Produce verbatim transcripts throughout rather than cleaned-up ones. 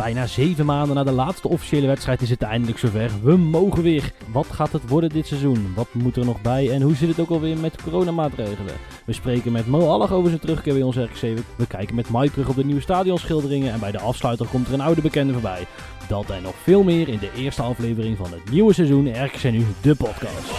Bijna zeven maanden na de laatste officiële wedstrijd is het eindelijk zover. We mogen weer. Wat gaat het worden dit seizoen? Wat moet er nog bij? En hoe zit het ook alweer met coronamaatregelen? We spreken met Mo Allag over zijn terugkeer bij ons R K C. We kijken met Mike terug op de nieuwe stadionschilderingen. En bij de afsluiter komt er een oude bekende voorbij. Dat en nog veel meer in de eerste aflevering van het nieuwe seizoen R K C Nu, de podcast.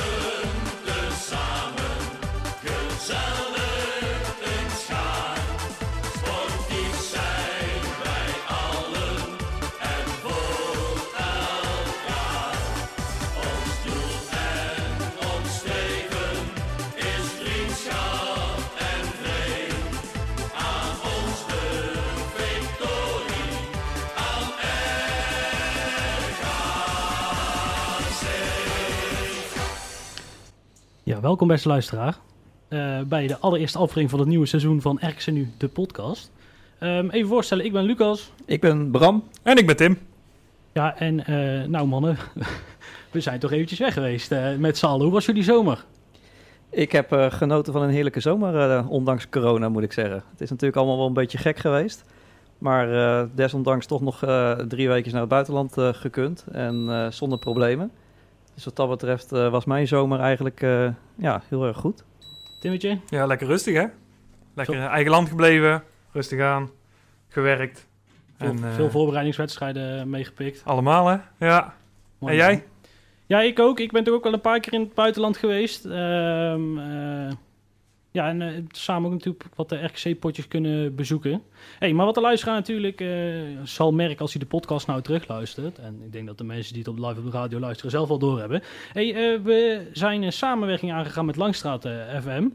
Ja, welkom beste luisteraar uh, bij de allereerste aflevering van het nieuwe seizoen van R K C Nu, de podcast. Um, even voorstellen, ik ben Lucas. Ik ben Bram. En ik ben Tim. Ja, en uh, nou mannen, we zijn toch eventjes weg geweest uh, met z'n allen. Hoe was jullie zomer? Ik heb uh, genoten van een heerlijke zomer, uh, ondanks corona moet ik zeggen. Het is natuurlijk allemaal wel een beetje gek geweest. Maar uh, desondanks toch nog uh, drie weken naar het buitenland uh, gekund en uh, zonder problemen. Dus wat dat betreft uh, was mijn zomer eigenlijk uh, ja, heel erg goed. Timmetje? Ja, lekker rustig hè? Lekker in eigen land gebleven, rustig aan, gewerkt. Veel, en, uh, veel voorbereidingswedstrijden meegepikt. Allemaal hè? Ja. Mooi, en jij? Man. Ja, ik ook. Ik ben toch ook wel een paar keer in het buitenland geweest. Um, uh, ja, en uh, samen ook natuurlijk wat de R K C-potjes kunnen bezoeken. Hey, maar wat de luisteraar natuurlijk uh, zal merken als hij de podcast nou terugluistert. En ik denk dat de mensen die het op live op de radio luisteren zelf wel doorhebben. Hey, uh, we zijn een samenwerking aangegaan met Langstraat uh, F M.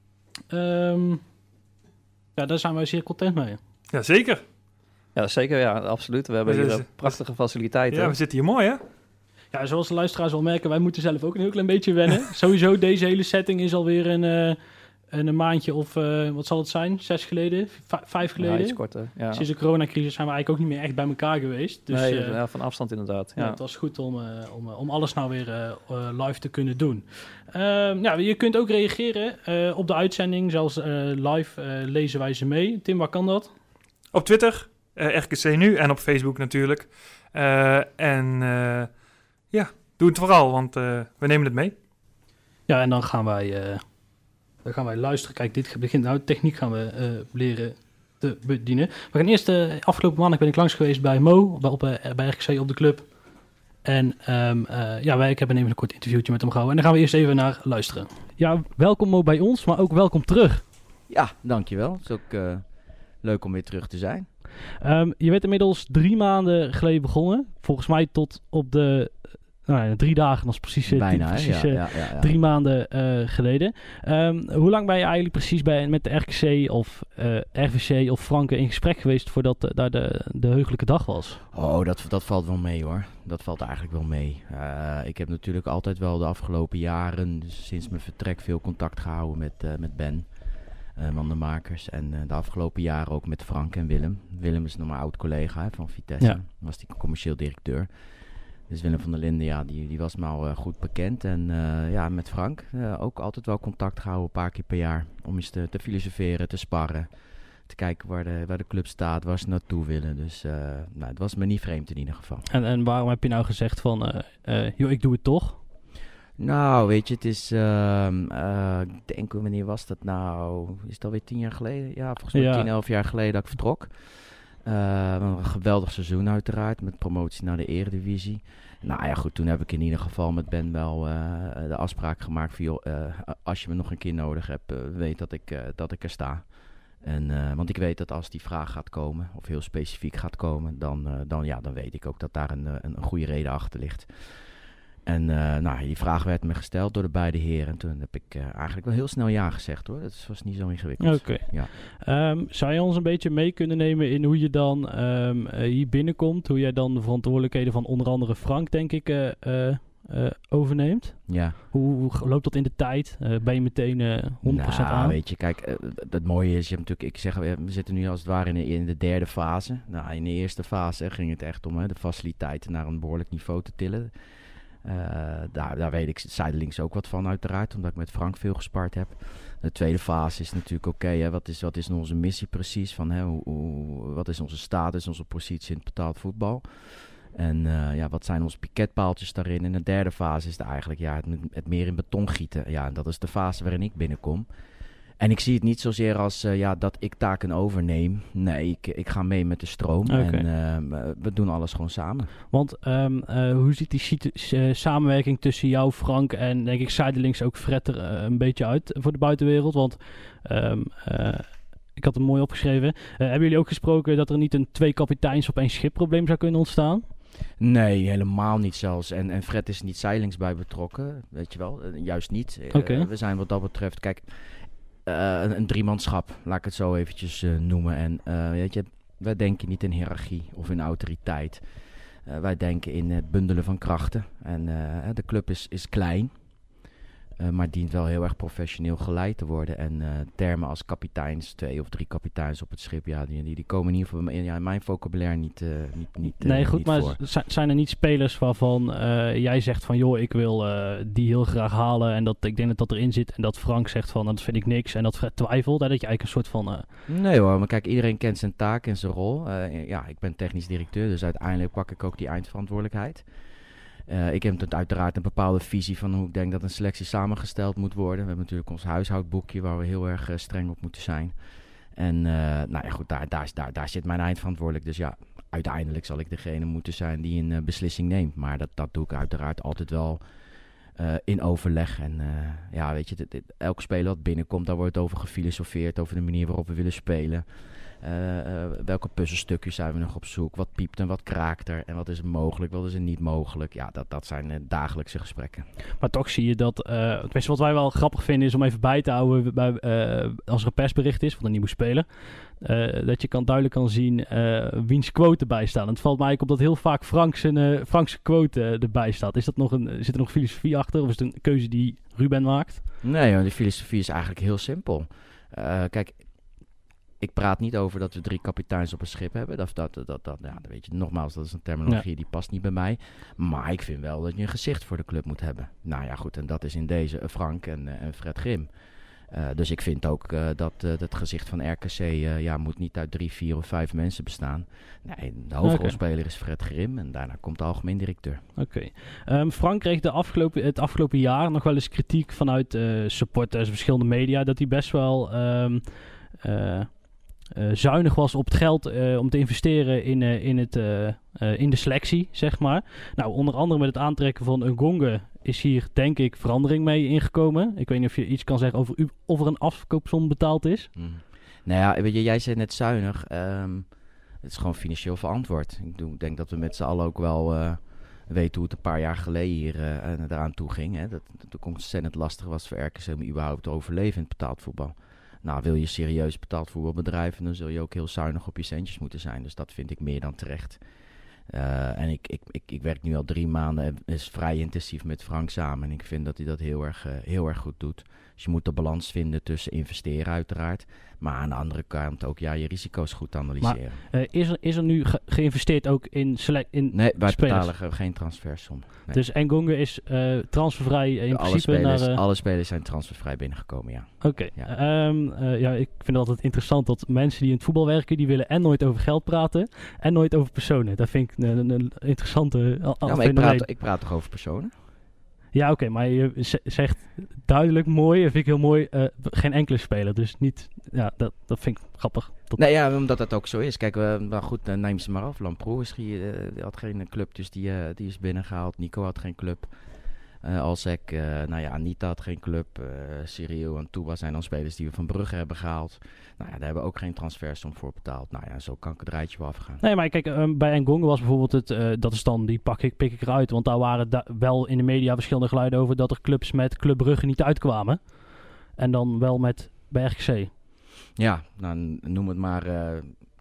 Um, ja, daar zijn wij zeer content mee. Ja, zeker. Ja, zeker. Ja, absoluut. We hebben hier uh, prachtige faciliteiten. Ja, we zitten hier mooi hè? Ja, zoals de luisteraars wel merken, wij moeten zelf ook een heel klein beetje wennen. Sowieso, deze hele setting is alweer een... Uh, En een maandje of, uh, wat zal het zijn, zes geleden, v- vijf geleden. Ja, iets korter, ja. Sinds de coronacrisis zijn we eigenlijk ook niet meer echt bij elkaar geweest. Dus, nee, uh, ja, van afstand inderdaad. Ja. Ja, het was goed om, uh, om, uh, om alles nou weer uh, uh, live te kunnen doen. Uh, ja, je kunt ook reageren uh, op de uitzending, zelfs uh, live uh, lezen wij ze mee. Tim, waar kan dat? Op Twitter, uh, R K C Nu en op Facebook natuurlijk. Uh, en uh, ja, doe het vooral, want uh, we nemen het mee. Ja, en dan gaan wij... Uh, Dan gaan wij luisteren. Kijk, dit begint nou. Techniek gaan we uh, leren te bedienen. We gaan eerst, uh, afgelopen maandag ben ik langs geweest bij Mo, bij, op, uh, bij R K C op de club. En um, uh, ja, wij, ik heb even een kort interviewtje met hem gehouden. En dan gaan we eerst even naar luisteren. Ja, welkom Mo bij ons, maar ook welkom terug. Ja, dankjewel. Het is ook uh, leuk om weer terug te zijn. Um, je bent inmiddels drie maanden geleden begonnen. Volgens mij tot op de... Nou ja, drie dagen, dat is precies, Bijna, die, precies ja, ja, ja, ja. drie maanden uh, geleden. Um, hoe lang ben je eigenlijk precies bij, met de R K C of uh, R V C of Franke in gesprek geweest voordat uh, daar de, de heugelijke dag was? Oh, dat, dat valt wel mee hoor. Dat valt eigenlijk wel mee. Uh, ik heb natuurlijk altijd wel de afgelopen jaren, dus sinds mijn vertrek, veel contact gehouden met, uh, met Ben uh, Mandenmakers. En uh, de afgelopen jaren ook met Frank en Willem. Willem is nog mijn oud collega hè, van Vitesse. Ja. Was die commercieel directeur. Dus Willem van der Linden, ja, die, die was me al uh, goed bekend. En uh, ja, met Frank uh, ook altijd wel contact gehouden, een paar keer per jaar. Om eens te, te filosoferen, te sparren. Te kijken waar de, waar de club staat, waar ze naartoe willen. Dus uh, nou, het was me niet vreemd in ieder geval. En, en waarom heb je nou gezegd van, uh, uh, joh, ik doe het toch? Nou, weet je, het is, uh, uh, ik denk, wanneer was dat nou? Is het alweer tien jaar geleden? Ja, volgens mij ja. tien, elf jaar geleden dat ik vertrok. Uh, een geweldig seizoen uiteraard, met promotie naar de Eredivisie. Nou ja, goed, toen heb ik in ieder geval met Ben wel uh, de afspraak gemaakt van, joh, uh, als je me nog een keer nodig hebt, uh, weet dat ik, uh, dat ik er sta. En, uh, want ik weet dat als die vraag gaat komen, of heel specifiek gaat komen, dan, uh, dan, ja, dan weet ik ook dat daar een, een, een goede reden achter ligt. En uh, nou, die vraag werd me gesteld door de beide heren. En toen heb ik uh, eigenlijk wel heel snel ja gezegd hoor. Dat was niet zo ingewikkeld. Oké. Ja. Um, zou je ons een beetje mee kunnen nemen in hoe je dan um, uh, hier binnenkomt? Hoe jij dan de verantwoordelijkheden van onder andere Frank, denk ik, uh, uh, uh, overneemt? Ja. Hoe, hoe loopt dat in de tijd? Uh, ben je meteen uh, honderd procent nou, aan? weet je, kijk, uh, het mooie is, je hebt natuurlijk, ik zeg, we zitten nu als het ware in de, in de derde fase. Nou, in de eerste fase ging het echt om hè, de faciliteiten naar een behoorlijk niveau te tillen. Uh, daar, daar weet ik zijdelings ook wat van uiteraard, omdat ik met Frank veel gespart heb. De tweede fase is natuurlijk oké, okay, wat, is, wat is onze missie precies? Van, hè, hoe, hoe, wat is onze status, onze positie in het betaald voetbal? En uh, ja, wat zijn onze piketpaaltjes daarin? En de derde fase is er eigenlijk ja, het, het meer in beton gieten. Ja, dat is de fase waarin ik binnenkom. En ik zie het niet zozeer als uh, ja, dat ik taken overneem. Nee, ik, ik ga mee met de stroom. Okay. En uh, we doen alles gewoon samen. Want um, uh, hoe ziet die situ- uh, samenwerking tussen jou, Frank en denk ik zijdelings ook Fred er uh, een beetje uit voor de buitenwereld? Want um, uh, ik had hem mooi opgeschreven. Uh, hebben jullie ook gesproken dat er niet een twee kapiteins op één schip probleem zou kunnen ontstaan? Nee, helemaal niet zelfs. En, en Fred is niet zijdelings bij betrokken, weet je wel. Uh, juist niet. Okay. Uh, we zijn wat dat betreft, kijk... Uh, een, een driemanschap, laat ik het zo eventjes uh, noemen. En uh, weet je, wij denken niet in hiërarchie of in autoriteit. Uh, wij denken in het bundelen van krachten. En uh, de club is, is klein, uh, maar dient wel heel erg professioneel geleid te worden. En uh, termen als kapiteins, twee of drie kapiteins op het schip, ja, die, die, die komen in ieder geval in, ja, in mijn vocabulaire niet, uh, niet, niet uh, Nee, goed, niet maar voor. Z- zijn er niet spelers waarvan uh, jij zegt van, joh, ik wil uh, die heel graag halen en dat ik denk dat dat erin zit en dat Frank zegt van, dat vind ik niks en dat Fred twijfelt, hè, dat je eigenlijk een soort van... Uh... Nee hoor, maar kijk, iedereen kent zijn taak en zijn rol. Uh, ja, ik ben technisch directeur, dus uiteindelijk pak ik ook die eindverantwoordelijkheid. Uh, ik heb uiteraard een bepaalde visie van hoe ik denk dat een selectie samengesteld moet worden. We hebben natuurlijk ons huishoudboekje waar we heel erg uh, streng op moeten zijn. En uh, nou ja, goed, daar, daar, daar, daar zit mijn eindverantwoordelijk. Dus ja, uiteindelijk zal ik degene moeten zijn die een uh, beslissing neemt. Maar dat, dat doe ik uiteraard altijd wel uh, in overleg. En uh, ja, weet je, dit, dit, elke speler dat binnenkomt, daar wordt over gefilosofeerd, over de manier waarop we willen spelen. Uh, uh, welke puzzelstukjes zijn we nog op zoek? Wat piept en wat kraakt er? En wat is er mogelijk? Wat is er niet mogelijk? Ja, dat, dat zijn uh, dagelijkse gesprekken. Maar toch zie je dat... Uh, tenminste, wat wij wel grappig vinden is om even bij te houden bij, uh, als er een persbericht is van een nieuwe speler. Uh, dat je kan, duidelijk kan zien uh, wiens quote erbij staat. En het valt mij ook op dat heel vaak Frank zijn, uh, Frank's quote uh, erbij staat. Is dat nog een, zit er nog filosofie achter? Of is het een keuze die Ruben maakt? Nee, joh, die filosofie is eigenlijk heel simpel. Uh, kijk... Ik praat niet over dat we drie kapiteins op een schip hebben. Dat, dat, dat, dat, ja, weet je, nogmaals, dat is een terminologie ja. die past niet bij mij. Maar ik vind wel dat je een gezicht voor de club moet hebben. Nou ja, goed, en dat is in deze Frank en, uh, en Fred Grim. Uh, dus ik vind ook uh, dat uh, het gezicht van R K C uh, ja, moet niet uit drie, vier of vijf mensen bestaan. Nee, de hoofdrolspeler okay. is Fred Grim en daarna komt de algemeen directeur. Oké. Okay. Um, Frank kreeg de afgelopen, het afgelopen jaar nog wel eens kritiek vanuit uh, supporters, verschillende media, dat hij best wel... Um, uh, Uh, zuinig was op het geld uh, om te investeren in, uh, in, het, uh, uh, in de selectie, zeg maar. Nou, onder andere met het aantrekken van Ngonge is hier, denk ik, verandering mee ingekomen. Ik weet niet of je iets kan zeggen over u, of er een afkoopsom betaald is. Mm. Nou ja, weet je, jij zei net zuinig. Um, het is gewoon financieel verantwoord. Ik doe, denk dat we met z'n allen ook wel uh, weten hoe het een paar jaar geleden hier uh, eraan toe ging. Hè? Dat het ook ontzettend lastig was voor R K C om überhaupt te overleven in het betaald voetbal. Nou, wil je serieus betaald voetbal bedrijven, dan zul je ook heel zuinig op je centjes moeten zijn. Dus dat vind ik meer dan terecht. Uh, en ik, ik, ik, ik werk nu al drie maanden, is vrij intensief met Frank samen. En ik vind dat hij dat heel erg, uh, heel erg goed doet. Dus je moet de balans vinden tussen investeren uiteraard. Maar aan de andere kant ook ja, je risico's goed analyseren. Maar uh, is, er, is er nu ge- geïnvesteerd ook in, select, in nee, wij spelers? betalen geen transfersom. Nee. Dus Ngonge is uh, transfervrij in alle principe spelers, naar... Uh... Alle spelers zijn transfervrij binnengekomen, ja. Oké. Okay. Ja. Um, uh, ja, ik vind het altijd interessant dat mensen die in het voetbal werken, die willen en nooit over geld praten en nooit over personen. Dat vind ik een, een interessante al, al ja, maar ik praat, ik praat toch over personen? Ja, oké, okay, maar je z- zegt duidelijk mooi, dat vind ik heel mooi, uh, geen enkele speler. Dus niet, ja, dat, dat vind ik grappig. Dat... Nee, ja, omdat dat ook zo is. Kijk, uh, nou goed, uh, neem ze maar af. Lamproe is, uh, had geen club, dus die, uh, die is binnengehaald. Nico had geen club. Uh, Alsek, uh, nou ja, Anita had geen club. Uh, Cyril en Touba zijn dan spelers die we van Brugge hebben gehaald. Nou ja, daar hebben we ook geen transfersom voor betaald. Nou ja, zo kan ik het rijtje wel afgaan. Nee, maar kijk, um, bij Ngonge was bijvoorbeeld het, uh, dat is dan, die pak ik, pik ik eruit. Want daar waren da- wel in de media verschillende geluiden over dat er clubs met Club Brugge niet uitkwamen. En dan wel met bij R K C. Ja, nou, noem het maar uh,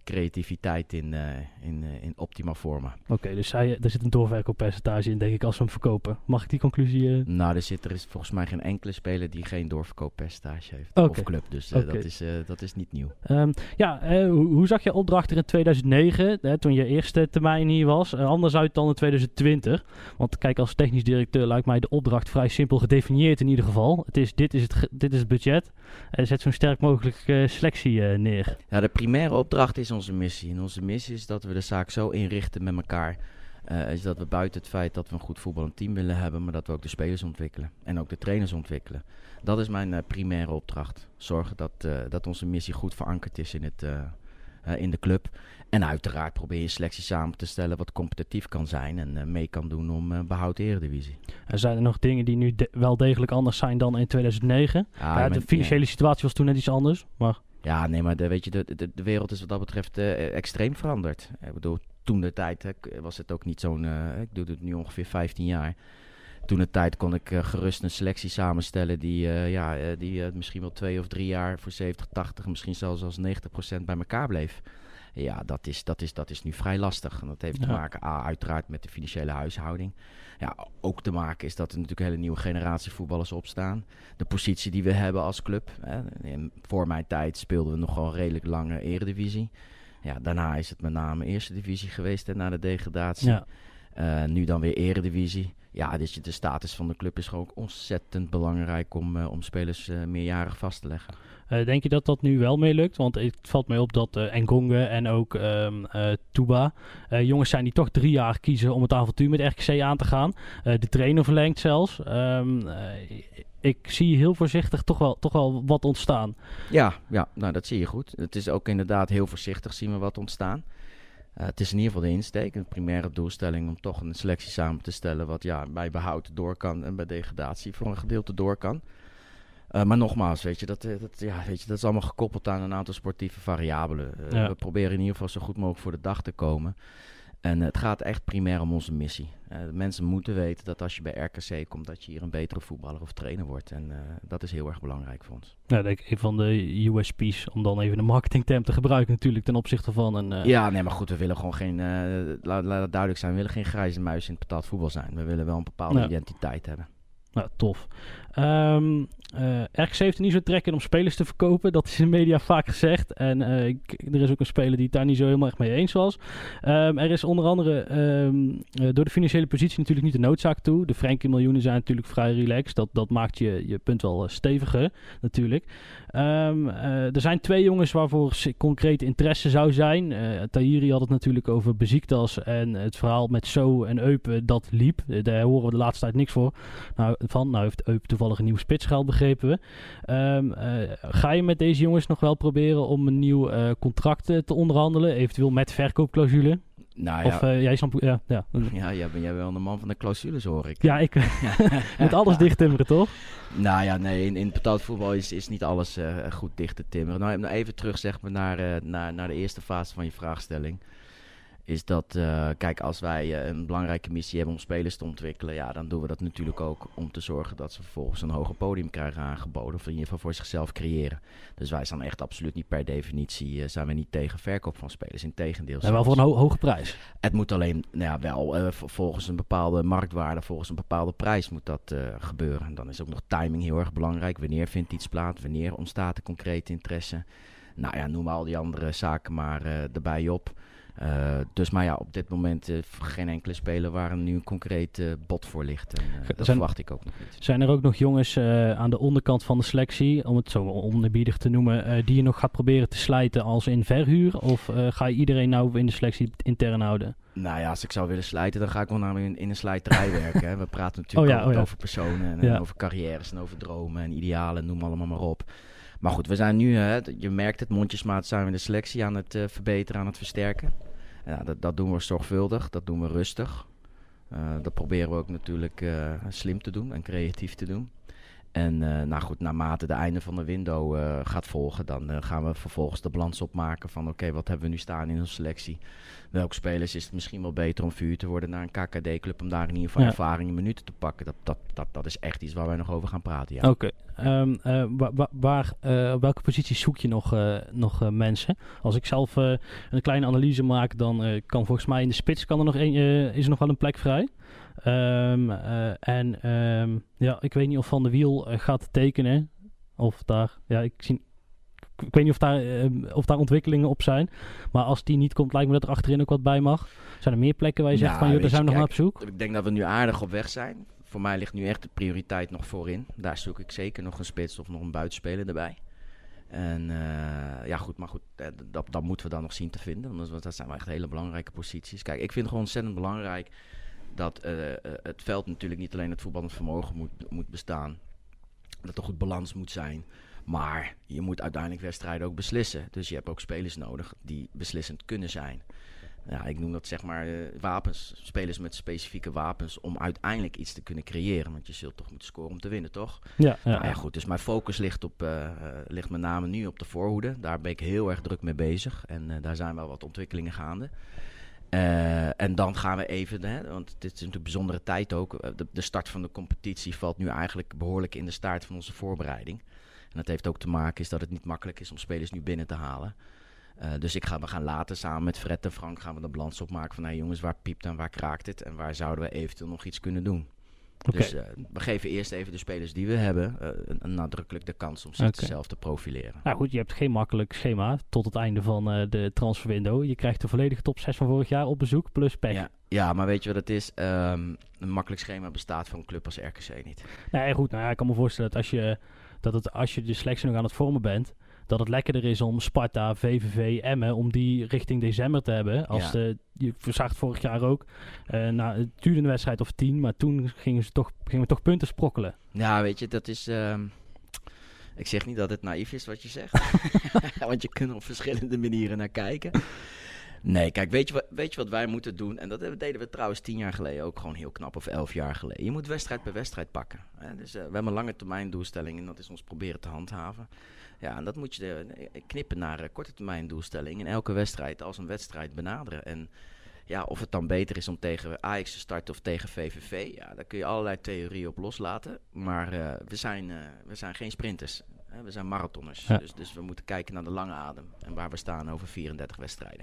creativiteit in, uh, in, uh, in optima forma. Oké, okay, dus hij, er zit een doorverkooppercentage in, denk ik, als we hem verkopen. Mag ik die conclusie... Uh... Nou, er, zit, er is volgens mij geen enkele speler die geen doorverkooppercentage heeft. Okay. Of club, dus uh, okay. dat, is, uh, dat is niet nieuw. Um, ja, uh, hoe, hoe zag je opdracht er in tweeduizend negen, hè, toen je eerste termijn hier was? Uh, anders uit dan in tweeduizend twintig. Want kijk, als technisch directeur lijkt mij de opdracht vrij simpel gedefinieerd in ieder geval. Het is, dit, is het, ge- dit is het budget. Uh, zet zo'n sterk mogelijk uh, selectie uh, neer. Ja, de primaire opdracht is onze missie. En onze missie is dat we de zaak zo inrichten met elkaar. Uh, is dat we buiten het feit dat we een goed voetballend team willen hebben, maar dat we ook de spelers ontwikkelen. En ook de trainers ontwikkelen. Dat is mijn uh, primaire opdracht. Zorgen dat, uh, dat onze missie goed verankerd is in, het, uh, uh, in de club. En uiteraard probeer je selectie samen te stellen wat competitief kan zijn en uh, mee kan doen om uh, behoud Eredivisie. Er zijn er nog dingen die nu de- wel degelijk anders zijn dan in tweeduizend negen? Ja, ja, de financiële ja. situatie was toen net iets anders, maar... Ja, nee, maar de, weet je, de, de, de wereld is wat dat betreft uh, extreem veranderd. Ik bedoel, toen de tijd hè, was het ook niet zo'n... Uh, ik doe het nu ongeveer vijftien jaar. Toen de tijd kon ik uh, gerust een selectie samenstellen die, uh, ja, uh, die uh, misschien wel twee of drie jaar voor zeventig, tachtig, misschien zelfs als negentig procent bij elkaar bleef. Ja, dat is, dat, is, dat is nu vrij lastig. En dat heeft ja. te maken, a, uiteraard, met de financiële huishouding. Ja, ook te maken is dat er natuurlijk een hele nieuwe generatie voetballers opstaan. De positie die we hebben als club. Hè. In, voor mijn tijd speelden we nog wel redelijk lange eredivisie. Ja, daarna is het met name eerste divisie geweest en na de degradatie. Ja. Uh, nu dan weer eredivisie. Ja, dus de status van de club is gewoon ontzettend belangrijk om, uh, om spelers uh, meerjarig vast te leggen. Uh, denk je dat dat nu wel mee lukt? Want het valt mij op dat uh, Ngonge en ook um, uh, Touba uh, jongens zijn die toch drie jaar kiezen om het avontuur met R K C aan te gaan. Uh, de trainer verlengt zelfs. Um, uh, ik zie heel voorzichtig toch wel, toch wel wat ontstaan. Ja, ja, nou dat zie je goed. Het is ook inderdaad heel voorzichtig zien we wat ontstaan. Uh, het is in ieder geval de insteek, een primaire doelstelling om toch een selectie samen te stellen wat ja, bij behoud door kan en bij degradatie voor een gedeelte door kan. Uh, maar nogmaals, weet je, dat, dat, ja, weet je, dat is allemaal gekoppeld aan een aantal sportieve variabelen. Uh, ja. We proberen in ieder geval zo goed mogelijk voor de dag te komen. En uh, het gaat echt primair om onze missie. Uh, de mensen moeten weten dat als je bij R K C komt, dat je hier een betere voetballer of trainer wordt. En uh, dat is heel erg belangrijk voor ons. Ja, denk ik, een van de U S P's, om dan even een marketingterm te gebruiken natuurlijk ten opzichte van een... Uh... Ja, nee, maar goed, we willen gewoon geen, uh, laat, laat het duidelijk zijn, we willen geen grijze muis in het betaald voetbal zijn. We willen wel een bepaalde ja. identiteit hebben. Nou, tof. Um, uh, R K C heeft er niet zo trek in om spelers te verkopen. Dat is in de media vaak gezegd. En uh, ik, er is ook een speler die het daar niet zo helemaal echt mee eens was. Um, er is onder andere um, uh, door de financiële positie natuurlijk niet de noodzaak toe. De Frenkie miljoenen zijn natuurlijk vrij relaxed. Dat, dat maakt je, je punt wel uh, steviger natuurlijk. Um, uh, er zijn twee jongens waarvoor concreet interesse zou zijn. Uh, Tahiri had het natuurlijk over Besiktas en het verhaal met So en Eupen dat liep. Uh, daar horen we de laatste tijd niks voor. Nou, van, nou heeft Eupen toevallig een nieuwe spits gehaald, begrepen we. Um, uh, ga je met deze jongens nog wel proberen om een nieuw uh, contract uh, te onderhandelen? Eventueel met verkoopclausule? Nou, of ja. Uh, jij snapt... Ja, ja. ja, jij bent jij wel de man van de clausules, hoor ik. Ja, ik moet alles dicht timmeren, toch? Nou ja, nee, in, in betaald voetbal is, is niet alles uh, goed dicht te timmeren. Nou, nou even terug zeg maar, naar, uh, naar, naar de eerste fase van je vraagstelling. Is dat, uh, kijk, als wij uh, een belangrijke missie hebben om spelers te ontwikkelen, ja, dan doen we dat natuurlijk ook om te zorgen dat ze vervolgens een hoger podium krijgen aangeboden, of in ieder geval voor zichzelf creëren. Dus wij zijn echt absoluut niet per definitie, uh, zijn we niet tegen verkoop van spelers, integendeel. En wel voor een ho- hoge prijs. Het moet alleen, nou ja, wel uh, volgens een bepaalde marktwaarde, volgens een bepaalde prijs moet dat uh, gebeuren. En dan is ook nog timing heel erg belangrijk. Wanneer vindt iets plaats? Wanneer ontstaat er concrete interesse? Nou ja, noem maar al die andere zaken maar uh, erbij op. Uh, dus maar ja, op dit moment uh, geen enkele speler waar nu een concreet uh, bod voor ligt. En, uh, dat zijn, verwacht ik ook nog niet. Zijn er ook nog jongens uh, aan de onderkant van de selectie, om het zo oneerbiedig te noemen, uh, die je nog gaat proberen te slijten als in verhuur? Of uh, ga je iedereen nou in de selectie intern houden? Nou ja, als ik zou willen slijten, dan ga ik wel naar in, in een slijterij werken. Hè. We praten natuurlijk oh ja, oh ja. over personen en, ja. en over carrières en over dromen en idealen, noem allemaal maar op. Maar goed, we zijn nu, uh, je merkt het, mondjesmaat zijn we de selectie aan het uh, verbeteren, aan het versterken. Ja, dat, dat doen we zorgvuldig, dat doen we rustig. Uh, dat proberen we ook natuurlijk uh, slim te doen en creatief te doen. En uh, nou goed, naarmate de einde van de window uh, gaat volgen, dan uh, gaan we vervolgens de balans opmaken van oké, okay, wat hebben we nu staan in onze selectie? Welke spelers is het misschien wel beter om verhuurd te worden naar een K K D-club om daar in ieder geval ja. ervaring en minuten te pakken? Dat, dat, dat, dat is echt iets waar wij nog over gaan praten, ja. Oké. Okay. Um, uh, wa- wa- waar, uh, op welke posities zoek je nog, uh, nog uh, mensen? Als ik zelf uh, een kleine analyse maak, dan uh, kan volgens mij in de spits kan er nog een, uh, is er nog wel een plek vrij. Um, uh, en um, ja, ik weet niet of Van der Wiel uh, gaat tekenen. Of daar, ja, ik zie... Ik weet niet of daar, uh, of daar ontwikkelingen op zijn. Maar als die niet komt, lijkt me dat er achterin ook wat bij mag. Zijn er meer plekken waar je nou, zegt van, joh, daar zijn we nog naar op zoek? Ik denk dat we nu aardig op weg zijn. Voor mij ligt nu echt de prioriteit nog voorin. Daar zoek ik zeker nog een spits of nog een buitenspeler erbij. En uh, ja goed, maar goed, dat, dat moeten we dan nog zien te vinden. Want dat zijn wel echt hele belangrijke posities. Kijk, ik vind het gewoon ontzettend belangrijk dat uh, uh, het veld natuurlijk niet alleen het voetballend vermogen moet, moet bestaan. Dat er goed balans moet zijn. Maar je moet uiteindelijk wedstrijden ook beslissen. Dus je hebt ook spelers nodig die beslissend kunnen zijn. Ja, ik noem dat zeg maar uh, wapens. Spelers met specifieke wapens om uiteindelijk iets te kunnen creëren. Want je zult toch moeten scoren om te winnen, toch? Ja, ja, nou, ja goed. Dus mijn focus ligt, op, uh, uh, ligt met name nu op de voorhoede. Daar ben ik heel erg druk mee bezig. En uh, daar zijn wel wat ontwikkelingen gaande. Uh, en dan gaan we even, hè, want dit is natuurlijk een bijzondere tijd ook. De, de start van de competitie valt nu eigenlijk behoorlijk in de staart van onze voorbereiding. En dat heeft ook te maken is dat het niet makkelijk is om spelers nu binnen te halen. Uh, dus ik ga, we gaan later samen met Fred en Frank gaan we de balans opmaken van... Hey jongens, waar piept en waar kraakt het? En waar zouden we eventueel nog iets kunnen doen? Okay. Dus uh, we geven eerst even de spelers die we hebben... Uh, een, een nadrukkelijk de kans om zichzelf okay. te profileren. Nou goed, je hebt geen makkelijk schema tot het einde van uh, de transferwindow. Je krijgt de volledige top zes van vorig jaar op bezoek, plus pech. Ja, ja, maar weet je wat het is? Um, een makkelijk schema bestaat voor een club als R K C niet. Nee, goed, nou ja, ik kan me voorstellen dat als je... dat het, als je de selectie nog aan het vormen bent, dat het lekkerder is om Sparta, V V V, Emmen, om die richting december te hebben. Als ja. de, je zag het vorig jaar ook, uh, nou, het duurde een wedstrijd of tien, maar toen gingen, ze toch, gingen we toch punten sprokkelen. Ja, weet je, dat is... Uh, ik zeg niet dat het naïef is wat je zegt, want je kunt er op verschillende manieren naar kijken. Nee, kijk, weet je, wat, weet je wat wij moeten doen? En dat deden we trouwens tien jaar geleden ook gewoon heel knap, of elf jaar geleden. Je moet wedstrijd per wedstrijd pakken. Hè? Dus uh, we hebben een lange termijn doelstelling en dat is ons proberen te handhaven. Ja, en dat moet je uh, knippen naar uh, korte termijn doelstelling. En elke wedstrijd als een wedstrijd benaderen. En ja, of het dan beter is om tegen Ajax te starten of tegen V V V, ja, daar kun je allerlei theorieën op loslaten. Maar uh, we, zijn, uh, we zijn geen sprinters. Hè? We zijn marathonners. Ja. Dus, dus we moeten kijken naar de lange adem en waar we staan over vierendertig wedstrijden.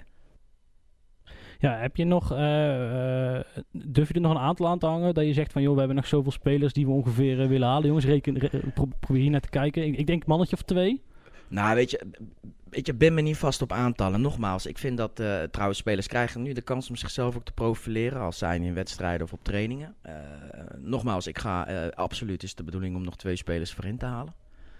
Ja, heb je nog, uh, uh, durf je er nog een aantal aan te hangen? Dat je zegt van, joh, we hebben nog zoveel spelers die we ongeveer uh, willen halen. Jongens, reken, re, pro, probeer hier naar te kijken. Ik, ik denk een mannetje of twee. Nou, weet je, weet je, ben me niet vast op aantallen. Nogmaals, ik vind dat uh, trouwens spelers krijgen nu de kans om zichzelf ook te profileren. Als zijn in wedstrijden of op trainingen. Uh, nogmaals, ik ga, uh, absoluut is de bedoeling om nog twee spelers voorin te halen.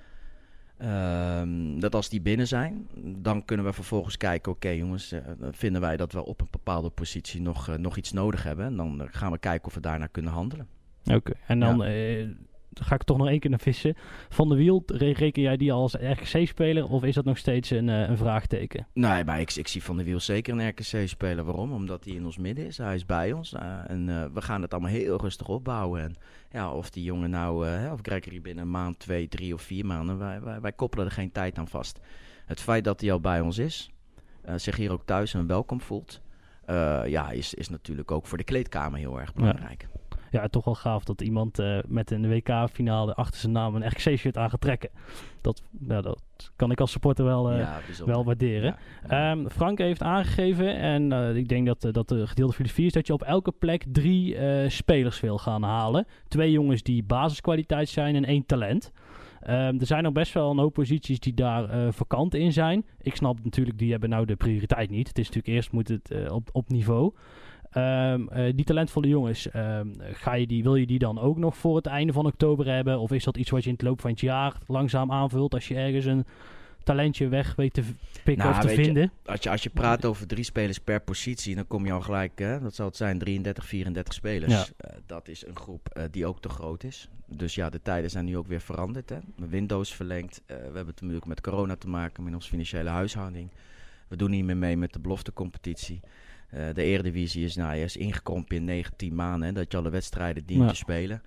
Um, dat als die binnen zijn, dan kunnen we vervolgens kijken, oké okay, jongens, uh, vinden wij dat we op een bepaalde positie nog, uh, nog iets nodig hebben. En dan uh, gaan we kijken of we daarnaar kunnen handelen. Oké, okay. En dan ja. uh, ga ik toch nog één keer naar vissen. Van der Wiel, reken jij die als R K C-speler of is dat nog steeds een, uh, een vraagteken? Nee, maar ik, ik zie Van der Wiel zeker een R K C-speler. Waarom? Omdat hij in ons midden is. Hij is bij ons. Uh, en uh, we gaan het allemaal heel rustig opbouwen. En ja, of die jongen nou, uh, of Gregory binnen een maand, twee, drie of vier maanden, wij, wij, wij koppelen er geen tijd aan vast. Het feit dat hij al bij ons is, uh, zich hier ook thuis en welkom voelt, uh, ja, is, is natuurlijk ook voor de kleedkamer heel erg belangrijk. Ja. Ja, toch wel gaaf dat iemand uh, met een W K-finale achter zijn naam een R K C-shirt aan gaat trekken. Dat, ja, dat kan ik als supporter wel, uh, ja, wel waarderen. Ja. Um, Frank heeft aangegeven, en uh, ik denk dat, uh, dat de gedeelde filosofie is, dat je op elke plek drie uh, spelers wil gaan halen. Twee jongens die basiskwaliteit zijn en één talent. Um, er zijn nog best wel een hoop posities die daar uh, vakant in zijn. Ik snap natuurlijk, die hebben nou de prioriteit niet. Het is natuurlijk eerst moet het uh, op, op niveau. Um, uh, die talentvolle jongens, um, ga je die, wil je die dan ook nog voor het einde van oktober hebben? Of is dat iets wat je in het loop van het jaar langzaam aanvult als je ergens een talentje weg weet te pikken nou, of te vinden? Je, als, je, als je praat over drie spelers per positie, dan kom je al gelijk, hè, dat zal het zijn, drieëndertig, vierendertig spelers. Ja. Uh, dat is een groep uh, die ook te groot is. Dus ja, de tijden zijn nu ook weer veranderd. Hè. De windows verlengd. Uh, we hebben het natuurlijk met corona te maken, met onze financiële huishouding. We doen niet meer mee met de beloftecompetitie. Uh, de Eredivisie is, nou, is ingekrompen in negen, tien maanden. Hè, dat je alle wedstrijden dient ja. te spelen.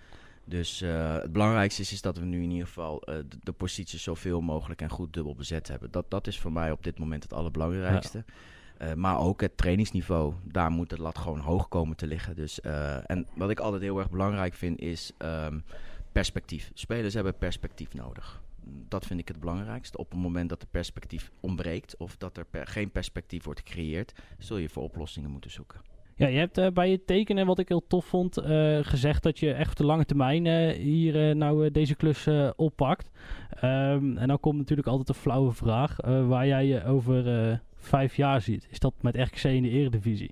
Dus uh, het belangrijkste is, is dat we nu in ieder geval uh, de, de posities zoveel mogelijk en goed dubbel bezet hebben. Dat, dat is voor mij op dit moment het allerbelangrijkste. Ja. Uh, maar ook het trainingsniveau, daar moet de lat gewoon hoog komen te liggen. Dus, uh, en wat ik altijd heel erg belangrijk vind is um, perspectief. Spelers hebben perspectief nodig. Dat vind ik het belangrijkste. Op het moment dat er perspectief ontbreekt of dat er per, geen perspectief wordt gecreëerd, zul je voor oplossingen moeten zoeken. Ja, je hebt uh, bij je tekenen, wat ik heel tof vond, uh, gezegd dat je echt op de lange termijn uh, hier uh, nou uh, deze klus uh, oppakt. Um, en dan komt natuurlijk altijd een flauwe vraag uh, waar jij je over uh, vijf jaar ziet. Is dat met R K C in de Eredivisie?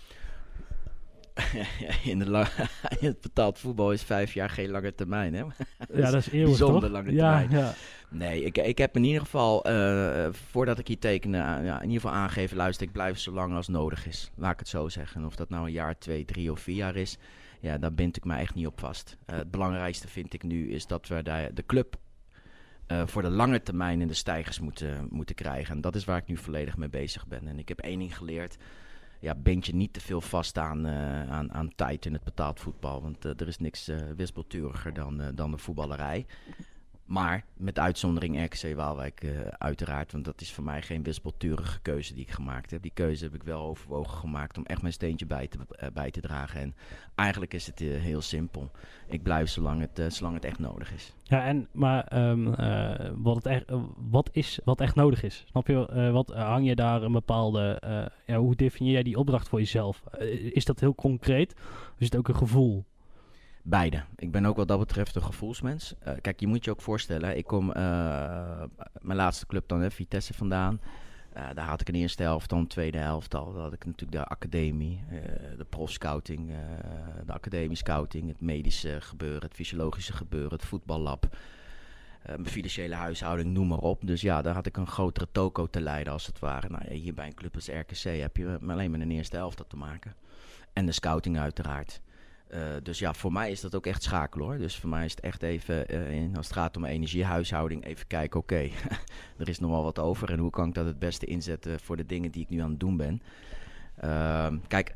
in, de lang, in het betaald voetbal is vijf jaar geen lange termijn, hè? Ja, dat is eeuwig, bijzonder toch? lange ja, termijn. ja. Nee, ik, ik heb in ieder geval, uh, voordat ik hier tekende, uh, ja, in ieder geval aangegeven, luister, ik blijf zo lang als nodig is. Laat ik het zo zeggen. En of dat nou een jaar, twee, drie of vier jaar is, ja, daar bind ik me echt niet op vast. Uh, het belangrijkste vind ik nu is dat we de, de club uh, voor de lange termijn in de stijgers moeten, moeten krijgen. En dat is waar ik nu volledig mee bezig ben. En ik heb één ding geleerd. Ja, bind je niet te veel vast aan, uh, aan, aan tijd in het betaald voetbal. Want uh, er is niks uh, wispelturiger dan, uh, dan de voetballerij. Maar met uitzondering R K C Waalwijk uh, uiteraard. Want dat is voor mij geen wispelturige keuze die ik gemaakt heb. Die keuze heb ik wel overwogen gemaakt om echt mijn steentje bij te, uh, bij te dragen. En eigenlijk is het uh, heel simpel. Ik blijf zolang het, uh, zolang het echt nodig is. Ja, en maar um, uh, wat, het echt, uh, wat is wat echt nodig is? Snap je? Uh, wat uh, hang je daar een bepaalde... Uh, ja, hoe definieer jij die opdracht voor jezelf? Uh, is dat heel concreet? Of is het ook een gevoel? Beide. Ik ben ook wat dat betreft een gevoelsmens. Uh, kijk, je moet je ook voorstellen. Ik kom uh, mijn laatste club dan, hè, Vitesse vandaan. Uh, daar had ik een eerste helft, dan een tweede helft al. Dan had ik natuurlijk de academie, uh, de profscouting, uh, de academie scouting, het medische gebeuren, het fysiologische gebeuren, het voetballab. Uh, mijn financiële huishouding, noem maar op. Dus ja, daar had ik een grotere toko te leiden als het ware. Nou, ja, hier bij een club als R K C heb je alleen met een eerste helft te maken. En de scouting uiteraard. Uh, dus ja, voor mij is dat ook echt schakelen hoor. Dus voor mij is het echt even, uh, in, als het gaat om energiehuishouding, even kijken, oké, okay, er is nog wel wat over. En hoe kan ik dat het beste inzetten voor de dingen die ik nu aan het doen ben. Uh, kijk,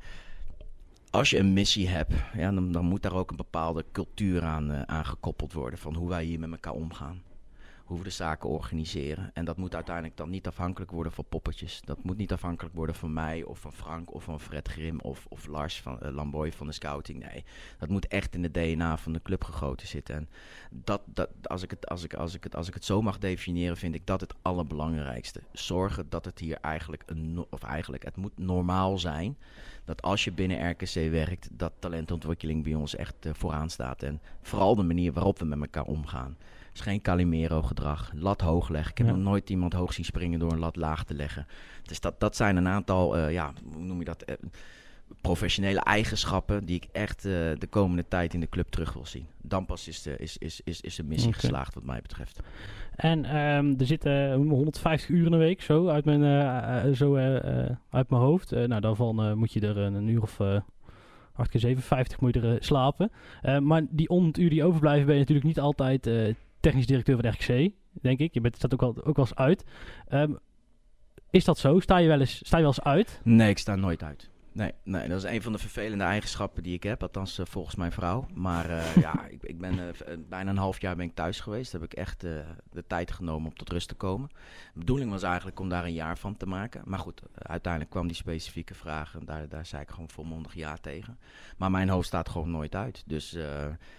als je een missie hebt, ja, dan, dan moet daar ook een bepaalde cultuur aan, uh, aan gekoppeld worden. Van hoe wij hier met elkaar omgaan. Hoe we de zaken organiseren. En dat moet uiteindelijk dan niet afhankelijk worden van poppetjes. Dat moet niet afhankelijk worden van mij of van Frank of van Fred Grim of, of Lars van uh, Lamboy van de scouting. Nee, dat moet echt in de D N A van de club gegoten zitten. En dat, dat, als, ik het, als, ik, als, ik het, als ik het zo mag definiëren, vind ik dat het allerbelangrijkste. Zorgen dat het hier eigenlijk, een, of eigenlijk, het moet normaal zijn. Dat als je binnen R K C werkt, dat talentontwikkeling bij ons echt uh, vooraan staat. En vooral de manier waarop we met elkaar omgaan. Het is geen Calimero-gedrag, lat hoog leggen. Ik heb ja. nog nooit iemand hoog zien springen door een lat laag te leggen. Dus dat, dat zijn een aantal, uh, ja, hoe noem je dat, uh, professionele eigenschappen die ik echt uh, de komende tijd in de club terug wil zien. Dan pas is de, is, is, is, is de missie okay. geslaagd wat mij betreft. En um, er zitten honderdvijftig uur in de week zo uit mijn, uh, uh, zo, uh, uh, uit mijn hoofd. Uh, nou, daarvan uh, moet je er een uur of... Uh, acht keer zeven, vijftig moet je er uh, slapen. Uh, maar die honderd uur die overblijven ben je natuurlijk niet altijd... Uh, technisch directeur van R K C, denk ik. Je bent, staat ook wel, ook wel eens uit. Um, is dat zo? Sta je wel eens, sta je wel eens uit? Nee, ik sta nooit uit. Nee, nee, dat is een van de vervelende eigenschappen die ik heb. Althans, uh, volgens mijn vrouw. Maar uh, ja, ik, ik ben uh, bijna een half jaar ben ik thuis geweest. Heb ik echt uh, de tijd genomen om tot rust te komen. De bedoeling was eigenlijk om daar een jaar van te maken. Maar goed, uh, uiteindelijk kwam die specifieke vraag. En daar, daar zei ik gewoon volmondig ja tegen. Maar mijn hoofd staat gewoon nooit uit. Dus... Uh,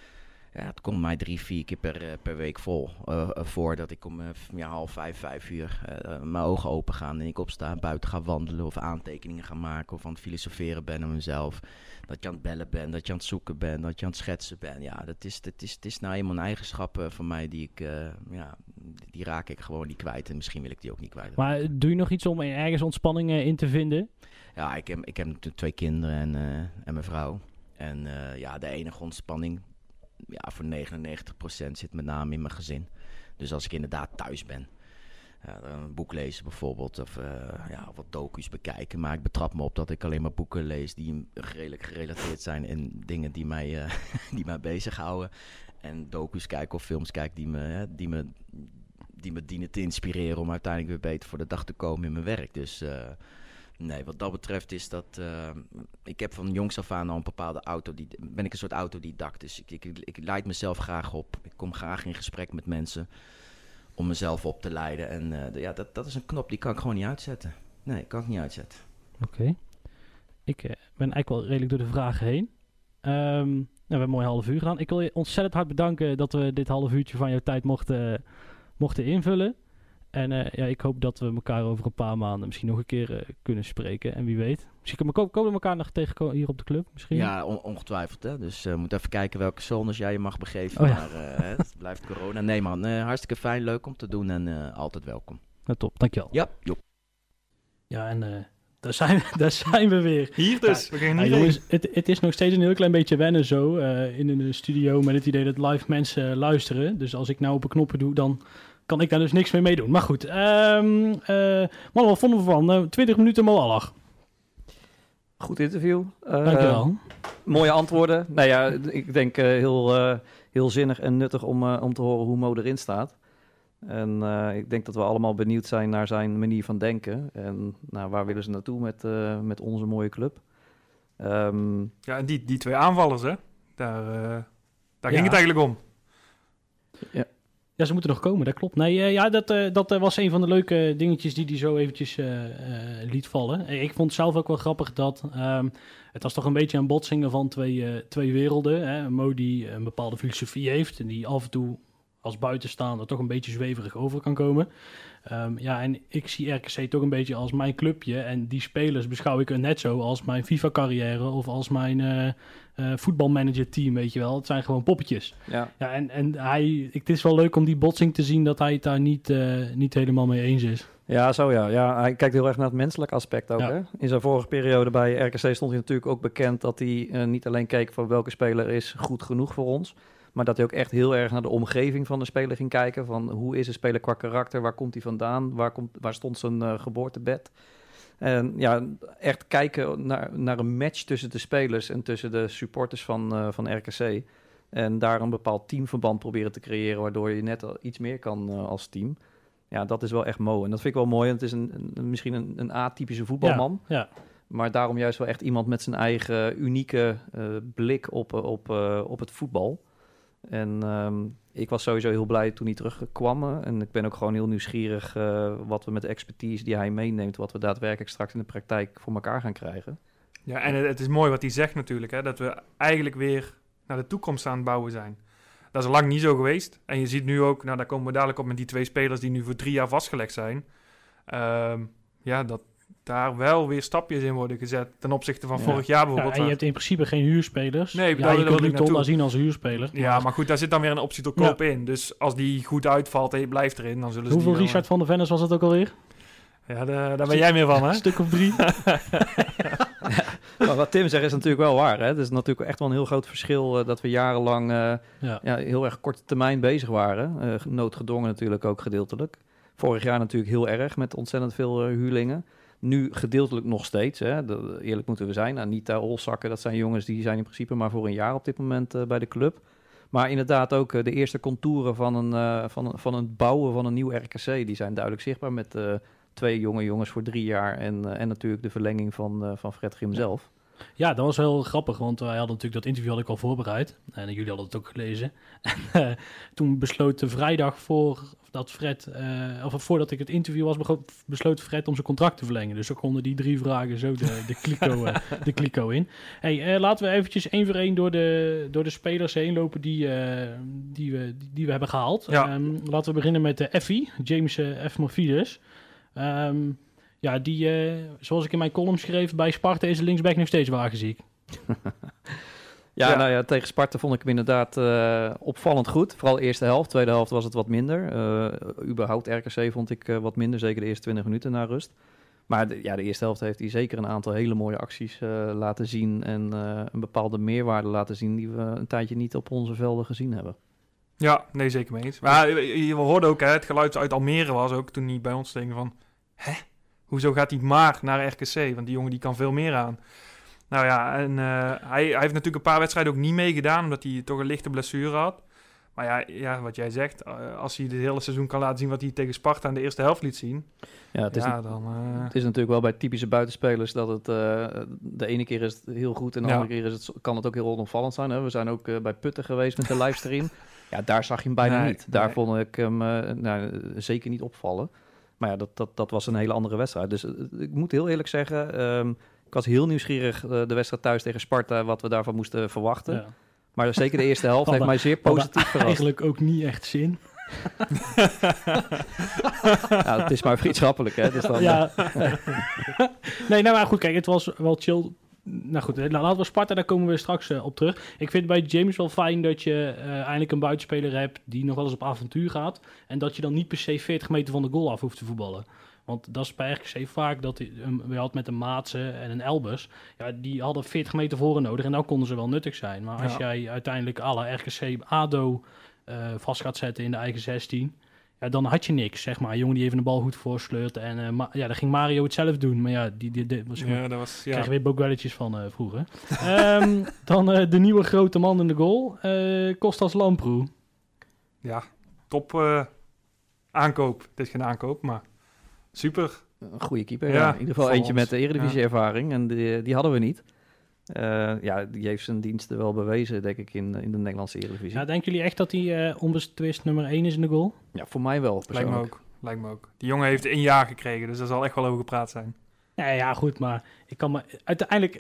Ja, het komt mij drie, vier keer per, uh, per week vol uh, uh, voor dat ik om uh, ja, half vijf, vijf uur uh, mijn ogen open gaan en ik opsta, buiten ga wandelen of aantekeningen ga maken of aan het filosoferen ben aan mezelf. Dat je aan het bellen bent, dat je aan het zoeken bent, dat je aan het schetsen bent. Ja, dat is, dat is, het is nou eenmaal een eigenschap uh, van mij die ik, uh, ja, die raak ik gewoon niet kwijt en misschien wil ik die ook niet kwijt. Maar doe je nog iets om ergens ontspanning uh, in te vinden? Ja, ik heb, ik heb natuurlijk twee kinderen en, uh, en mijn vrouw. En uh, ja, de enige ontspanning... Ja, voor negenennegentig procent zit met name in mijn gezin. Dus als ik inderdaad thuis ben, ja, een boek lezen bijvoorbeeld, of uh, ja, wat docu's bekijken. Maar ik betrap me op dat ik alleen maar boeken lees die redelijk gerelateerd zijn in dingen die mij, uh, die mij bezighouden. En docu's kijken of films kijken die me, hè, die, me, die me dienen te inspireren om uiteindelijk weer beter voor de dag te komen in mijn werk. Dus uh, Nee, wat dat betreft is dat... Uh, ik heb van jongs af aan al een bepaalde auto... Die, ben ik een soort autodidact. Dus ik, ik, ik leid mezelf graag op. Ik kom graag in gesprek met mensen... om mezelf op te leiden. En uh, de, ja, dat, dat is een knop die kan ik gewoon niet uitzetten. Nee, kan ik niet uitzetten. Oké. Okay. Ik uh, ben eigenlijk wel redelijk door de vragen heen. Um, nou, we hebben een mooi half uur gedaan. Ik wil je ontzettend hard bedanken... dat we dit half uurtje van jouw tijd mochten, uh, mochten invullen... En uh, ja, ik hoop dat we elkaar over een paar maanden misschien nog een keer uh, kunnen spreken. En wie weet. Misschien komen we elkaar nog tegenkomen hier op de club. Misschien. Ja, on- ongetwijfeld. Hè? Dus we uh, moeten even kijken welke zones jij je mag begeven. Oh, ja. Maar uh, het blijft corona. Nee man, uh, hartstikke fijn. Leuk om te doen en uh, altijd welkom. Nou, top, dankjewel. Ja, joep. Ja, en uh, daar, zijn we, daar zijn we weer. Hier dus. Ja, we gaan ja, jongens, het, het is nog steeds een heel klein beetje wennen zo. Uh, in een studio met het idee dat live mensen uh, luisteren. Dus als ik nou op een knoppen doe, dan... kan ik daar dus niks mee meedoen. Maar goed, um, uh, man, wat vonden we van? Uh, twintig minuten Moallach. Goed interview. Uh, Dankjewel. Mooie antwoorden. Nou ja, ik denk uh, heel, uh, heel zinnig en nuttig om, uh, om te horen hoe Mo erin staat. En uh, ik denk dat we allemaal benieuwd zijn naar zijn manier van denken. En nou, waar willen ze naartoe met, uh, met onze mooie club? Um, ja, en die, die twee aanvallers, hè? Daar, uh, daar ging ja. het eigenlijk om. Ja. Ja, ze moeten nog komen, dat klopt. Nee, uh, ja, dat, uh, dat uh, was een van de leuke dingetjes die hij zo eventjes uh, uh, liet vallen. Ik vond het zelf ook wel grappig dat... Um, het was toch een beetje een botsing van twee, uh, twee werelden. Hè? Mo die een bepaalde filosofie heeft en die af en toe als buitenstaander toch een beetje zweverig over kan komen. Um, ja, en ik zie R K C toch een beetje als mijn clubje. En die spelers beschouw ik net zo als mijn FIFA-carrière of als mijn uh, uh, voetbalmanager-team, weet je wel. Het zijn gewoon poppetjes. Ja. Ja, en en hij, ik, het is wel leuk om die botsing te zien dat hij het daar niet, uh, niet helemaal mee eens is. Ja, zo ja. ja. Hij kijkt heel erg naar het menselijke aspect ook. Ja. Hè? In zijn vorige periode bij R K C stond hij natuurlijk ook bekend dat hij uh, niet alleen keek van welke speler is goed genoeg voor ons, maar dat hij ook echt heel erg naar de omgeving van de speler ging kijken. Van hoe is een speler qua karakter? Waar komt hij vandaan? Waar, komt, waar stond zijn uh, geboortebed? En ja, echt kijken naar, naar een match tussen de spelers en tussen de supporters van, uh, van R K C. En daar een bepaald teamverband proberen te creëren, waardoor je net al iets meer kan uh, als team. Ja, dat is wel echt Mo. En dat vind ik wel mooi. Het is een, een, misschien een, een atypische voetbalman. Ja, ja. Maar daarom juist wel echt iemand met zijn eigen unieke uh, blik op, op, uh, op het voetbal. En um, ik was sowieso heel blij toen hij terugkwam. En ik ben ook gewoon heel nieuwsgierig uh, wat we met de expertise die hij meeneemt, wat we daadwerkelijk straks in de praktijk voor elkaar gaan krijgen. Ja, en het, het is mooi wat hij zegt natuurlijk, hè, dat we eigenlijk weer naar de toekomst aan het bouwen zijn. Dat is al lang niet zo geweest. En je ziet nu ook, nou daar komen we dadelijk op met die twee spelers die nu voor drie jaar vastgelegd zijn. Um, ja, dat daar wel weer stapjes in worden gezet ten opzichte van ja. vorig jaar bijvoorbeeld. Ja, en je hebt in principe geen huurspelers. Nee, ja, je kunt Luton zien als huurspeler. Ja, maar. maar goed, daar zit dan weer een optie tot koop ja. in. Dus als die goed uitvalt en je blijft erin, dan zullen ze Hoeveel die Richard wel... van der Vennes was het ook alweer? Ja, de, daar ben jij meer van, hè? Een stuk of drie. Maar wat Tim zegt is natuurlijk wel waar. Hè? Het is natuurlijk echt wel een heel groot verschil uh, dat we jarenlang uh, ja. Ja, heel erg korte termijn bezig waren. Uh, noodgedwongen natuurlijk ook gedeeltelijk. Vorig jaar natuurlijk heel erg met ontzettend veel uh, huurlingen. Nu gedeeltelijk nog steeds. Hè? De, eerlijk moeten we zijn. Anita, Olsakker, dat zijn jongens die zijn in principe maar voor een jaar op dit moment uh, bij de club. Maar inderdaad ook uh, de eerste contouren van een, uh, van, van een bouwen van een nieuw R K C... die zijn duidelijk zichtbaar met uh, twee jonge jongens voor drie jaar... en, uh, en natuurlijk de verlenging van, uh, van Fred Grim zelf. Ja, dat was heel grappig, want wij hadden natuurlijk dat interview had ik al voorbereid. En jullie hadden het ook gelezen. En uh, toen besloot de vrijdag voor dat Fred, uh, of voordat ik het interview was, besloot Fred om zijn contract te verlengen. Dus ook konden die drie vragen zo de, de, kliko, uh, de kliko in. Hey, uh, laten we eventjes één voor één door de, door de spelers heen lopen die, uh, die, we, die, die we hebben gehaald. Ja. Um, laten we beginnen met de Effie, James uh, F. Morfides. Um, Ja, die, uh, zoals ik in mijn column schreef, bij Sparta is de linksback nog steeds wagenziek. ja, ja, nou ja, tegen Sparta vond ik hem inderdaad uh, opvallend goed. Vooral de eerste helft, tweede helft was het wat minder. Uh, überhaupt R K C vond ik uh, wat minder, zeker de eerste twintig minuten na rust. Maar de, ja, de eerste helft heeft hij zeker een aantal hele mooie acties uh, laten zien en uh, een bepaalde meerwaarde laten zien die we een tijdje niet op onze velden gezien hebben. Ja, nee, zeker mee eens. Maar we hoorden ook, hè, het geluid uit Almere was ook toen hij bij ons tegen van... Hè? Hoezo gaat hij maar naar R K C? Want die jongen die kan veel meer aan. Nou ja, en uh, hij, hij heeft natuurlijk een paar wedstrijden ook niet meegedaan, omdat hij toch een lichte blessure had. Maar ja, ja, wat jij zegt, uh, als hij het hele seizoen kan laten zien wat hij tegen Sparta in de eerste helft liet zien. Ja, het is, ja, een, dan, uh... het is natuurlijk wel bij typische buitenspelers dat het uh, de ene keer is het heel goed en de ja. andere keer is het, kan het ook heel onopvallend zijn. Hè? We zijn ook uh, bij Putten geweest met de livestream. Ja, daar zag je hem bijna nee, niet. Daar nee. vond ik hem uh, nou, zeker niet opvallen. Maar ja, dat, dat, dat was een hele andere wedstrijd. Dus uh, ik moet heel eerlijk zeggen, um, ik was heel nieuwsgierig uh, de wedstrijd thuis tegen Sparta, wat we daarvan moesten verwachten. Ja. Maar zeker de eerste helft heeft mij zeer positief verrast. Eigenlijk ook niet echt zin. Nou, het is maar vriendschappelijk, hè? Dus dan, ja. nee, nou maar goed, kijk, het was wel chill. Nou goed, nou, laten we Sparta, daar komen we straks uh, op terug. Ik vind bij James wel fijn dat je uh, eindelijk een buitenspeler hebt die nog wel eens op avontuur gaat. En dat je dan niet per se veertig meter van de goal af hoeft te voetballen. Want dat is bij R K C vaak dat um, we hadden met een Maatsen en een Elbers. Ja, die hadden veertig meter voren nodig en dan konden ze wel nuttig zijn. Maar als ja. jij uiteindelijk alle R K C A D O uh, vast gaat zetten in de eigen zestien, ja, dan had je niks, zeg maar. Een jongen die even de bal goed voorsleurt. En uh, ma- ja, dan ging Mario het zelf doen. Maar ja, die, die, die was goed. Ja, dat was, ja. Krijg je weer bokwelletjes van uh, vroeger. um, dan uh, de nieuwe grote man in de goal. Uh, Kostas Lamproe. Ja, top uh, aankoop. Het is geen aankoop, maar super. Een goede keeper, ja. ja. In ieder geval eentje ons. Met de Eredivisie-ervaring. En die, die hadden we niet. Uh, ja, die heeft zijn diensten wel bewezen, denk ik, in, in de Nederlandse Eredivisie. Ja, denken jullie echt dat hij uh, onbetwist nummer één is in de goal? Ja, voor mij wel, persoonlijk. Lijkt me ook. Lijkt me ook. Die jongen heeft één jaar gekregen, dus daar zal echt wel over gepraat zijn. Ja, ja, goed, maar ik kan me... Uiteindelijk...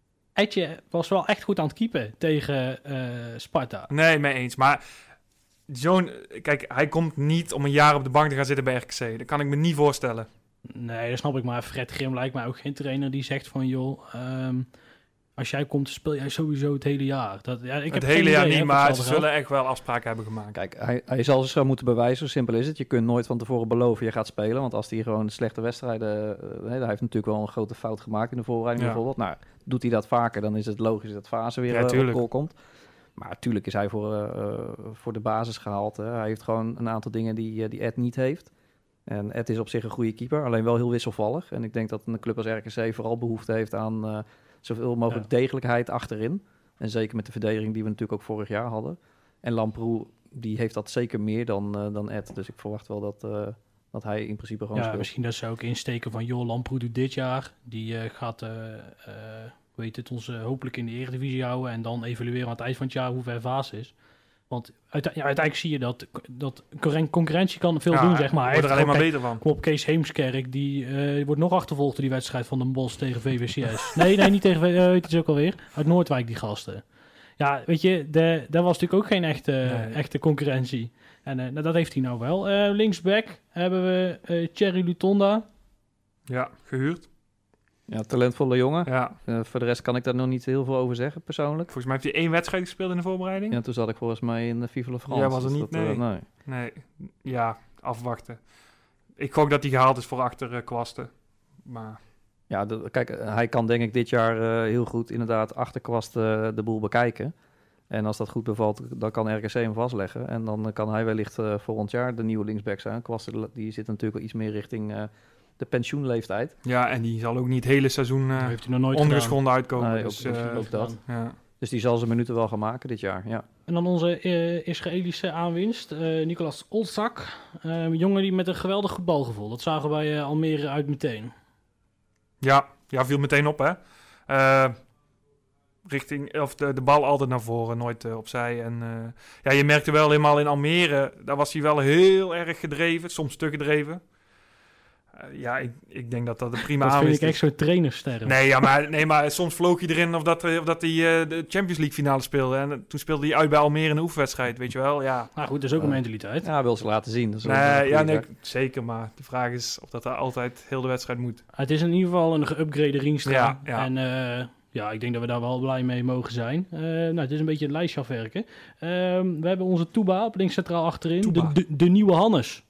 Etje was wel echt goed aan het keepen tegen uh, Sparta. Nee, mee eens. Maar zo'n... Kijk, hij komt niet om een jaar op de bank te gaan zitten bij R K C. Dat kan ik me niet voorstellen. Nee, dat snap ik. Maar Fred Grim lijkt mij ook geen trainer die zegt van... joh, um, als jij komt, speel jij sowieso het hele jaar. Dat, ja, ik het heb hele jaar idee, niet, maar ze zullen echt wel afspraken hebben gemaakt. Kijk, hij, hij zal zich zo moeten bewijzen. Zo simpel is het. Je kunt nooit van tevoren beloven je gaat spelen. Want als hij gewoon slechte wedstrijden... Uh, hij heeft natuurlijk wel een grote fout gemaakt in de voorbereiding ja. bijvoorbeeld. Nou, doet hij dat vaker, dan is het logisch dat Fase weer ja, uh, op goal komt. Maar natuurlijk is hij voor, uh, voor de basis gehaald. Hè. Hij heeft gewoon een aantal dingen die, uh, die Ed niet heeft. En Ed is op zich een goede keeper, alleen wel heel wisselvallig. En ik denk dat een club als R K C vooral behoefte heeft aan uh, zoveel mogelijk ja. degelijkheid achterin. En zeker met de verdediging die we natuurlijk ook vorig jaar hadden. En Lamproe, die heeft dat zeker meer dan, uh, dan Ed. Dus ik verwacht wel dat, uh, dat hij in principe gewoon ja, speelt. Misschien dat ze ook insteken van, joh, Lamproe doet dit jaar. Die uh, gaat, uh, uh, hoe heet het, ons uh, hopelijk in de Eredivisie houden. En dan evalueren aan het eind van het jaar hoe ver Fase is. Want uite- ja, uiteindelijk zie je dat, dat concurrentie kan veel ja, doen, zeg maar. Hij wordt er alleen maar beter van. Kom op, Kees Heemskerk, die uh, wordt nog achtervolgd door die wedstrijd van Den Bosch tegen V V C S. nee, nee, niet tegen, uh, weet je het ook alweer, uit Noordwijk, die gasten. Ja, weet je, de, daar was natuurlijk ook geen echte, nee. echte concurrentie. En uh, nou, dat heeft hij nou wel. Uh, linksback hebben we uh, Thierry Lutonda. Ja, gehuurd. Ja, talentvolle jongen. Ja. Uh, voor de rest kan ik daar nog niet heel veel over zeggen, persoonlijk. Volgens mij heeft hij één wedstrijd gespeeld in de voorbereiding. Ja, toen zat ik volgens mij in de Vive la France. Ja, was er niet? Dat, nee. Uh, nee. Nee. Ja, afwachten. Ik gok dat hij gehaald is voor achter uh, Kwasten. Maar... Ja, de, kijk, hij kan denk ik dit jaar uh, heel goed inderdaad achter Kwasten uh, de boel bekijken. En als dat goed bevalt, dan kan R K C hem vastleggen. En dan uh, kan hij wellicht uh, volgend jaar de nieuwe linksback zijn. Kwasten, die zit natuurlijk wel iets meer richting... Uh, de pensioenleeftijd. Ja, en die zal ook niet het hele seizoen uh, heeft hij nog nooit ongeschonden uitkomen. Nee, dus, ook, uh, ook dat. Ja. Dus die zal zijn minuten wel gaan maken dit jaar, ja. En dan onze uh, Israëlische aanwinst, uh, Nicolas Olzak. Uh, een jongen die met een geweldig balgevoel. Dat zagen wij uh, Almere uit meteen. Ja, ja, viel meteen op, hè. Uh, richting, of de, de bal altijd naar voren, nooit uh, opzij. En uh, ja, je merkte wel helemaal in Almere, daar was hij wel heel erg gedreven, soms te gedreven. Uh, ja, ik, ik denk dat dat een prima aanwinst is. Dat vind ik echt zo'n trainerster. Nee, ja, maar, nee, maar soms vloog hij erin of dat, of dat hij uh, de Champions League finale speelde. En toen speelde hij uit bij Almere in een oefenwedstrijd, weet je wel. Ja. Nou goed, dat is ook een mentaliteit. Ja, wil ze laten zien. Dat is nee, ja, nee, zeker, maar de vraag is of dat er altijd heel de wedstrijd moet. Het is in ieder geval een geüpgrade Rienstra. Ja, ja. En uh, ja, ik denk dat we daar wel blij mee mogen zijn. Uh, nou, het is een beetje een lijstje afwerken. Uh, we hebben onze Touba op links centraal achterin. De, de, de nieuwe Hannes.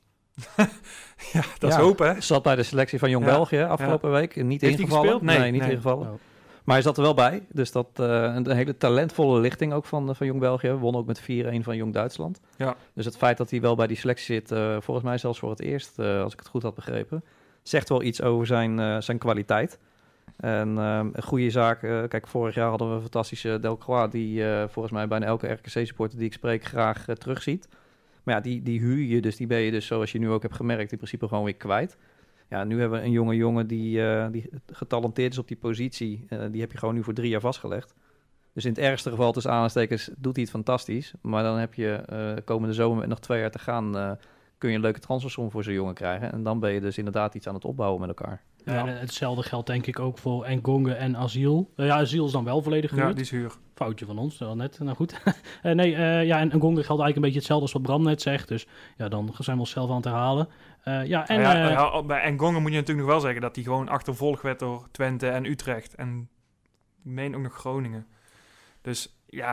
Ja, dat ja, is hoop, hè? Zat bij de selectie van Jong ja. België afgelopen ja. week. Niet Heeft ingevallen. Nee, nee, niet nee. ingevallen. Oh. Maar hij zat er wel bij. Dus dat uh, een, een hele talentvolle lichting ook van, van Jong België. Won ook met vier een van Jong Duitsland. Ja. Dus het feit dat hij wel bij die selectie zit, uh, volgens mij zelfs voor het eerst, uh, als ik het goed had begrepen, zegt wel iets over zijn, uh, zijn kwaliteit. En um, een goede zaak, uh, kijk, vorig jaar hadden we een fantastische Delcroix... die uh, volgens mij bijna elke R K C-supporter die ik spreek graag uh, terugziet. Maar ja, die, die huur je, dus die ben je dus, zoals je nu ook hebt gemerkt... in principe gewoon weer kwijt. Ja, nu hebben we een jonge jongen die, uh, die getalenteerd is op die positie. Uh, die heb je gewoon nu voor drie jaar vastgelegd. Dus in het ergste geval, tussen aanstekens, doet hij het fantastisch. Maar dan heb je uh, komende zomer met nog twee jaar te gaan... Uh, kun je een leuke transfersom voor zo'n jongen krijgen. En dan ben je dus inderdaad iets aan het opbouwen met elkaar. Ja, ja. En hetzelfde geldt denk ik ook voor Engonge en Asiel. Uh, ja, Asiel is dan wel volledig gehuurd. Ja, die is huur. Foutje van ons, wel net. Nou goed. uh, nee, uh, ja, en Engonge geldt eigenlijk een beetje hetzelfde als wat Bram net zegt. Dus ja, dan zijn we onszelf aan het herhalen. Uh, ja, en, ja, uh, ja, bij Engonge moet je natuurlijk nog wel zeggen... dat hij gewoon achtervolgd werd door Twente en Utrecht. En ik meen ook nog Groningen. Dus ja...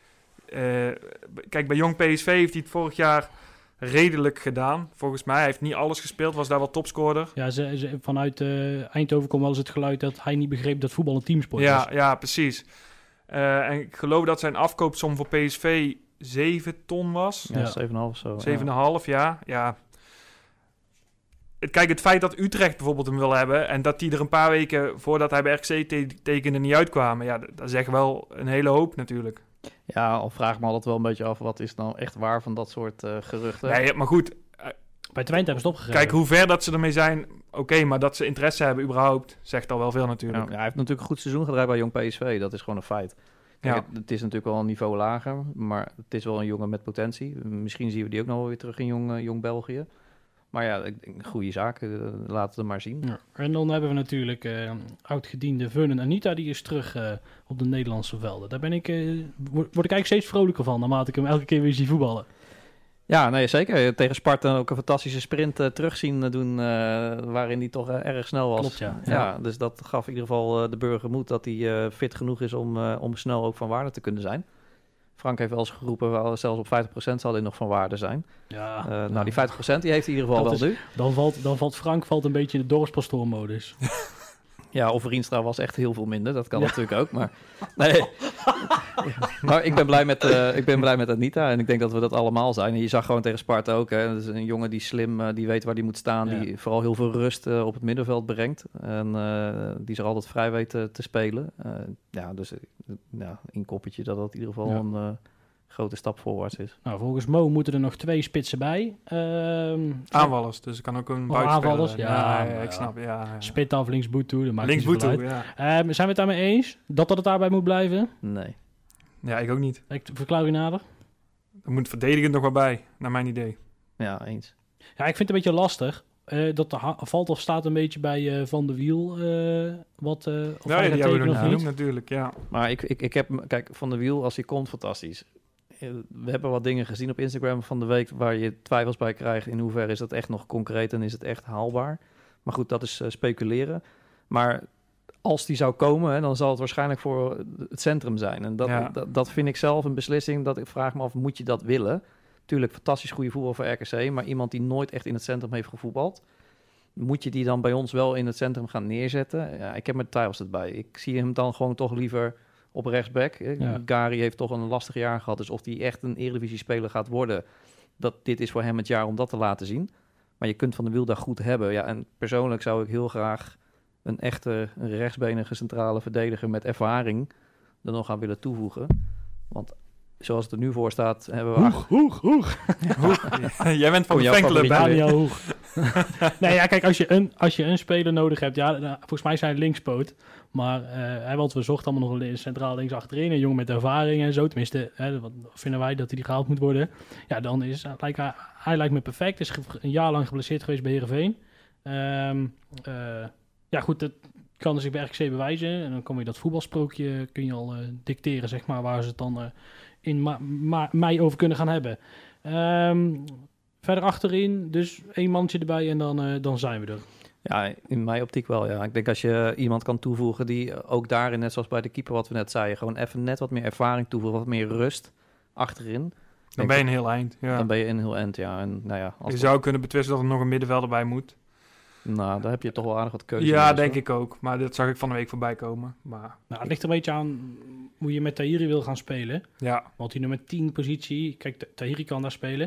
Uh, kijk, bij Jong P S V heeft hij het vorig jaar... redelijk gedaan, volgens mij. Hij heeft niet alles gespeeld, was daar wel topscorer. Ja, ze, ze, vanuit uh, Eindhoven kwam wel eens het geluid dat hij niet begreep dat voetbal een teamsport ja, is. Ja, precies. Uh, en ik geloof dat zijn afkoopsom voor P S V zeven ton was. Ja, zeven komma vijf of zo. zeven komma vijf, ja. ja. Kijk, het feit dat Utrecht bijvoorbeeld hem wil hebben... en dat die er een paar weken voordat hij bij R K C te- tekende niet uitkwamen... ja, dat zegt wel een hele hoop natuurlijk. Ja, al vraag ik me altijd wel een beetje af... wat is nou echt waar van dat soort uh, geruchten? Nee, maar goed... Uh, bij Twente hebben ze het opgegeven. Kijk, hoe ver dat ze ermee zijn... Oké, okay, maar dat ze interesse hebben überhaupt... zegt al wel veel natuurlijk. Ja, ja, hij heeft natuurlijk een goed seizoen gedraaid bij Jong P S V. Dat is gewoon een feit. Kijk, ja. het, het is natuurlijk wel een niveau lager... maar het is wel een jongen met potentie. Misschien zien we die ook nog wel weer terug in Jong, uh, Jong België. Maar ja, een goede zaak. Uh, laten we het maar zien. Ja. En dan hebben we natuurlijk uh, oud-gediende Vernon Anita. Die is terug uh, op de Nederlandse velden. Daar ben ik, uh, word, word ik eigenlijk steeds vrolijker van... naarmate ik hem elke keer weer zie voetballen. Ja, nee, zeker. Tegen Sparta ook een fantastische sprint uh, terugzien uh, doen... Uh, waarin hij toch uh, erg snel was. Klopt, ja. ja. Ja, dus dat gaf in ieder geval uh, de burger moed... dat hij uh, fit genoeg is om, uh, om snel ook van waarde te kunnen zijn. Frank heeft wel eens geroepen... wel zelfs op vijftig procent zal hij nog van waarde zijn. Ja, uh, ja. Nou, die vijftig procent die heeft hij in ieder geval dat wel is, nu. Dan valt, dan valt Frank valt een beetje in de dorpspastoormodus. Ja, of Rienstra was echt heel veel minder. Dat kan ja. natuurlijk ook. Maar, nee. maar ik ben blij met, uh, ik ben blij met Anita. En ik denk dat we dat allemaal zijn. En je zag gewoon tegen Sparta ook. Hè. Dat is een jongen die slim, uh, die weet waar die moet staan. Ja. Die vooral heel veel rust uh, op het middenveld brengt. En uh, die zich altijd vrij weet uh, te spelen. Uh, ja, dus uh, ja, een koppetje dat dat in ieder geval ja. een uh, grote stap voorwaarts is. Nou, volgens Mo moeten er nog twee spitsen bij. Uh, aanvallers, dus ik kan ook een oh, aanvallers, ja, ja, ja, ja, ik snap. Ja, ja. Spit af, links boet toe. Links boet toe, ja. Uh, zijn we het daarmee eens? Dat dat het daarbij moet blijven? Nee. Ja, ik ook niet. Ik verklaar u nader. Er moet verdedigend nog wel bij, naar mijn idee. Ja, eens. Ja, ik vind het een beetje lastig. Uh, dat ha- valt of staat een beetje bij uh, Van der Wiel. Uh, wat, uh, of ja, hij die gaat hebben we nog niet genoemd natuurlijk, ja. Maar ik, ik, ik heb, kijk, Van der Wiel, als hij komt, fantastisch. We hebben wat dingen gezien op Instagram van de week waar je twijfels bij krijgt. In hoeverre is dat echt nog concreet en is het echt haalbaar? Maar goed, dat is uh, speculeren. Maar als die zou komen, hè, dan zal het waarschijnlijk voor het centrum zijn. En dat, ja. dat, dat vind ik zelf een beslissing dat ik vraag me af, moet je dat willen? Tuurlijk, fantastisch goede voetbal voor R K C, maar iemand die nooit echt in het centrum heeft gevoetbald, moet je die dan bij ons wel in het centrum gaan neerzetten? Ja, ik heb mijn twijfels erbij. Ik zie hem dan gewoon toch liever op rechtsback. Ja. Gary heeft toch een lastig jaar gehad, dus of die echt een Eredivisie-speler gaat worden, dat dit is voor hem het jaar om dat te laten zien. Maar je kunt Van der Wiel daar goed hebben. Ja, en persoonlijk zou ik heel graag een echte een rechtsbenige centrale verdediger met ervaring er nog aan willen toevoegen. Want zoals het er nu voor staat, hebben we... Hoeg, hoeg, hoeg. Jij bent van de fanclub, hè? Ja, hoeg. Nee, ja, kijk, als je, een, als je een speler nodig hebt, ja, nou, volgens mij zijn linkspoot. Maar, uh, want we zochten allemaal nog een centraal links achterin, een jongen met ervaring en zo. Tenminste, hè, wat vinden wij dat hij die gehaald moet worden. Ja, dan is uh, lijkt, hij, hij lijkt me perfect. Is een jaar lang geblesseerd geweest bij Heerenveen. Um, uh, ja, goed, dat kan zich bij R K C bewijzen. En dan kom je dat voetbalsprookje, kun je al uh, dicteren, zeg maar, waar ze het dan uh, in ma- ma- mei over kunnen gaan hebben. Um, verder achterin, dus één mandje erbij en dan, uh, dan zijn we er. Ja, in mijn optiek wel, ja. Ik denk als je iemand kan toevoegen die ook daarin, net zoals bij de keeper wat we net zeiden, gewoon even net wat meer ervaring toevoegen, wat meer rust achterin. Dan ben je een heel eind, ja. Dan ben je een heel eind, ja. En, nou ja als je zou kunnen betwisten dat er nog een middenvelder bij moet. Nou, daar heb je toch wel aardig wat keuze. Ja, denk ik ook. Maar dat zag ik van de week voorbij komen. Maar... Nou, het ligt er een beetje aan hoe je met Tahiri wil gaan spelen. Ja. Want die nummer tien positie, kijk, Tahiri kan daar spelen.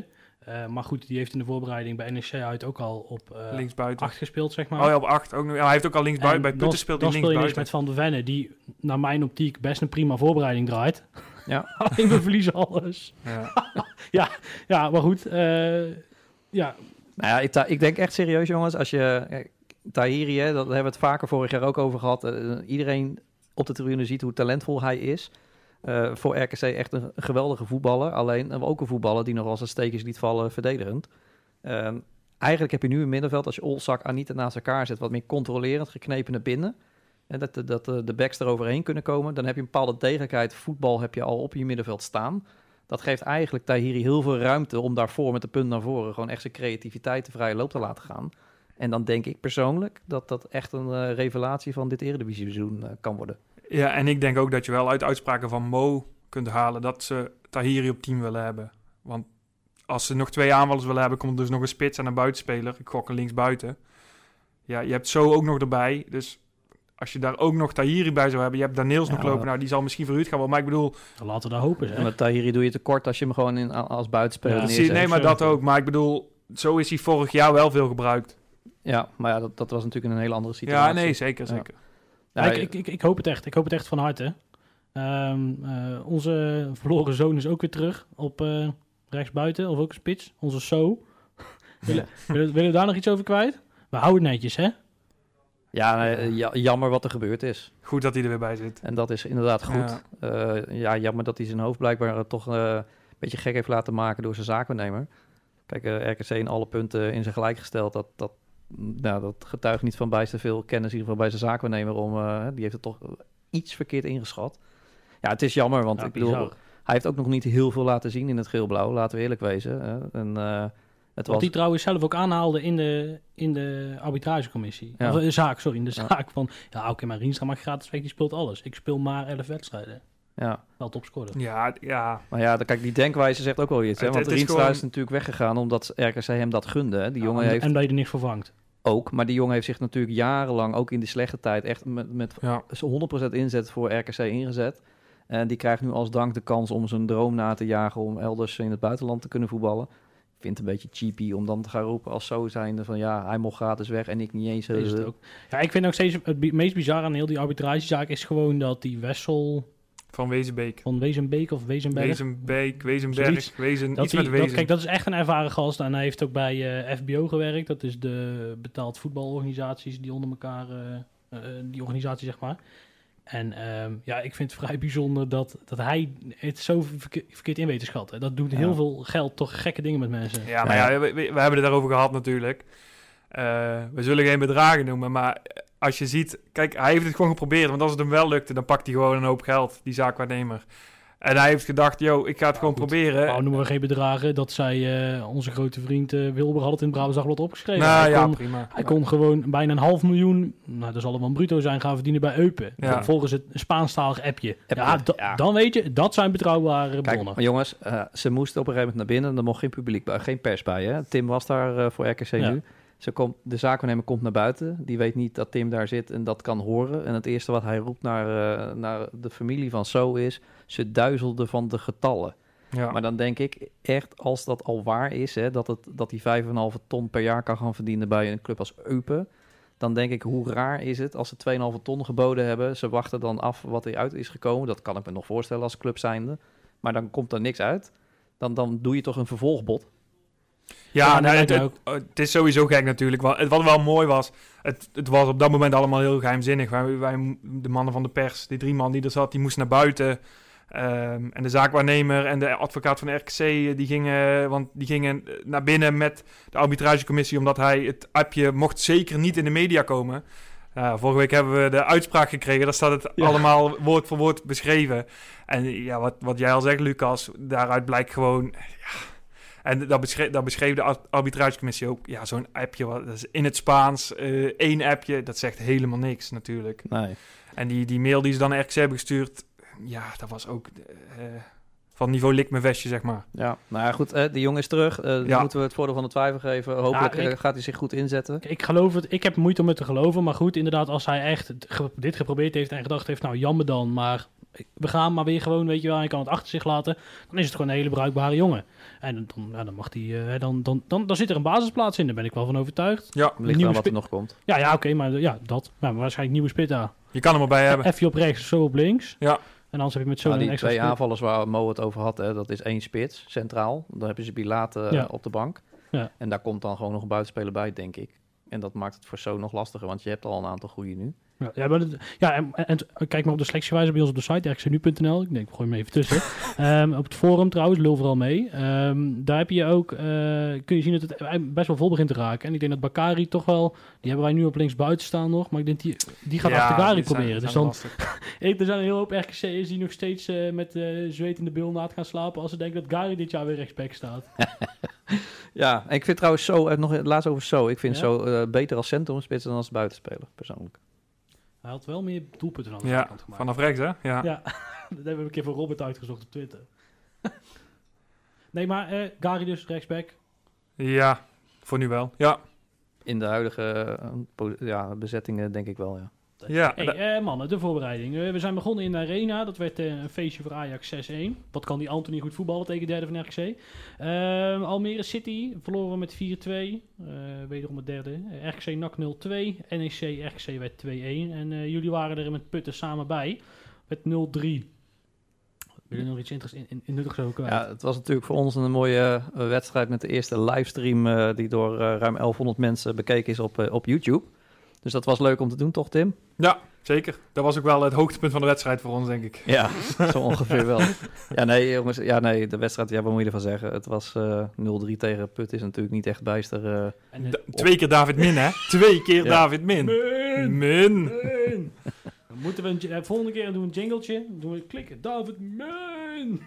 Uh, maar goed, die heeft in de voorbereiding bij N E C uit ook al op uh, linksbuiten acht gespeeld, zeg maar. Oh ja, op acht. Ook nog. Ja, hij heeft ook al linksbuiten. Bij Putten speelt hij linksbuiten. Dan speel je dus met Van der Venne, die naar mijn optiek best een prima voorbereiding draait. Ja. Alleen we verliezen alles. Ja, ja, ja, maar goed. Uh, ja. Nou ja, ik, ta- ik denk echt serieus, jongens. Als je... Tahiri, hè, daar hebben we het vaker vorig jaar ook over gehad. Uh, iedereen op de tribune ziet hoe talentvol hij is. Uh, voor R K C echt een geweldige voetballer. Alleen uh, ook een voetballer die nog wel zijn steekjes liet vallen verdedigend. Uh, eigenlijk heb je nu een middenveld, als je Olsak, Anita naast elkaar zet, wat meer controlerend, geknepen naar binnen. En dat, dat uh, de backs eroverheen kunnen komen. Dan heb je een bepaalde degelijkheid. Voetbal heb je al op je middenveld staan. Dat geeft eigenlijk Tahiri heel veel ruimte om daarvoor met de punt naar voren gewoon echt zijn creativiteit de vrije loop te laten gaan. En dan denk ik persoonlijk dat dat echt een uh, revelatie van dit Eredivisie-seizoen uh, kan worden. Ja, en ik denk ook dat je wel uit uitspraken van Mo kunt halen dat ze Tahiri op team willen hebben. Want als ze nog twee aanvallers willen hebben, komt er dus nog een spits en een buitenspeler. Ik gok een linksbuiten. Ja, je hebt zo ook nog erbij. Dus als je daar ook nog Tahiri bij zou hebben, je hebt Daniels ja, nog lopen. Nou, die zal misschien vooruit gaan. Maar ik bedoel... Dan laten we daar hopen. En met Tahiri doe je tekort als je hem gewoon in, als buitenspeler ja, neerzet. Nee, maar dat ook. Maar ik bedoel, zo is hij vorig jaar wel veel gebruikt. Ja, maar ja, dat, dat was natuurlijk een hele andere situatie. Ja, nee, zeker, zeker. Ja. Ja, ik, ik, ik, ik hoop het echt. Ik hoop het echt van harte. Um, uh, onze verloren zoon is ook weer terug op uh, rechtsbuiten, of ook een spits. Onze So. willen, willen, willen we daar nog iets over kwijt? We houden het netjes, hè? Ja, uh, jammer wat er gebeurd is. Goed dat hij er weer bij zit. En dat is inderdaad goed. Ja, uh, ja jammer dat hij zijn hoofd blijkbaar uh, toch uh, een beetje gek heeft laten maken door zijn zaakwaarnemer. Kijk, uh, R K C in alle punten in zijn gelijk gesteld. Dat, dat, nou, dat getuigt niet van bijster veel kennis, in ieder geval bij zijn zaakwaarnemer. Om, uh, die heeft het toch iets verkeerd ingeschat. Ja, het is jammer, want ja, ik bedoel, bizar. Hij heeft ook nog niet heel veel laten zien in het geel-blauw. Laten we eerlijk wezen. Hè. En, uh, het Wat was... hij trouwens zelf ook aanhaalde in de, in de arbitragecommissie. Ja. Of de zaak, sorry, in de zaak ja. van... Ja, oké, okay, maar Rienstra mag gratis weg, die speelt alles. Ik speel maar elf wedstrijden. Ja. Wel topscorer. Ja, ja. Maar ja, kijk, die denkwijze zegt ook wel iets. Hè? Want het, het Rienstra is, gewoon... is natuurlijk weggegaan omdat R K C hem dat gunde. Hè? Die jongen ja, en, heeft... en dat je er niks vervangt. Ook, maar die jongen heeft zich natuurlijk jarenlang, ook in die slechte tijd, echt met, met ja. honderd procent inzet voor R K C ingezet. En die krijgt nu als dank de kans om zijn droom na te jagen om elders in het buitenland te kunnen voetballen. Ik vind het een beetje cheapy om dan te gaan roepen als zo zijnde van ja, hij mocht gratis weg en ik niet eens. Is het ook. Ja, ik vind ook steeds het b- meest bizar aan heel die arbitragezaak is gewoon dat die Wessel... Van Wezenbeek. Van Wezenbeek of Wezenberg. Wezenbeek, Wezenberg, Wezen, dat iets die, met Wezen. Dat, kijk, dat is echt een ervaren gast en hij heeft ook bij uh, F B O gewerkt. Dat is de betaald voetbalorganisaties die onder elkaar, uh, uh, die organisatie zeg maar. En um, ja, ik vind het vrij bijzonder dat, dat hij het zo verke- verkeerd in weet te schatten. Dat doet ja. heel veel geld, toch gekke dingen met mensen. Ja, maar ja, ja we, we hebben het daarover gehad natuurlijk. Uh, we zullen geen bedragen noemen, maar als je ziet... Kijk, hij heeft het gewoon geprobeerd, want als het hem wel lukte, dan pakt hij gewoon een hoop geld, die zaakwaarnemer. En hij heeft gedacht, yo, ik ga het ja, gewoon goed. proberen. Nou, noemen we geen bedragen. Dat zei uh, onze grote vriend uh, Wilber had het in het Brabants Dagblad opgeschreven. Nou, hij ja, kon, prima. Hij kon gewoon bijna een half miljoen, nou dat zal wel een bruto zijn, gaan verdienen bij Eupen. Ja. Volgens het Spaanstalig appje. appje ja, d- ja, dan weet je, dat zijn betrouwbare Kijk, bronnen. Maar jongens, uh, ze moesten op een gegeven moment naar binnen. Er mocht geen publiek bij, geen pers bij. Hè? Tim was daar uh, voor R K C ja. nu. Ze komt, de zaakwaarnemer komt naar buiten. Die weet niet dat Tim daar zit en dat kan horen. En het eerste wat hij roept naar, uh, naar de familie van So is... ze duizelden van de getallen. Ja. Maar dan denk ik echt, als dat al waar is... Hè, dat, het, dat hij vijf komma vijf ton per jaar kan gaan verdienen bij een club als Eupen... dan denk ik, hoe raar is het als ze twee komma vijf ton geboden hebben... ze wachten dan af wat er uit is gekomen. Dat kan ik me nog voorstellen als club zijnde. Maar dan komt er niks uit. Dan, dan doe je toch een vervolgbod... Ja, ja nou, het, het, het is sowieso gek natuurlijk. Wat, wat wel mooi was, het, het was op dat moment allemaal heel geheimzinnig. Wij, wij, de mannen van de pers, die drie man die er zat, die moesten naar buiten. Um, en de zaakwaarnemer en de advocaat van de R K C, die gingen, want die gingen naar binnen met de arbitragecommissie, omdat hij het appje mocht zeker niet in de media komen. Uh, vorige week hebben we de uitspraak gekregen, daar staat het ja. allemaal woord voor woord beschreven. En ja, wat, wat jij al zegt, Lucas, daaruit blijkt gewoon... Ja, en dat beschreef, dat beschreef de arbitragecommissie ook. Ja, zo'n appje, wat, dat is in het Spaans, uh, één appje, dat zegt helemaal niks natuurlijk. Nee. En die, die mail die ze dan naar R K C hebben gestuurd, ja, dat was ook uh, van niveau lik mijn vestje, zeg maar. Ja, nou ja, goed, uh, die jongen is terug. Uh, ja. Dan moeten we het voordeel van de twijfel geven. Hopelijk ja, ik, gaat hij zich goed inzetten. Ik geloof het, ik heb moeite om het te geloven, maar goed, inderdaad, als hij echt dit geprobeerd heeft en gedacht heeft, nou, jammer dan, maar we gaan maar weer gewoon, weet je wel, hij kan het achter zich laten. Dan is het gewoon een hele bruikbare jongen. En dan, ja, dan mag hij, uh, dan, dan, dan, dan zit er een basisplaats in, daar ben ik wel van overtuigd. Ja, Ligt aan wat er nog komt. Ja, ja, oké, okay, maar ja, dat. Ja, maar waarschijnlijk nieuwe Spitta. je kan hem erbij hebben. Even op rechts, zo op links. Ja. En anders heb je met zo'n Nou, die extra twee spits. aanvallers waar Mo het over had, hè, dat is één spits, centraal. Dan hebben ze Bilaat uh, Ja. op de bank. Ja. En daar komt dan gewoon nog een buitenspeler bij, denk ik. En dat maakt het voor zo nog lastiger, want je hebt al een aantal goede nu. Ja, ja, maar dat- ja en, en, en kijk maar op de selectiewijzer bij ons op de site, r k c nu punt n l. Ik denk, ik gooi hem even tussen. um, op het forum trouwens, lul vooral mee. Um, daar heb je ook, uh, kun je zien dat het best wel vol begint te raken. En ik denk dat Bakary toch wel, die hebben wij nu op links buiten staan nog, maar ik denk die, die gaat achter Gary die zijn- proberen. zijn Dus dan, lastig. ik, er zijn een hele hoop R K C'ers die nog steeds uh, met uh, zweet in de bil na gaan slapen als ze denken dat Gary dit jaar weer rechtsback staat. Ja, en ik vind trouwens zo, uh, nog het laatst over zo, ik vind Ja? zo uh, beter als centrumspits dan als buitenspeler, persoonlijk. Hij had wel meer doelpunten dan de Ja, kant gemaakt. vanaf rechts, hè? Ja. Ja, dat hebben we een keer voor Robert uitgezocht op Twitter. Nee, maar uh, Gary dus, rechtsback. Ja, voor nu wel. Ja. In de huidige uh, po- ja, bezettingen denk ik wel, ja. Ja, Hey, uh, mannen, de voorbereiding. Uh, we zijn begonnen in de Arena. Dat werd uh, een feestje voor Ajax zes een. Wat kan die Anthony goed voetballen tegen derde van R K C. Uh, Almere City verloren met vier twee. Uh, wederom het derde. Uh, R K C N A C nul twee. N E C R K C werd twee een. En uh, jullie waren er met Putten samen bij. Met nul drie. Wil je nog iets interessants in, in, in nuttigs over kwijt? Ja, het was natuurlijk voor ons een mooie uh, wedstrijd met de eerste livestream uh, die door uh, ruim elfhonderd mensen bekeken is op, uh, op YouTube. Dus dat was leuk om te doen, toch Tim? ja, zeker. Dat was ook wel het hoogtepunt van de wedstrijd voor ons, denk ik. Ja, zo ongeveer wel. Ja, nee, jongens. Ja, nee, de wedstrijd, ja, wat moet je ervan zeggen? Het was uh, nul drie tegen Put, is natuurlijk niet echt bijster. Uh, En, uh, Da- twee keer David Min, hè? Twee keer Ja. David Min. Min! Min. Min! Dan moeten we een, j- uh, volgende keer doen we een jingletje. Dan doen we klikken. David Min!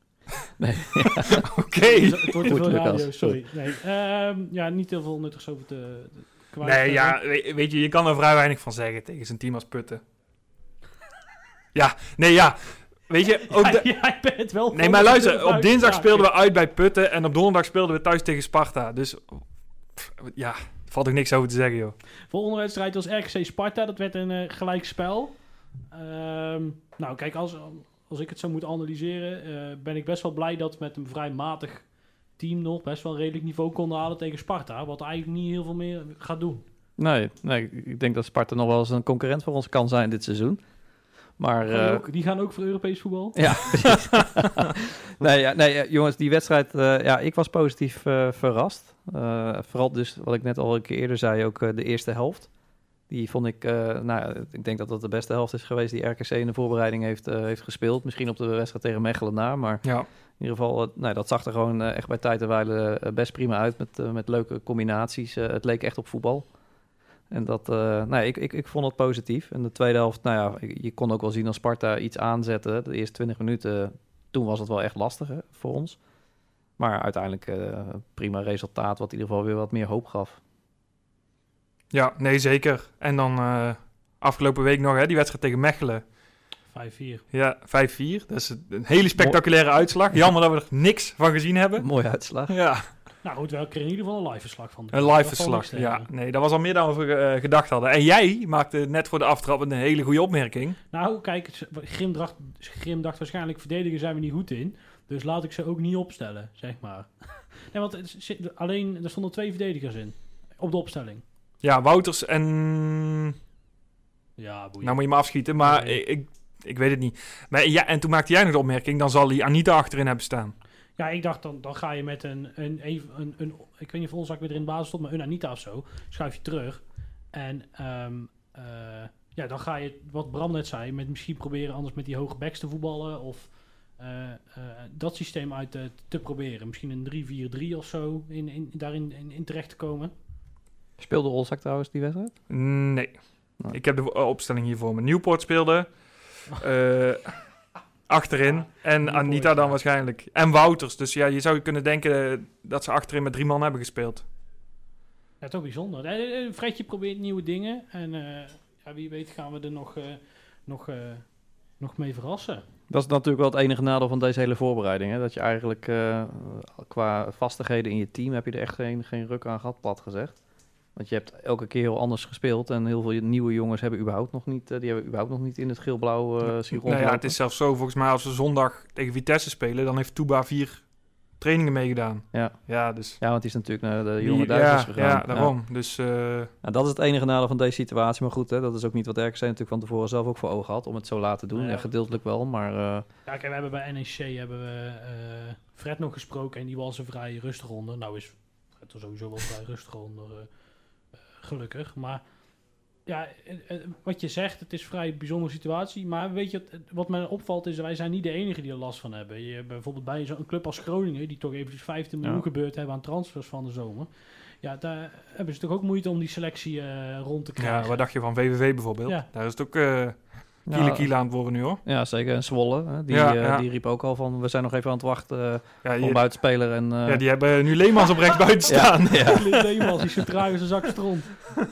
Oké. Het wordt te Goed, veel radio, Lucas. sorry. Nee, ehm, ja, niet heel veel nuttigs over te, te kwijt. Nee, ja, we- weet je, je kan er vrij weinig van zeggen tegen zo'n team als Putten. Ja, nee, ja. Weet je, ook de... Ja, jij bent wel... Nee, maar luister, op dinsdag Ja, speelden we uit bij Putten en op donderdag speelden we thuis tegen Sparta. Dus, pff, ja, er valt ook niks over te zeggen, joh. Volgende wedstrijd was R K C Sparta. Dat werd een uh, gelijkspel. Ehm nou, kijk, als, als ik het zo moet analyseren, uh, ben ik best wel blij dat we met een vrij matig team nog best wel redelijk niveau konden halen tegen Sparta. Wat eigenlijk niet heel veel meer gaat doen. nee, nee, ik denk dat Sparta nog wel eens een concurrent voor ons kan zijn dit seizoen. Maar, Gaan die uh, ook- die gaan ook voor Europees voetbal. ja, precies. nee, ja, nee, ja, jongens, die wedstrijd, uh, ja, ik was positief uh, verrast. Uh, vooral dus, wat ik net al een keer eerder zei, ook uh, de eerste helft. Die vond ik, uh, nou, ik denk dat dat de beste helft is geweest die R K C in de voorbereiding heeft, uh, heeft gespeeld. Misschien op de wedstrijd tegen Mechelen na, maar Ja. in ieder geval, uh, nou, dat zag er gewoon uh, echt bij tijd en wijle uh, best prima uit met, uh, met leuke combinaties. Uh, het leek echt op voetbal. En dat, uh, nou, ik, ik, ik vond het positief. En de tweede helft, nou ja, je kon ook wel zien als Sparta iets aanzette. De eerste twintig minuten, toen was het wel echt lastig hè, voor ons. Maar uiteindelijk uh, prima resultaat, wat in ieder geval weer wat meer hoop gaf. Ja, nee, zeker. En dan uh, afgelopen week nog, hè, die wedstrijd tegen Mechelen. vijf vier. Ja, vijf vier. Dat is een hele spectaculaire uitslag. Jammer dat we er niks van gezien hebben. Mooie uitslag. Ja, Nou goed, we kregen in ieder geval een live verslag van. een live verslag. Ja, nee, dat was al meer dan we uh, gedacht hadden. En jij maakte net voor de aftrap een hele goede opmerking. Nou, kijk, Grim dacht, Grim dacht waarschijnlijk verdedigen zijn we niet goed in. Dus laat ik ze ook niet opstellen, zeg maar. Nee, want het zit, alleen, er stonden twee verdedigers in. Op de opstelling. Ja, Wouters en... Ja, boeien. Nou moet je me afschieten, maar Nee. ik, ik, ik weet het niet. Maar ja, en toen maakte jij nog de opmerking, dan zal hij Anita achterin hebben staan. Ja, ik dacht, dan, dan ga je met een, een, een, een, een... Ik weet niet of ons weer in de basis stond, maar een Anita of zo. Schuif je terug. En um, uh, ja, dan ga je, wat Bram net zei, met misschien proberen anders met die hoge backs te voetballen. Of uh, uh, dat systeem uit te, te proberen. Misschien een drie vier drie of zo in, in, daarin in, in terecht te komen. Speelde Olzak trouwens die wedstrijd? Nee. Nee. Ik heb de uh, opstelling hier voor me. Newport speelde uh, achterin. En Newport, Anita dan ja. waarschijnlijk. En Wouters. Dus ja, je zou kunnen denken dat ze achterin met drie man hebben gespeeld. Ja, toch bijzonder. Eh, eh, Fredje probeert nieuwe dingen. En uh, ja, wie weet gaan we er nog, uh, nog, uh, nog mee verrassen. Dat is natuurlijk wel het enige nadeel van deze hele voorbereiding. Hè? Dat je eigenlijk uh, qua vastigheden in je team heb je er echt geen, geen ruk aan gehad, plat gezegd. Want je hebt elke keer heel anders gespeeld. En heel veel nieuwe jongens hebben überhaupt nog niet, uh, die hebben überhaupt nog niet in het geel-blauw uh, zien rondlopen. Nou ja, het is zelfs zo, volgens mij als we zondag tegen Vitesse spelen, dan heeft Touba vier trainingen meegedaan. Ja. Ja, dus... Ja, want die is natuurlijk naar de jonge Die- Duitsers ja, gegaan. Ja, daarom. Ja. Dus... Uh... Nou, dat is het enige nadeel van deze situatie. Maar goed, hè, dat is ook niet wat R K C natuurlijk van tevoren zelf ook voor ogen had. Om het zo laat te doen. Nou ja. Ja, gedeeltelijk wel, maar... Uh... Ja, kijk, we hebben bij N E C hebben we uh, Fred nog gesproken en die was een vrij rustig onder. Nou is Fred er sowieso wel vrij rustig onder, uh, uh, gelukkig. Maar ja, uh, uh, wat je zegt, het is een vrij bijzondere situatie. Maar weet je, wat mij opvalt is, wij zijn niet de enigen die er last van hebben. Je hebt bijvoorbeeld bij zo'n club als Groningen, die toch eventjes vijftien miljoen Ja. gebeurd hebben aan transfers van de zomer. Ja, daar hebben ze toch ook moeite om die selectie uh, rond te krijgen. Ja, wat dacht je van V V V bijvoorbeeld? Ja. Daar is het ook uh, kiele Ja, kiele aan het worden nu, hoor. Ja, zeker. En Zwolle, hè, die, Ja, uh, ja. die riep ook al van... We zijn nog even aan het wachten uh, Ja, voor je- buitenspeler. En, uh, ja, die hebben nu Leemans op rechts buiten staan. ja. Leemans, die zo traag als een zak stront.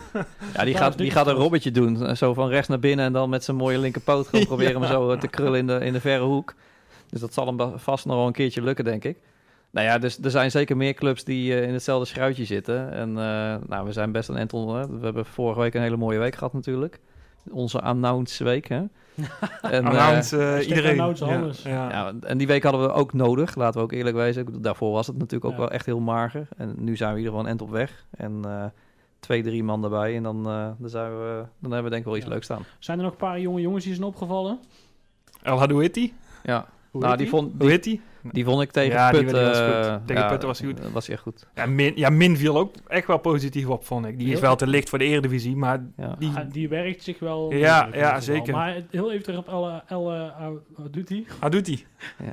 Ja, die Daar gaat, is die dit gaat een voor. robbertje doen. Eh, Zo van rechts naar binnen en dan met zijn mooie linkerpoot gaan proberen hem zo eh, te krullen in de, in de verre hoek. Dus dat zal hem ba- vast nog wel een keertje lukken, denk ik. Nou ja, dus er zijn zeker meer clubs die uh, in hetzelfde schuitje zitten. En uh, nou, we zijn best een eind onder. We hebben vorige week een hele mooie week gehad natuurlijk. Onze announce week, hè. En, uh, Announce uh, Steek iedereen. announce alles. Ja, ja. ja, en die week hadden we ook nodig, laten we ook eerlijk wezen. Daarvoor was het natuurlijk ook Ja. wel echt heel mager. En nu zijn we in ieder geval een end op weg. En uh, twee, drie man erbij. En dan, uh, dan, zijn we, dan hebben we denk ik wel iets Ja. leuks staan. Zijn er nog een paar jonge jongens die zijn opgevallen? El Hadouiti, Ja, Hoe nou, heet die, die? vond, hoe die, heet die? die vond ik tegen Ja, die- Put... die was uh, goed. Tegen Putten was hij goed. uh, was hij echt goed. Ja, Min, ja, Min viel ook echt wel positief op, vond ik. Die is Heel wel goed. te licht voor de Eredivisie, maar Ja. die... Ah, die werkt zich wel. Ja, in ieder ja, geval. zeker. Maar het- heel even terug op El, El uh, Doet Hadouiti.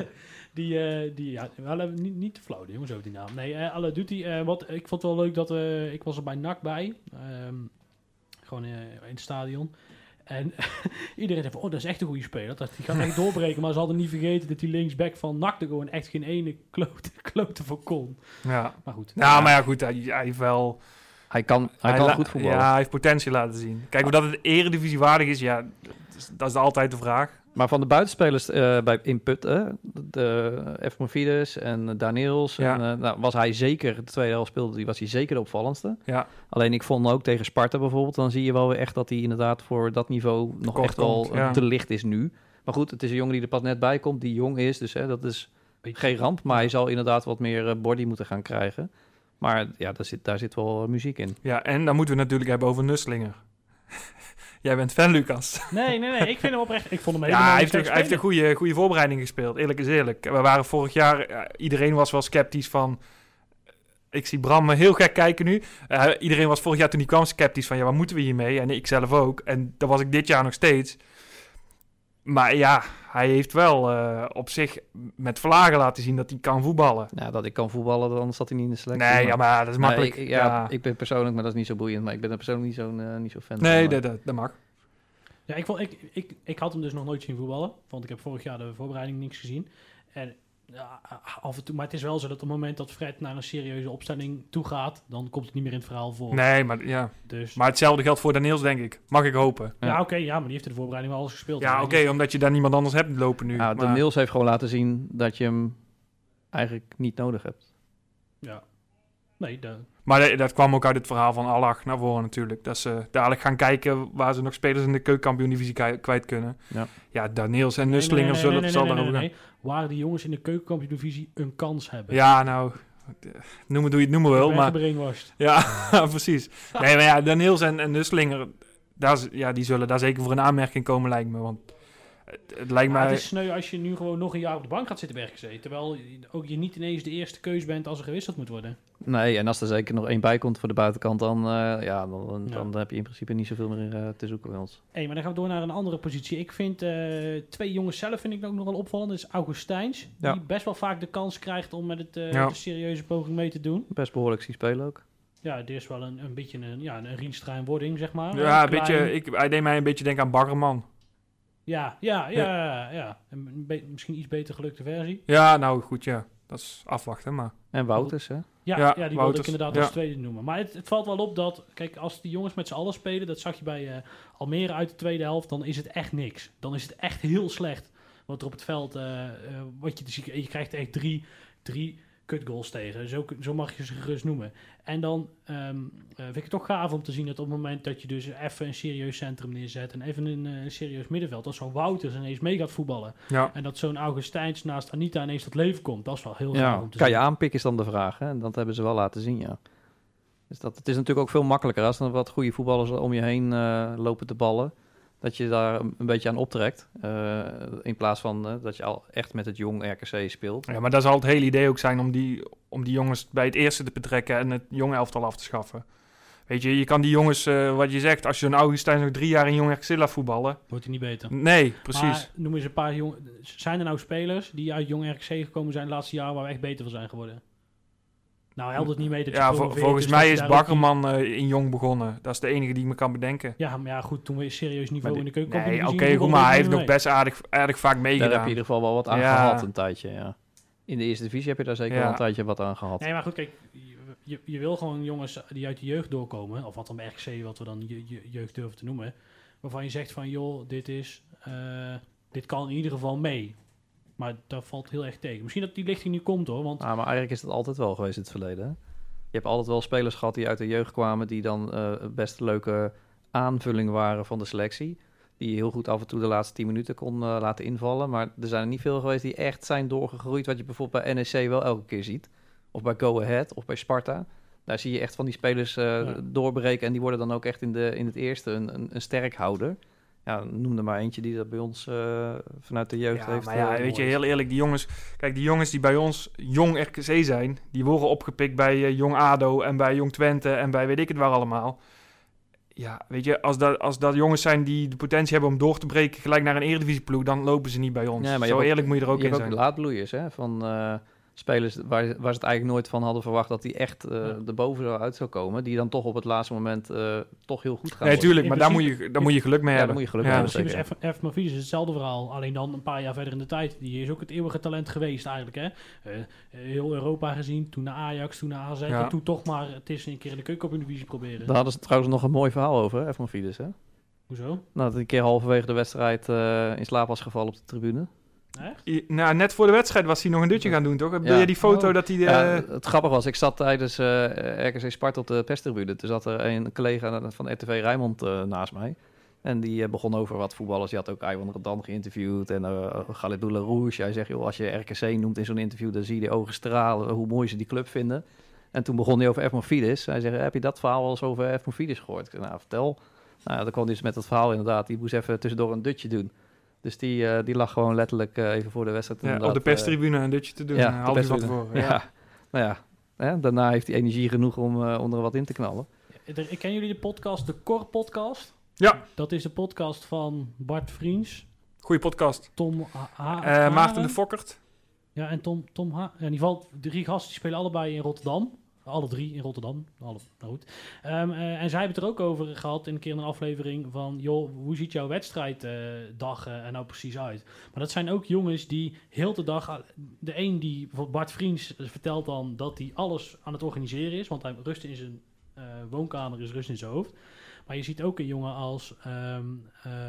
Die, uh, die ja, wel, niet, niet te flauw, jongens, over die naam. Nee, uh, El Doet uh, wat ik vond het wel leuk dat we. Ik was er bij N A C bij. Um, gewoon uh, in het stadion. En iedereen zei van, oh, dat is echt een goede speler. Dat, die gaat echt doorbreken. Maar ze hadden niet vergeten dat die linksback van N A C er gewoon echt geen ene klote, klote voor kon. Ja. Maar goed. Nou, maar ja, goed, hij, hij heeft wel... Hij kan, hij kan la- goed voetballen. Ja, hij heeft potentie laten zien. Kijk, of dat het Eredivisie waardig is, ja, dat is, dat is altijd de vraag. Maar van de buitenspelers uh, bij in Put, uh, de F. Morfides en Daniels, Ja. en, uh, nou, was hij zeker, de tweede helft speelde die, was hij zeker de opvallendste. Ja, Alleen ik vond ook tegen Sparta bijvoorbeeld, dan zie je wel weer echt dat hij inderdaad voor dat niveau nog Kort echt wel komt, ja. te licht is nu. Maar goed, het is een jongen die er pas net bij komt, die jong is, dus hè, dat is Beetje- geen ramp. Maar hij zal inderdaad wat meer uh, body moeten gaan krijgen. Maar ja, daar zit, daar zit wel uh, muziek in. ja, en dan moeten we het natuurlijk hebben over Nusslinger. Jij bent fan, Lucas. Nee, nee, nee. Ik vind hem oprecht. Ik vond hem Ja, helemaal hij niet heeft, een, slecht hij heeft een spelen. goede, goede voorbereiding gespeeld. Eerlijk is eerlijk. We waren vorig jaar... ja, iedereen was wel sceptisch van... Ik zie Bram heel gek kijken nu. Uh, iedereen was vorig jaar toen hij kwam sceptisch van... Ja, wat moeten we hiermee? En ik zelf ook. En dat was ik dit jaar nog steeds. Maar ja, hij heeft wel uh, op zich met vlagen laten zien dat hij kan voetballen. Ja, dat ik kan voetballen, dan zat hij niet in de selectie. Nee, maar- ja, maar dat is Nee, makkelijk. ik, ja, ja. ik ben persoonlijk, maar dat is niet zo boeiend. Maar ik ben er persoonlijk niet zo'n uh, niet zo fan Nee, van. dat, dat, dat mag. Ja, ik, vond, ik, ik, ik had hem dus nog nooit zien voetballen. Want ik heb vorig jaar de voorbereiding niks gezien. En ja, af en toe, maar het is wel zo dat op het moment dat Fred naar een serieuze opstelling toe gaat, dan komt het niet meer in het verhaal voor. Nee, maar, ja. Dus, maar hetzelfde geldt voor Daniels, denk ik. Mag ik hopen. ja, Ja. oké, ja, maar die heeft in de voorbereiding wel alles gespeeld. Ja, Maar oké, die- omdat je daar niemand anders hebt lopen nu. Ja, de maar, Niels heeft gewoon laten zien dat je hem eigenlijk niet nodig hebt. Ja. Nee, de, maar dat, dat kwam ook uit het verhaal van Allach naar voren natuurlijk. Dat ze dadelijk gaan kijken waar ze nog spelers in de keukenkampioen-divisie kwijt, kwijt kunnen. Ja. Ja, Daniels en nee, Nusslinger nee, nee, zullen nee, nee, zal nee, daarover nee, gaan. nee. Waar die jongens in de keukenkampioen-divisie een kans hebben. Ja, nou, noem het hoe je het noemen wil, Ik ben maar... gebrainwashed. Ja, precies. Nee, maar ja, Daniels en, en Nusslinger, daar, is- ja, die zullen daar zeker voor een aanmerking komen, lijkt me. Want het, het lijkt Maar mij... het is sneu als je nu gewoon nog een jaar op de bank gaat zitten werken. Terwijl je- ook je niet ineens de eerste keus bent als er gewisseld moet worden. Nee, en als er zeker nog één bij komt voor de buitenkant, dan, uh, ja, dan, dan, Ja. dan heb je in principe niet zoveel meer uh, te zoeken bij ons. Hey, maar dan gaan we door naar een andere positie. Ik vind uh, twee jongens zelf vind ik ook nog wel opvallend. Dat is Augustijns, Ja. die best wel vaak de kans krijgt om met het uh, Ja. de serieuze poging mee te doen. Best behoorlijk zien spelen ook. Ja, dit is wel een, een beetje een, ja, een Rienstra in wording, zeg maar. ja, een Klein. beetje, ik, hij deed mij een beetje denken aan Baggerman. Ja, ja, ja, ja, ja. Een be- misschien iets beter gelukte versie. Ja, nou goed, ja. Dat is afwachten, maar... En Wouters, hè? Ja, Ja, ja, die wilde ik Wouters, inderdaad ja. als tweede noemen. Maar het, het valt wel op dat, kijk, als die jongens met z'n allen spelen, dat zag je bij uh, Almere uit de tweede helft, dan is het echt niks. Dan is het echt heel slecht wat er op het veld, uh, uh, wat je te zien, je krijgt echt drie, drie, kutgoals tegen. Zo, zo mag je ze gerust noemen. En dan um, uh, vind ik het toch gaaf om te zien dat op het moment dat je dus even een serieus centrum neerzet en even een, uh, een serieus middenveld, dat zo'n Wouters ineens mee gaat voetballen. Ja. En dat zo'n Augustijns naast Anita ineens tot leven komt. Dat is wel heel Ja, gaaf om te kan zien. je aanpikken is dan de vraag. Hè? En dat hebben ze wel laten zien, ja. Dus dat, het is natuurlijk ook veel makkelijker als er wat goede voetballers om je heen uh, lopen te ballen. Dat je daar een beetje aan optrekt. Uh, in plaats van uh, dat je al echt met het jong R K C speelt. Ja, maar daar zal het hele idee ook zijn om die, om die jongens bij het eerste te betrekken en het jonge elftal af te schaffen. Weet je, je kan die jongens, uh, wat je zegt, als je een Augustijn nog drie jaar in jong R K C laat voetballen. Wordt hij niet beter. Nee, precies. Maar noem eens een paar jong... Zijn er nou spelers die uit jong R K C gekomen zijn de laatste jaren waar we echt beter van zijn geworden? Nou, helpt het niet mee dat je Ja, vo- promoveert, volgens dus mij dat je is daar ook Bakkerman uh, in jong begonnen. Dat is de enige die ik me kan bedenken. niet- Ja, maar ja, goed, toen we serieus niveau Maar in de die- keuken Nee, oké, okay, goed, maar hij heeft nog best aardig, aardig vaak Daar heb je meegedaan. in ieder geval wel wat aan Ja. gehad een tijdje, ja. In de eerste divisie heb je daar zeker Ja. wel een tijdje wat aan gehad. Nee, maar goed, kijk, je, je, je wil gewoon jongens die uit de jeugd doorkomen, of wat dan bij R K C, wat we dan je, je, jeugd durven te noemen, waarvan je zegt van, joh, dit is, uh, dit kan in ieder geval mee. Maar dat valt heel erg tegen. Misschien dat die lichting nu komt hoor, want Ah, maar eigenlijk is dat altijd wel geweest in het verleden. Hè? Je hebt altijd wel spelers gehad die uit de jeugd kwamen, die dan uh, best een leuke aanvulling waren van de selectie. Die je heel goed af en toe de laatste tien minuten kon uh, laten invallen. Maar er zijn er niet veel geweest die echt zijn doorgegroeid, wat je bijvoorbeeld bij N E C wel elke keer ziet. Of bij Go Ahead, of bij Sparta. Daar zie je echt van die spelers uh, Ja. doorbreken en die worden dan ook echt in, de, in het eerste een, een, een sterkhouder. Ja, noem er maar eentje die dat bij ons uh, vanuit de jeugd Ja, heeft. maar ja, uh, weet je, mooi. heel eerlijk, die jongens... Kijk, die jongens die bij ons jong R K C zijn, die worden opgepikt bij uh, jong ADO en bij jong Twente en bij weet ik het waar allemaal. Ja, weet je, als dat, als dat jongens zijn die de potentie hebben om door te breken gelijk naar een eredivisieploeg, dan lopen ze niet bij ons. Ja, maar je Zo hebt ook- eerlijk moet je er ook je in hebt zijn. ook laadbloeiers, hè, van uh, spelers waar, waar ze het eigenlijk nooit van hadden verwacht dat die echt uh, Ja. erboven zou uit zou komen. Die dan toch op het laatste moment uh, toch heel goed gaan Nee, worden. tuurlijk, In maar daar moet, principe- je, daar moet je geluk mee Ja, daar hebben. moet je geluk Ja. mee in hebben. principe is F- F. Mavides hetzelfde verhaal. Alleen dan een paar jaar verder in de tijd. Die is ook het eeuwige talent geweest eigenlijk. Hè? Uh, heel Europa gezien. Toen naar Ajax, toen naar A Z. Ja. En toen toch maar het is een keer in de keukenkampioen-divisie proberen. Daar hadden ze trouwens nog een mooi verhaal over, hè, van Fides, hè? Hoezo? Nou, dat hij een keer halverwege de wedstrijd uh, in slaap was gevallen op de tribune. Echt? I- Nou, net voor de wedstrijd was hij nog een dutje gaan doen, toch? Bedoel Ja. je die foto Oh. dat hij... Uh, Ja, het grappige was, ik zat tijdens uh, R K C Sparta op de perstribune. Toen zat er een collega van R T V Rijnmond uh, naast mij. En die uh, begon over wat voetballers. Die had ook Iwan Redan geïnterviewd en uh, Khalid Rouge. Hij zegt, joh, als je R K C noemt in zo'n interview, dan zie je die ogen stralen, hoe mooi ze die club vinden. En toen begon hij over F. Mavides. Hij zegt, heb je dat verhaal wel eens over F. Mavides gehoord? Ik zei, nou, vertel. Nou, dan kwam hij dus met dat verhaal inderdaad. Die moest even tussendoor een dutje doen. Dus die, uh, die lag gewoon letterlijk uh, even voor de wedstrijd. ja, op inderdaad, de perstribune een dutje te doen, ja, een op de half uur van perstribune. tevoren. Ja. Ja. Nou ja, hè, daarna heeft hij energie genoeg om, uh, om er wat in te knallen. Er- Ik ken jullie de podcast, de Cor podcast. Ja. Dat is de podcast van Bart Vriends, Goeie podcast. Tom Ha- Ha- Uh, Haren. Maarten de Fokkert. Ja, en Tom, Tom Ha- ja, in ieder geval, de drie gasten die spelen allebei in Rotterdam. Alle drie in Rotterdam. Alle, nou goed. Um, uh, en zij hebben het er ook over gehad in een keer in een aflevering van, joh, hoe ziet jouw wedstrijddag uh, er nou precies uit? Maar dat zijn ook jongens die heel de dag, de een die, bijvoorbeeld Bart Vriends vertelt dan dat hij alles aan het organiseren is, want hij rust in zijn uh, woonkamer, is rust in zijn hoofd. Maar je ziet ook een jongen als um,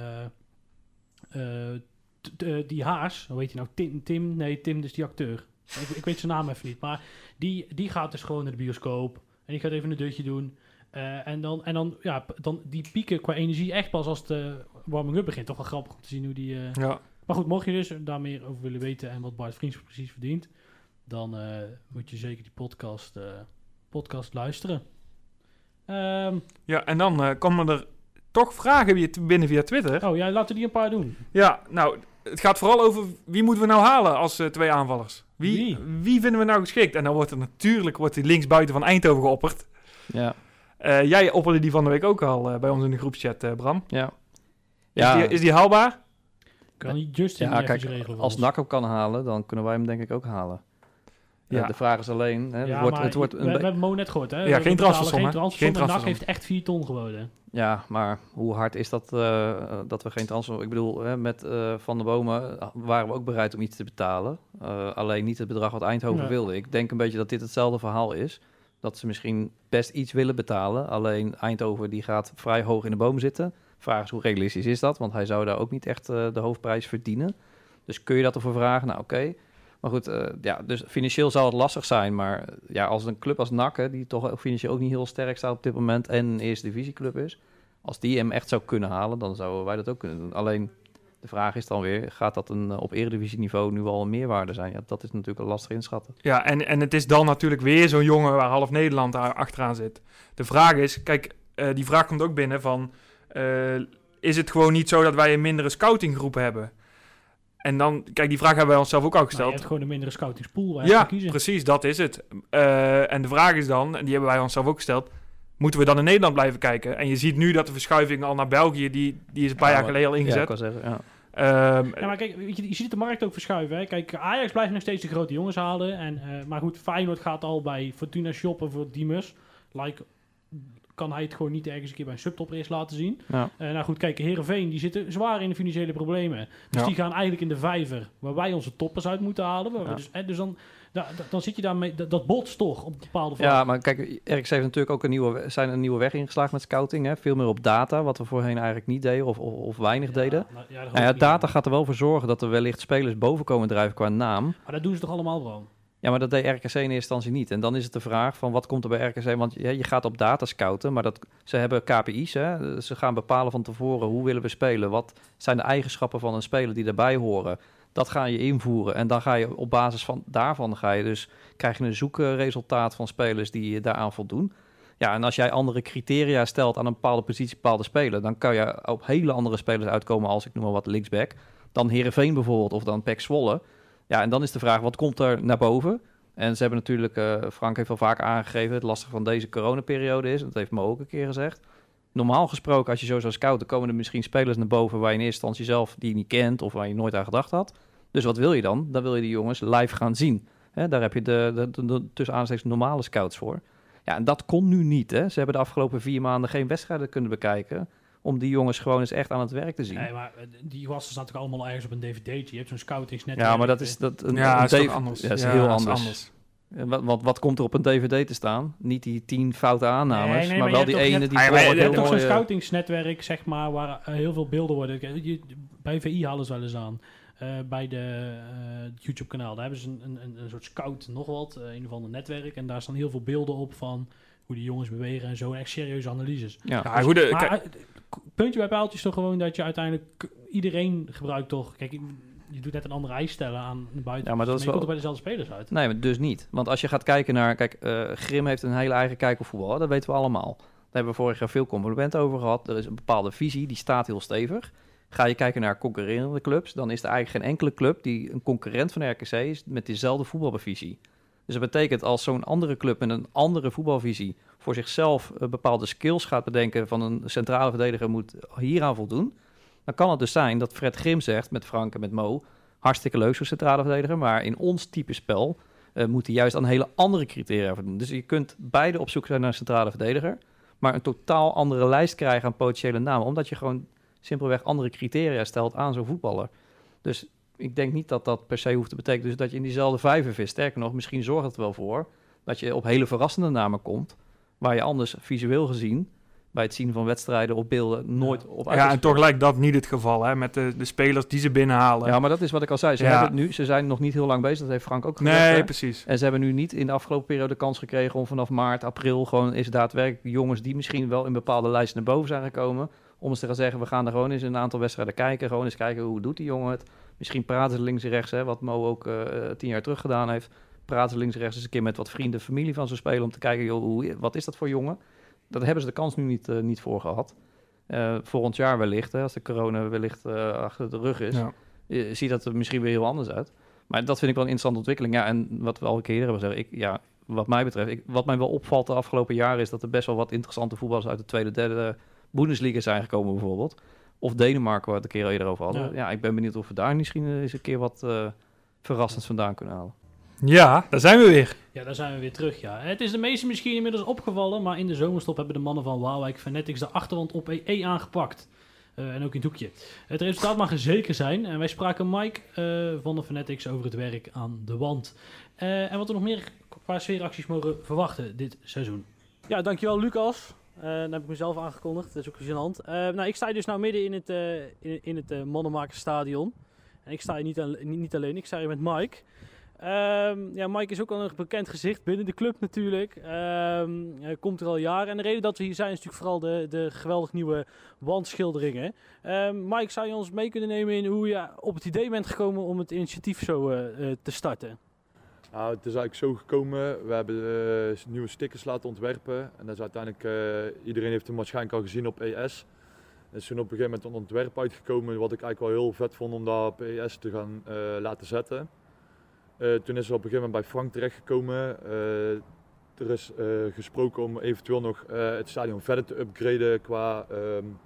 uh, uh, t- t- die Haas, hoe heet hij nou? Tim, Tim, nee, Tim is die acteur. Ik, ik weet zijn naam even niet, maar die, die gaat dus gewoon naar de bioscoop en die gaat even een dutje doen. Uh, en dan, en dan, ja, p- dan die pieken qua energie echt pas als de warming-up begint. Toch wel grappig om te zien hoe die... Uh... Ja. Maar goed, mocht je dus daar meer over willen weten en wat Bart Vriends precies verdient, dan uh, moet je zeker die podcast, uh, podcast luisteren. Um, ja, en dan uh, komen er toch vragen via- binnen via Twitter. oh ja, laten we die een paar doen. Ja, nou, het gaat vooral over wie moeten we nou halen als uh, twee aanvallers. Wie, Wie? wie vinden we nou geschikt? En dan wordt er natuurlijk wordt die linksbuiten van Eindhoven geopperd. Ja, Uh, jij opperde die van de week ook al uh, bij ons in de groepschat, uh, Bram. ja. Is, Ja, die, is die haalbaar? Kan niet Justin ja even kijk, regelen voor als ons? N A C hem kan halen, dan kunnen wij hem denk ik ook halen. Ja. Ja. De vraag is alleen, hè, Ja, het wordt, maar het wordt we, een we be- hebben Mo net gehoord, hè? Ja, We geen betalen transfersom, Geen hè? transfersom. Geen En N A C transfersom. heeft echt vier ton geboden. ja, maar hoe hard is dat uh, dat we geen transfer... Ik bedoel, hè, met uh, Van der Bomen waren we ook bereid om iets te betalen. Uh, alleen niet het bedrag wat Eindhoven Ja. wilde. Ik denk een beetje dat dit hetzelfde verhaal is. Dat ze misschien best iets willen betalen. Alleen Eindhoven die gaat vrij hoog in de boom zitten. Vraag is hoe realistisch is dat? Want hij zou daar ook niet echt uh, de hoofdprijs verdienen. Dus kun je dat ervoor vragen? Nou oké. Okay. Maar goed, uh, ja, dus financieel zal het lastig zijn. Maar uh, ja, als een club als N A C, hè, die toch financieel ook niet heel sterk staat op dit moment en een eerste divisieclub is, als die hem echt zou kunnen halen, dan zouden wij dat ook kunnen doen. Alleen de vraag is dan weer, gaat dat een, op eredivisieniveau nu al een meerwaarde zijn? Ja, dat is natuurlijk een lastig inschatten. Ja, en, en het is dan natuurlijk weer zo'n jongen waar half Nederland daar achteraan zit. De vraag is, kijk, uh, die vraag komt ook binnen van, uh, is het gewoon niet zo dat wij een mindere scoutinggroep hebben? En dan, kijk, die vraag hebben wij onszelf ook al gesteld. Nou, je hebt gewoon een mindere scoutingspool waar je ja, kan kiezen. Precies, dat is het. Uh, en de vraag is dan, en die hebben wij onszelf ook gesteld, moeten we dan in Nederland blijven kijken? En je ziet nu dat de verschuiving al naar België, die, die is een paar ja, jaar geleden al ingezet. Ja, ik kan zeggen, ja. Um, ja, maar kijk, weet je, je ziet de markt ook verschuiven. Hè? Kijk, Ajax blijft nog steeds de grote jongens halen. En, uh, maar goed, Feyenoord gaat al bij Fortuna shoppen voor Diemers. Like, kan hij het gewoon niet ergens een keer bij een subtopper eerst laten zien. Ja. Uh, nou goed, kijk, Heerenveen, die zitten zwaar in de financiële problemen. Dus ja. die gaan eigenlijk in de vijver waar wij onze toppers uit moeten halen. Waar Ja. we dus, hè, dus dan, da, da, dan zit je daarmee, dat, dat botst toch op bepaalde vlakken. Ja, maar kijk, R K C heeft natuurlijk ook een nieuwe, zijn een nieuwe weg ingeslagen met scouting. Hè? Veel meer op data, wat we voorheen eigenlijk niet deden of, of, of weinig Ja, deden. nou, ja, Nou ja, data gaat er wel voor zorgen dat er wellicht spelers boven komen drijven qua naam. Maar dat doen ze toch allemaal, bro? Ja, maar dat deed R K C in eerste instantie niet. En dan is het de vraag van wat komt er bij R K C? Want ja, je gaat op data scouten, maar dat, ze hebben K P I's. Hè? Ze gaan bepalen van tevoren hoe willen we spelen. Wat zijn de eigenschappen van een speler die daarbij horen? Dat ga je invoeren. En dan ga je op basis van daarvan ga je dus krijg je een zoekresultaat van spelers die daaraan voldoen. Ja, en als jij andere criteria stelt aan een bepaalde positie, bepaalde speler, dan kan je op hele andere spelers uitkomen als ik noem maar wat linksback. Dan Heerenveen bijvoorbeeld of dan P E C Zwolle. Ja, en dan is de vraag, wat komt er naar boven? En ze hebben natuurlijk, uh, Frank heeft al vaak aangegeven, het lastige van deze coronaperiode is, dat heeft Mo ook een keer gezegd. Normaal gesproken, als je zo zou scouten, komen er misschien spelers naar boven waar je in eerste instantie zelf die je niet kent of waar je nooit aan gedacht had. Dus wat wil je dan? Dan wil je die jongens live gaan zien. Hè, daar heb je de, de, de, de tussen aanstekens normale scouts voor. Ja, en dat kon nu niet. Hè. Ze hebben de afgelopen vier maanden geen wedstrijden kunnen bekijken om die jongens gewoon eens echt aan het werk te zien. Nee, maar die gasten staan toch allemaal ergens op een dvd'tje. Je hebt zo'n scoutingsnetwerk. Ja, maar dat is dat een, ja, een is toch D V D anders. Ja, is Ja, heel is anders. anders. Wat, wat, wat komt er op een D V D te staan? Niet die tien foute aannames, Nee, nee, maar, maar wel je die hebt toch- ene je die hebt- voor Ah, ja, wat maar je heel toch zo'n mooi... eh, scoutingsnetwerk, zeg maar, waar uh, heel veel beelden worden. Je, bij V I halen ze wel eens aan. Uh, bij de uh, YouTube-kanaal. Daar hebben ze een, een, een soort scout nog wat. Uh, een of ander netwerk. En daar staan heel veel beelden op van hoe die jongens bewegen en zo. Echt serieuze analyses. Ja. Ja, goed, uh, Maar kijk, uh, puntje bij paaltje is toch gewoon dat je uiteindelijk... k- Iedereen gebruikt toch... Kijk, je doet net een andere eis stellen aan buiten. Ja, maar dat is je komt wel- er bij dezelfde spelers uit. Nee, maar dus niet. Want als je gaat kijken naar... Kijk, uh, Grim heeft een hele eigen kijk op voetbal. Hè? Dat weten we allemaal. Daar hebben we vorig jaar veel complimenten over gehad. Er is een bepaalde visie, die staat heel stevig. Ga je kijken naar concurrerende clubs, dan is er eigenlijk geen enkele club die een concurrent van R K C is met dezelfde voetbalvisie. Dus dat betekent als zo'n andere club met een andere voetbalvisie voor zichzelf uh, bepaalde skills gaat bedenken van een centrale verdediger moet hieraan voldoen, dan kan het dus zijn dat Fred Grim zegt met Frank en met Mo, hartstikke leuk zo'n centrale verdediger, maar in ons type spel uh, moet hij juist aan hele andere criteria voldoen. Dus je kunt beide op zoek zijn naar een centrale verdediger, maar een totaal andere lijst krijgen aan potentiële namen, omdat je gewoon simpelweg andere criteria stelt aan zo'n voetballer. Dus ik denk niet dat dat per se hoeft te betekenen dus dat je in diezelfde vijver vist. Sterker nog, misschien zorgt het wel voor dat je op hele verrassende namen komt, waar je anders visueel gezien bij het zien van wedstrijden op beelden nooit op uit. ja, en toch lijkt dat niet het geval, hè, met de, de spelers die ze binnenhalen. Ja, maar dat is wat ik al zei. Ze, Ja. hebben het nu, ze zijn nog niet heel lang bezig, dat heeft Frank ook gezegd. nee, hè. precies. En ze hebben nu niet in de afgelopen periode de kans gekregen om vanaf maart, april gewoon eens daadwerkelijk jongens die misschien wel in bepaalde lijsten naar boven zijn gekomen, om eens te gaan zeggen, we gaan er gewoon eens een aantal wedstrijden kijken. Gewoon eens kijken, hoe doet die jongen het? Misschien praten ze links en rechts, hè, wat Mo ook uh, tien jaar terug gedaan heeft. Praten ze links en rechts eens een keer met wat vrienden, familie van zo'n speler, om te kijken, joh, hoe, wat is dat voor jongen? Dat hebben ze de kans nu niet, uh, niet voor gehad. Uh, volgend jaar wellicht, hè, als de corona wellicht uh, achter de rug is, Ja. uh, ziet dat er misschien weer heel anders uit. Maar dat vind ik wel een interessante ontwikkeling. Ja, en wat we al een keer eerder hebben gezegd, ik, ja, wat mij betreft, ik, wat mij wel opvalt de afgelopen jaren is dat er best wel wat interessante voetballers uit de tweede, derde Bundesliga zijn gekomen bijvoorbeeld. Of Denemarken, waar we het een keer eerder over hadden. Ja. Ja, ik ben benieuwd of we daar misschien eens een keer wat uh, verrassends vandaan kunnen halen. Ja, daar zijn we weer. Ja, daar zijn we weer terug, ja. Het is de meesten misschien inmiddels opgevallen, maar in de zomerstop hebben de mannen van Waalwijk Fanatics de achterwand op E E aangepakt. Uh, en ook in het hoekje. Het resultaat mag er zeker zijn. En wij spraken Mike uh, van de Fanatics over het werk aan de wand. Uh, en wat we nog meer qua sfeeracties mogen verwachten dit seizoen. Ja, dankjewel Lucas. Uh, dan heb ik mezelf aangekondigd. Dat is ook gênant. Uh, nou, ik sta dus nou midden in het, uh, in, in het uh, Mannenmakersstadion. En ik sta hier niet, al, niet alleen, ik sta hier met Mike. Um, ja, Mike is ook al een bekend gezicht binnen de club natuurlijk. Um, hij komt er al jaren. En de reden dat we hier zijn is natuurlijk vooral de, de geweldig nieuwe wandschilderingen. Um, Mike, zou je ons mee kunnen nemen in hoe je op het idee bent gekomen om het initiatief zo uh, uh, te starten? Nou, het is eigenlijk zo gekomen. We hebben uh, nieuwe stickers laten ontwerpen. En dat is uiteindelijk, uh, iedereen heeft hem waarschijnlijk al gezien op E S. Er is toen op een gegeven moment een ontwerp uitgekomen wat ik eigenlijk wel heel vet vond om daar op E S te gaan uh, laten zetten. Uh, toen is er op een gegeven moment bij Frank terechtgekomen. Uh, er is uh, gesproken om eventueel nog uh, het stadion verder te upgraden qua um,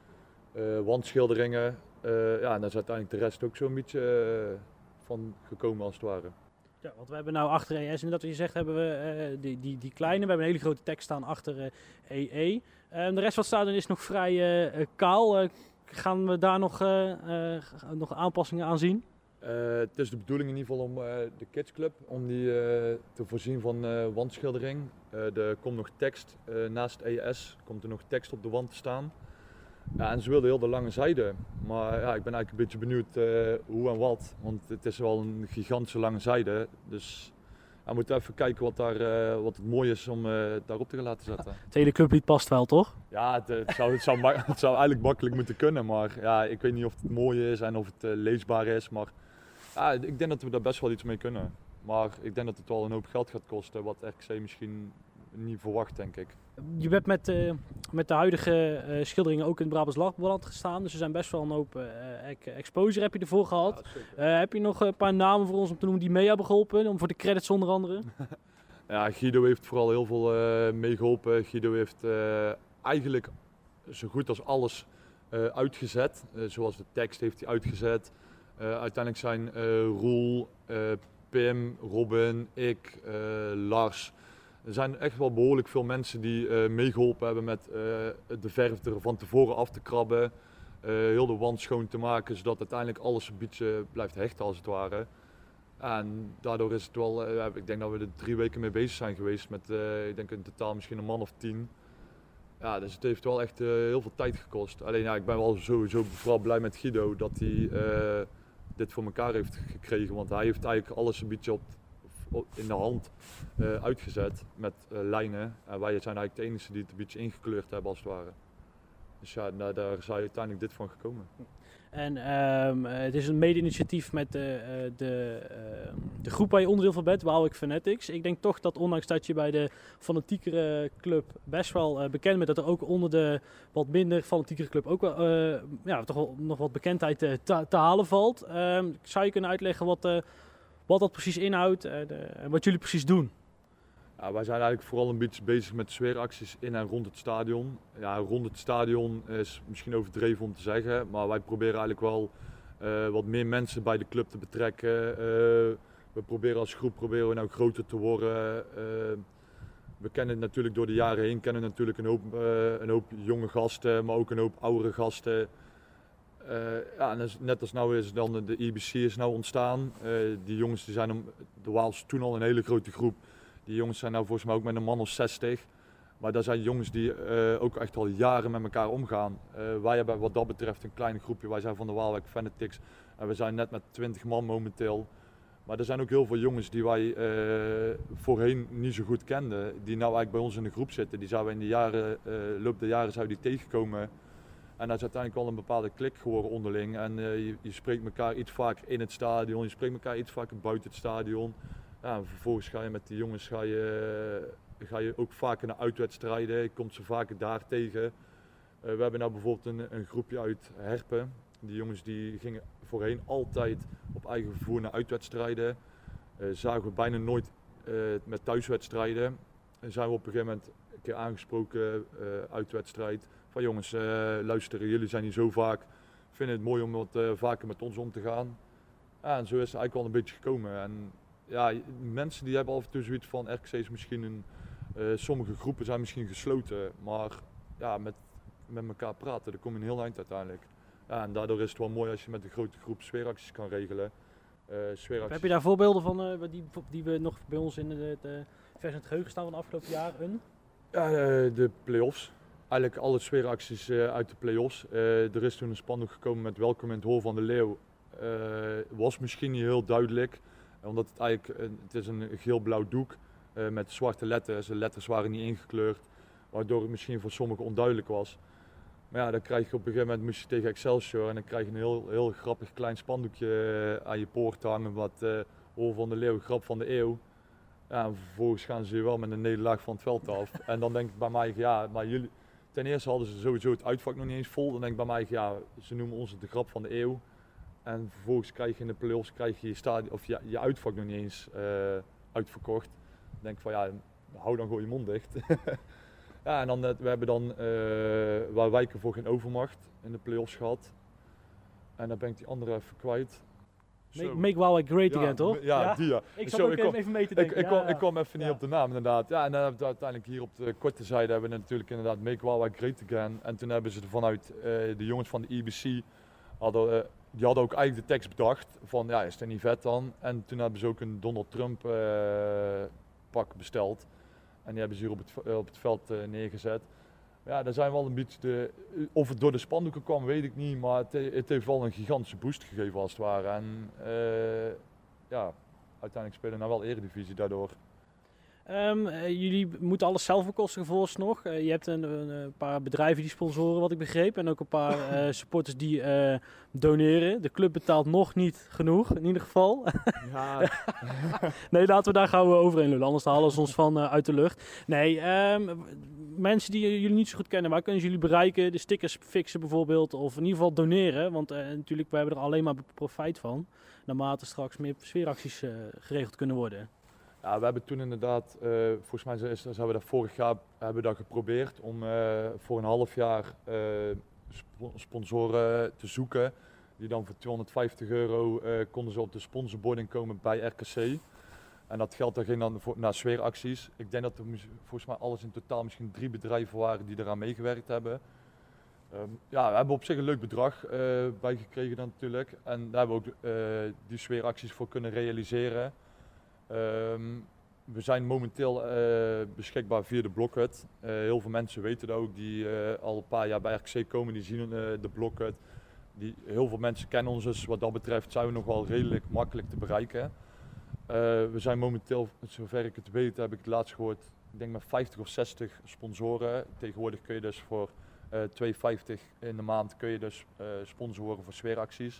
uh, wandschilderingen. Uh, ja, en daar is uiteindelijk de rest ook zo'n beetje uh, van gekomen als het ware. Ja, want we hebben nou achter E S, inderdaad wat je zegt, hebben we uh, die, die, die kleine. We hebben een hele grote tekst staan achter uh, E E. Uh, de rest van het stadion is nog vrij uh, kaal. Uh, gaan we daar nog, uh, uh, nog aanpassingen aan zien? Uh, het is de bedoeling in ieder geval om uh, de kidsclub om die uh, te voorzien van uh, wandschildering. Uh, er komt nog tekst uh, naast E S, komt er nog tekst op de wand te staan. Ja, en ze wilden heel de lange zijde, maar ja, ik ben eigenlijk een beetje benieuwd uh, hoe en wat, want het is wel een gigantische lange zijde. Dus ja, we moeten even kijken wat, daar, uh, wat het mooi is om uh, daarop te gaan laten zetten. Ja, het hele clublied past wel, toch? Ja, het, het, zou, het, zou, het zou eigenlijk makkelijk moeten kunnen, maar ja, ik weet niet of het mooi is en of het uh, leesbaar is. Maar ja, ik denk dat we daar best wel iets mee kunnen. Maar ik denk dat het wel een hoop geld gaat kosten, wat R K C misschien niet verwacht, denk ik. Je bent met, uh, met de huidige uh, schilderingen ook in het Brabants Lachblad gestaan, dus er zijn best wel een hoop uh, exposure heb je ervoor gehad. Ja, uh, heb je nog een paar namen voor ons om te noemen die mee hebben geholpen, om voor de credits onder andere? Ja, Guido heeft vooral heel veel uh, meegeholpen. Guido heeft uh, eigenlijk zo goed als alles uh, uitgezet, uh, zoals de tekst heeft hij uitgezet. Uh, uiteindelijk zijn uh, Roel, uh, Pim, Robin, ik, uh, Lars. Er zijn echt wel behoorlijk veel mensen die uh, meegeholpen hebben met uh, de verf er van tevoren af te krabben. Uh, heel de wand schoon te maken, zodat uiteindelijk alles een beetje blijft hechten als het ware. En daardoor is het wel, uh, ik denk dat we er drie weken mee bezig zijn geweest met, uh, ik denk in totaal misschien een man of tien. Ja, dus het heeft wel echt uh, heel veel tijd gekost. Alleen ja, ik ben wel sowieso vooral blij met Guido dat hij uh, dit voor elkaar heeft gekregen. Want hij heeft eigenlijk alles een beetje op, op in de hand uh, uitgezet met uh, lijnen. En wij zijn eigenlijk de enige die het een beetje ingekleurd hebben als het ware. Dus ja, daar, daar is uiteindelijk dit van gekomen. En um, het is een mede-initiatief met de, uh, de, uh, de groep waar je onderdeel van bent, Waalwijk Fanatics. Ik denk toch dat ondanks dat je bij de fanatiekere club best wel uh, bekend bent, dat er ook onder de wat minder fanatiekere club ook wel, uh, ja, toch wel nog wat bekendheid uh, te, te halen valt. Um, zou je kunnen uitleggen wat, uh, wat dat precies inhoudt en uh, wat jullie precies doen? Ja, wij zijn eigenlijk vooral een beetje bezig met sfeeracties in en rond het stadion. Ja, rond het stadion is misschien overdreven om te zeggen, maar wij proberen eigenlijk wel uh, wat meer mensen bij de club te betrekken. Uh, we proberen als groep proberen we nou groter te worden. Uh, we kennen natuurlijk door de jaren heen kennen natuurlijk een hoop, uh, een hoop jonge gasten, maar ook een hoop oudere gasten. Uh, ja, en net als nou is dan de I B C is nou ontstaan. Uh, die jongens die zijn om, de Waals toen al een hele grote groep. Die jongens zijn nou volgens mij ook met een man of zestig. Maar dat zijn jongens die uh, ook echt al jaren met elkaar omgaan. Uh, wij hebben wat dat betreft een klein groepje. Wij zijn van de Waalwijk Fanatics. En we zijn net met twintig man momenteel. Maar er zijn ook heel veel jongens die wij uh, voorheen niet zo goed kenden. Die nou eigenlijk bij ons in de groep zitten. Die zouden in de jaren, uh, loop der jaren zouden die tegenkomen. En dat is uiteindelijk wel een bepaalde klik geworden onderling. En uh, je, je spreekt elkaar iets vaker in het stadion. Je spreekt elkaar iets vaker buiten het stadion. Ja, en vervolgens ga je met die jongens ga je, ga je ook vaker naar uitwedstrijden. Je komt ze vaker daar tegen. Uh, we hebben nou bijvoorbeeld een, een groepje uit Herpen. Die jongens die gingen voorheen altijd op eigen vervoer naar uitwedstrijden. Uh, zagen we bijna nooit uh, met thuiswedstrijden. En zijn we op een gegeven moment een keer aangesproken uh, uitwedstrijd. Van jongens, uh, luisteren, jullie zijn hier zo vaak. Vinden het mooi om wat uh, vaker met ons om te gaan. Ja, en zo is het eigenlijk wel een beetje gekomen. En, ja, mensen die hebben af en toe zoiets van R K C is misschien een, uh, sommige groepen zijn misschien gesloten, maar ja, met, met elkaar praten, daar kom je een heel eind uiteindelijk. Ja, en daardoor is het wel mooi als je met een grote groep sfeeracties kan regelen. Uh, sfeeracties. Heb je daar voorbeelden van uh, die, die we nog bij ons in de, de vers in het geheugen staan van de afgelopen jaren? Ja, uh, de play-offs. Eigenlijk alle sfeeracties uh, uit de play-offs. Uh, er is toen een spandoek gekomen met Welkom in het Hol van de Leeuw. Uh, was misschien niet heel duidelijk. Omdat het eigenlijk, uh, het is een geel-blauw doek uh, met zwarte letters. De letters waren niet ingekleurd, waardoor het misschien voor sommigen onduidelijk was. Maar ja, dan krijg je op een gegeven moment moest je tegen Excelsior en dan krijg je een heel, heel grappig klein spandoekje uh, aan je poort hangen. Wat uh, Hoor van de Leeuw, grap van de eeuw. Ja, en vervolgens gaan ze wel met een nederlaag van het veld af. En dan denk ik bij mij, ja, maar jullie... Ten eerste hadden ze sowieso het uitvak nog niet eens vol. Dan denk ik bij mij, ja, ze noemen ons de grap van de eeuw. En vervolgens krijg je in de play-offs krijg je je, stadion, of je, je uitvak nog niet eens uh, uitverkocht. Dan denk ik van, ja, hou dan gewoon je mond dicht. Ja, en dan, we hebben dan uh, waar wijken voor geen overmacht in de play-offs gehad. En dan ben ik die andere even kwijt. Make, make Waalwijk great ja, again, toch? Ja, ja, die ja. Ik zat ook ik kom, even mee te denken. Ik, ik, ja. kwam, ik kwam even niet ja. op de naam inderdaad. Ja, en dan hebben we uiteindelijk hier op de korte zijde hebben we natuurlijk inderdaad Make Waalwijk great again. En toen hebben ze er vanuit uh, de jongens van de I B C, hadden, uh, die hadden ook eigenlijk de tekst bedacht van ja, is dat niet vet dan? En toen hebben ze ook een Donald Trump uh, pak besteld. En die hebben ze hier op het, uh, op het veld uh, neergezet. Ja, daar zijn wel een beetje de, of het door de spandoeken kwam, weet ik niet, maar het, het heeft wel een gigantische boost gegeven als het ware. En uh, ja, uiteindelijk spelen we nou wel Eredivisie daardoor. Um, uh, jullie moeten alles zelf bekostigen vooralsnog. Uh, je hebt een, een, een paar bedrijven die sponsoren, wat ik begreep. En ook een paar uh, supporters die uh, doneren. De club betaalt nog niet genoeg, in ieder geval. Ja. Nee, laten we daar gauw overheen lullen. Anders halen ze ons van uh, uit de lucht. Nee, um, mensen die jullie niet zo goed kennen, waar kunnen ze jullie bereiken? De stickers fixen bijvoorbeeld. Of in ieder geval doneren. Want uh, natuurlijk, we hebben er alleen maar profijt van. Naarmate straks meer sfeeracties uh, geregeld kunnen worden. Ja, we hebben toen inderdaad, uh, volgens mij is, zijn we dat vorig jaar hebben we dat geprobeerd om uh, voor een half jaar uh, sp- sponsoren te zoeken. Die dan voor tweehonderdvijftig euro uh, konden ze op de sponsorboarding komen bij R K C. En dat geld dat ging dan voor, naar sfeeracties. Ik denk dat er volgens mij alles in totaal misschien drie bedrijven waren die eraan meegewerkt hebben. Um, ja, we hebben op zich een leuk bedrag uh, bij gekregen dan natuurlijk. En daar hebben we ook uh, die sfeeracties voor kunnen realiseren. Um, we zijn momenteel uh, beschikbaar via de Blokhut. Uh, heel veel mensen weten dat ook, die uh, al een paar jaar bij R K C komen, die zien uh, de Blokhut. Die, heel veel mensen kennen ons, dus wat dat betreft zijn we nog wel redelijk makkelijk te bereiken. Uh, we zijn momenteel, zover ik het weet, heb ik het laatst gehoord, ik denk met vijftig of zestig sponsoren. Tegenwoordig kun je dus voor uh, twee euro vijftig in de maand kun je dus uh, sponsoren voor sfeeracties.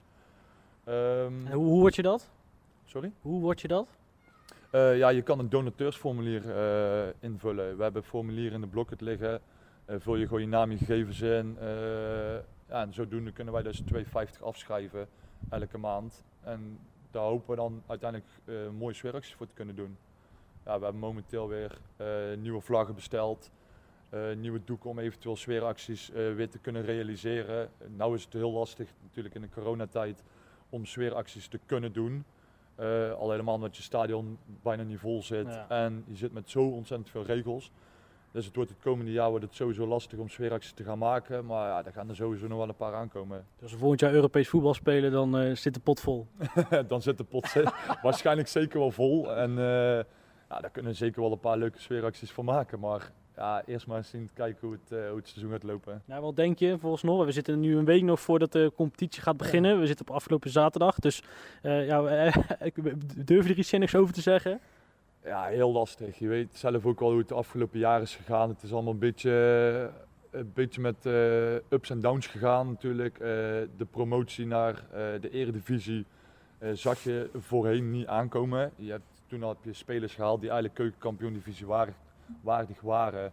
Um, hoe, hoe word je dat? Sorry? Hoe word je dat? Uh, ja, je kan een donateursformulier uh, invullen. We hebben een formulier in de Blokhut liggen. Uh, vul je gewoon je naam en gegevens in. Uh, ja, en zodoende kunnen wij dus twee euro vijftig afschrijven elke maand. En daar hopen we dan uiteindelijk uh, mooie sfeeracties voor te kunnen doen. Ja, we hebben momenteel weer uh, nieuwe vlaggen besteld. Uh, nieuwe doeken om eventueel sfeeracties uh, weer te kunnen realiseren. Uh, nou is het heel lastig natuurlijk in de coronatijd om sfeeracties te kunnen doen. Uh, al helemaal omdat je stadion bijna niet vol zit ja. En je zit met zo ontzettend veel regels. Dus het wordt het komende jaar wordt het sowieso lastig om sfeeracties te gaan maken. Maar ja, daar gaan er sowieso nog wel een paar aankomen. Dus als we volgend jaar Europees voetbal spelen, dan uh, zit de pot vol? Dan zit de pot waarschijnlijk zeker wel vol. En uh, ja, daar kunnen we zeker wel een paar leuke sfeeracties van maken. Maar ja, eerst maar eens zien kijken hoe het, uh, hoe het seizoen gaat lopen. Nou, wat denk je volgens nog? We zitten nu een week nog voordat de competitie gaat beginnen. Ja. We zitten op afgelopen zaterdag. Dus uh, ja, durf je er iets zinnigs over te zeggen? Ja, heel lastig. Je weet zelf ook al hoe het de afgelopen jaren is gegaan. Het is allemaal een beetje, een beetje met uh, ups en downs gegaan natuurlijk. Uh, de promotie naar uh, de Eredivisie uh, zag je voorheen niet aankomen. Je hebt, toen had je spelers gehaald die eigenlijk keukenkampioen-divisie waren. waardig waren,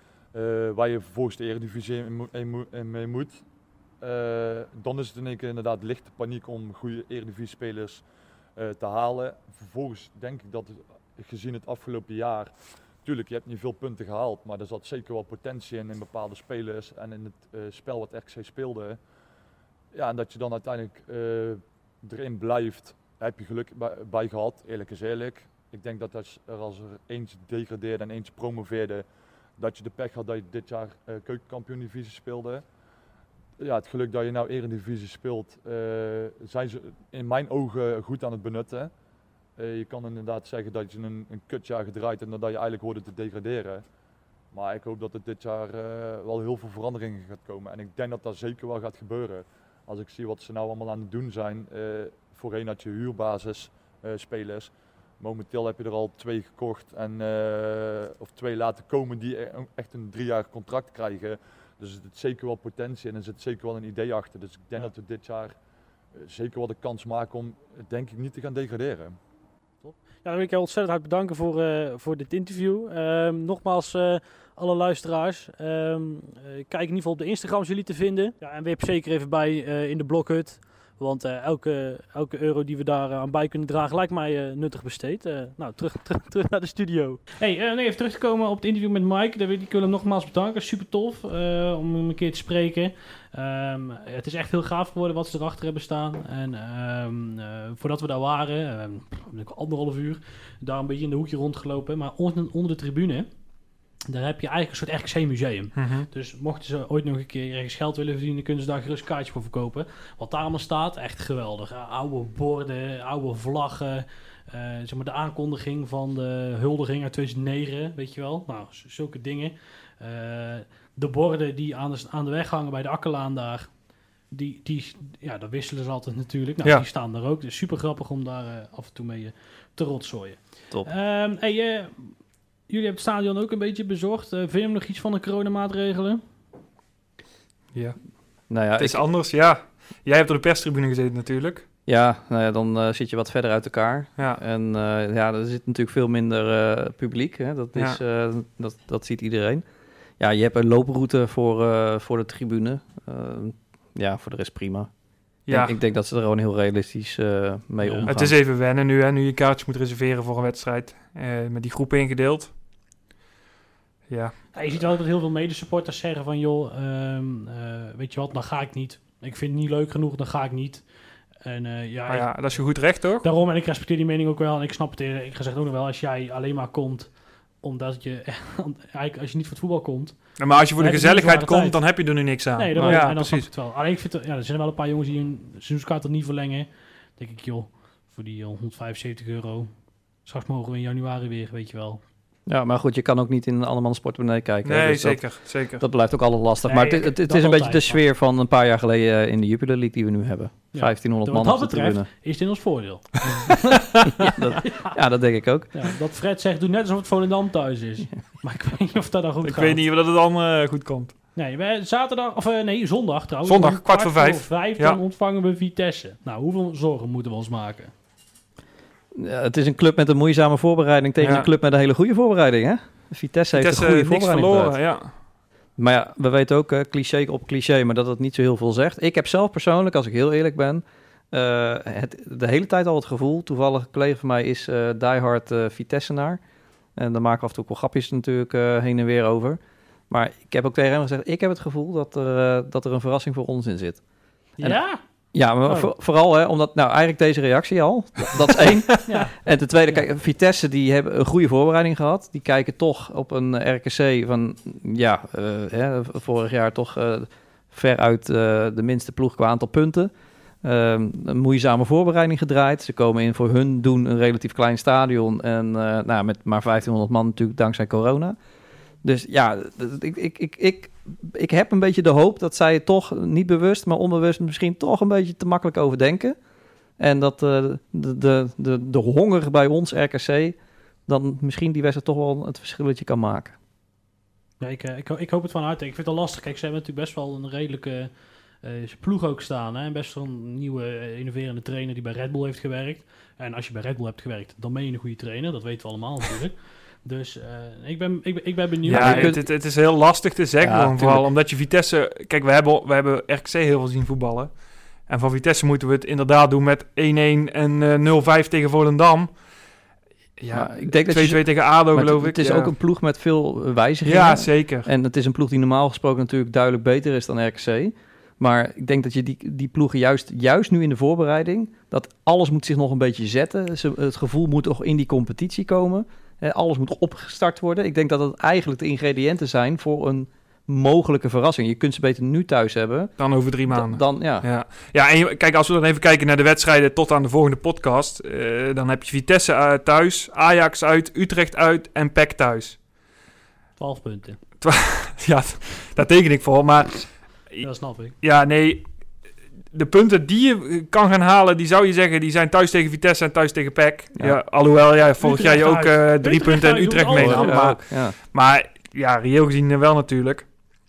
uh, waar je vervolgens de Eredivisie in, in mee moet. Uh, dan is het in één keer inderdaad lichte paniek om goede Eredivisie-spelers uh, te halen. Vervolgens denk ik dat, het, gezien het afgelopen jaar, natuurlijk je hebt niet veel punten gehaald, maar er zat zeker wel potentie in in bepaalde spelers en in het uh, spel wat R K C speelde. Ja, en dat je dan uiteindelijk uh, erin blijft, heb je geluk bij, bij gehad, eerlijk is eerlijk. Ik denk dat als er, als er eentje degradeerde en eentje promoveerde, dat je de pech had dat je dit jaar uh, keukenkampioen-divisie speelde. Ja, het geluk dat je nou Eredivisie speelt, uh, zijn ze in mijn ogen goed aan het benutten. Uh, je kan inderdaad zeggen dat je een, een kutjaar gedraaid hebt en dat je eigenlijk hoorde te degraderen. Maar ik hoop dat het dit jaar uh, wel heel veel veranderingen gaat komen. En ik denk dat dat zeker wel gaat gebeuren. Als ik zie wat ze nou allemaal aan het doen zijn. Uh, voorheen had je huurbasis uh, spelers. Momenteel heb je er al twee gekocht en uh, of twee laten komen die echt een driejarig contract krijgen. Dus er zit zeker wel potentie en er zit zeker wel een idee achter. Dus ik denk ja. dat we dit jaar uh, zeker wel de kans maken om, denk ik, niet te gaan degraderen. Top. Ja, dan wil ik je ontzettend hard bedanken voor, uh, voor dit interview. Uh, nogmaals, uh, alle luisteraars, uh, uh, kijk in ieder geval op de Instagrams jullie te vinden. Ja, en weep zeker even bij uh, in de Blokhut. Want uh, elke, elke euro die we daar uh, aan bij kunnen dragen lijkt mij uh, nuttig besteed. Uh, nou, terug, terug, terug naar de studio. Hey, uh, nee, even terug te komen op het interview met Mike. Daar wil ik hem nogmaals bedanken. Super tof uh, om hem een keer te spreken. Um, het is echt heel gaaf geworden wat ze erachter hebben staan. En um, uh, voordat we daar waren, uh, anderhalf uur, daar een beetje in de hoekje rondgelopen. Maar onder, onder de tribune, daar heb je eigenlijk een soort R K C-museum. Mm-hmm. Dus mochten ze ooit nog een keer ergens geld willen verdienen, kunnen ze daar gerust kaartje voor verkopen. Wat daar allemaal staat, echt geweldig. Uh, oude borden, oude vlaggen. Uh, zeg maar de aankondiging van de huldiging uit tweeduizend negen, weet je wel. Nou, z- zulke dingen. Uh, de borden die aan de, aan de weg hangen bij de Akkerlaan daar, die, die, ja, dat wisselen ze altijd natuurlijk. Nou, ja. Die staan daar ook. Dus super grappig om daar uh, af en toe mee uh, te rotzooien. Top. Um, hey, uh, jullie hebben het stadion ook een beetje bezorgd. Uh, vind je nog iets van de coronamaatregelen? Ja. Nou ja, het is ik... anders, ja. Jij hebt op de perstribune gezeten natuurlijk. Ja, nou ja, dan uh, zit je wat verder uit elkaar. Ja. En uh, ja, er zit natuurlijk veel minder uh, publiek. Hè? Dat, is, ja. uh, dat, dat ziet iedereen. Ja, je hebt een looproute voor, uh, voor de tribune. Uh, ja, voor de rest prima. Ja. Ik, ik denk dat ze er gewoon heel realistisch uh, mee ja. omgaan. Het is even wennen nu, hè, nu je kaartjes moet reserveren voor een wedstrijd. Uh, met die groepen ingedeeld. Ja. Ja, je ziet wel dat heel veel medesupporters zeggen van, joh, um, uh, weet je wat, dan ga ik niet. Ik vind het niet leuk genoeg, dan ga ik niet. En, uh, ja, maar ja, dat is je goed recht, toch? Daarom, en ik respecteer die mening ook wel. En ik snap het, ik zeg ook nog wel, als jij alleen maar komt omdat je, eigenlijk als je niet voor het voetbal komt. Ja, maar als je voor de gezelligheid komt, dan heb je er nu niks aan. Nee, dan, ja, en dan snap ik het wel. Alleen ik vind, ja, er zijn wel een paar jongens die hun seizoenskaart er niet verlengen. Dan denk ik, joh, voor die honderdvijfenzeventig euro. Straks mogen we in januari weer, weet je wel. Ja, maar goed, je kan ook niet in een andermans portemonnee kijken. Nee, dus zeker, dat, zeker. Dat blijft ook altijd lastig. Nee, maar het, het, het is een beetje de sfeer van een paar jaar geleden in de Jupiler League die we nu hebben. Ja. vijftienhonderd man op de tribune. Wat dat betreft is het in ons voordeel. ja, dat, ja, dat denk ik ook. Ja, dat Fred zegt, doe net alsof het Volendam thuis is. Ja. Maar ik weet niet of dat dan goed ik gaat. Ik weet niet of dat het dan uh, goed komt. Nee, we, zaterdag, of uh, nee, zondag trouwens. Zondag, kwart voor vijf. Voor vijf ja. Dan ontvangen we Vitesse. Nou, hoeveel zorgen moeten we ons maken? Ja, het is een club met een moeizame voorbereiding tegen ja. een club met een hele goede voorbereiding, hè? Vitesse, Vitesse heeft een goede voorbereiding verloren, ja. Maar ja, we weten ook, uh, cliché op cliché, maar dat het niet zo heel veel zegt. Ik heb zelf persoonlijk, als ik heel eerlijk ben, uh, het, de hele tijd al het gevoel, toevallig een collega van mij is uh, diehard uh, Vitessenaar. En daar maken we af en toe ook wel grapjes natuurlijk uh, heen en weer over. Maar ik heb ook tegen hem gezegd, ik heb het gevoel dat er, uh, dat er een verrassing voor ons in zit. En, ja? Ja, maar oh. voor, vooral hè, omdat, nou eigenlijk deze reactie al, dat, dat is één. ja. En ten tweede, kijk, Vitesse die hebben een goede voorbereiding gehad. Die kijken toch op een R K C van, ja, uh, hè, vorig jaar toch uh, veruit uh, de minste ploeg qua aantal punten. Uh, een moeizame voorbereiding gedraaid. Ze komen in voor hun doen een relatief klein stadion en uh, nou, met maar vijftienhonderd man natuurlijk dankzij corona. Dus ja, ik, ik, ik, ik, ik heb een beetje de hoop dat zij toch niet bewust, maar onbewust misschien toch een beetje te makkelijk overdenken. En dat uh, de, de, de, de honger bij ons R K C dan misschien die wedstrijd toch wel het verschilletje kan maken. Ja, ik, ik, ik hoop het van harte. Ik vind het al lastig. Kijk, ze hebben natuurlijk best wel een redelijke uh, ploeg ook staan. Hè? En best wel een nieuwe uh, innoverende trainer die bij Red Bull heeft gewerkt. En als je bij Red Bull hebt gewerkt, dan ben je een goede trainer. Dat weten we allemaal natuurlijk. Dus uh, ik, ben, ik, ben, ik ben benieuwd. Ja, het, het, het is heel lastig te zeggen. Ja, vooral omdat je Vitesse... Kijk, we hebben, we hebben R K C heel veel zien voetballen. En van Vitesse moeten we het inderdaad doen met één-één en uh, nul vijf tegen Volendam. Ja, ik denk dat twee-twee tegen A D O, geloof het, ik. Het is ja. ook een ploeg met veel wijzigingen. Ja, zeker. En het is een ploeg die normaal gesproken natuurlijk duidelijk beter is dan R K C. Maar ik denk dat je die, die ploegen juist, juist nu in de voorbereiding... dat alles moet zich nog een beetje zetten. Ze, het gevoel moet nog in die competitie komen... He, alles moet opgestart worden. Ik denk dat dat eigenlijk de ingrediënten zijn voor een mogelijke verrassing. Je kunt ze beter nu thuis hebben. Dan over drie maanden. D- dan, ja. Ja, ja en je, kijk, als we dan even kijken naar de wedstrijden tot aan de volgende podcast. Uh, dan heb je Vitesse uh, thuis, Ajax uit, Utrecht uit en P E C thuis. twaalf punten. Twa- ja, daar teken ik voor, maar... Dat snap ik. Ja, nee... de punten die je kan gaan halen, die zou je zeggen, die zijn thuis tegen Vitesse en thuis tegen P E C. Ja. Ja. Ja, alhoewel jij vorig Utrecht jaar je ook uh, drie Utrecht punten in uit, Utrecht doet alles. meenam. Ja, Maar, ook, ja. maar ja, reëel gezien uh, wel natuurlijk.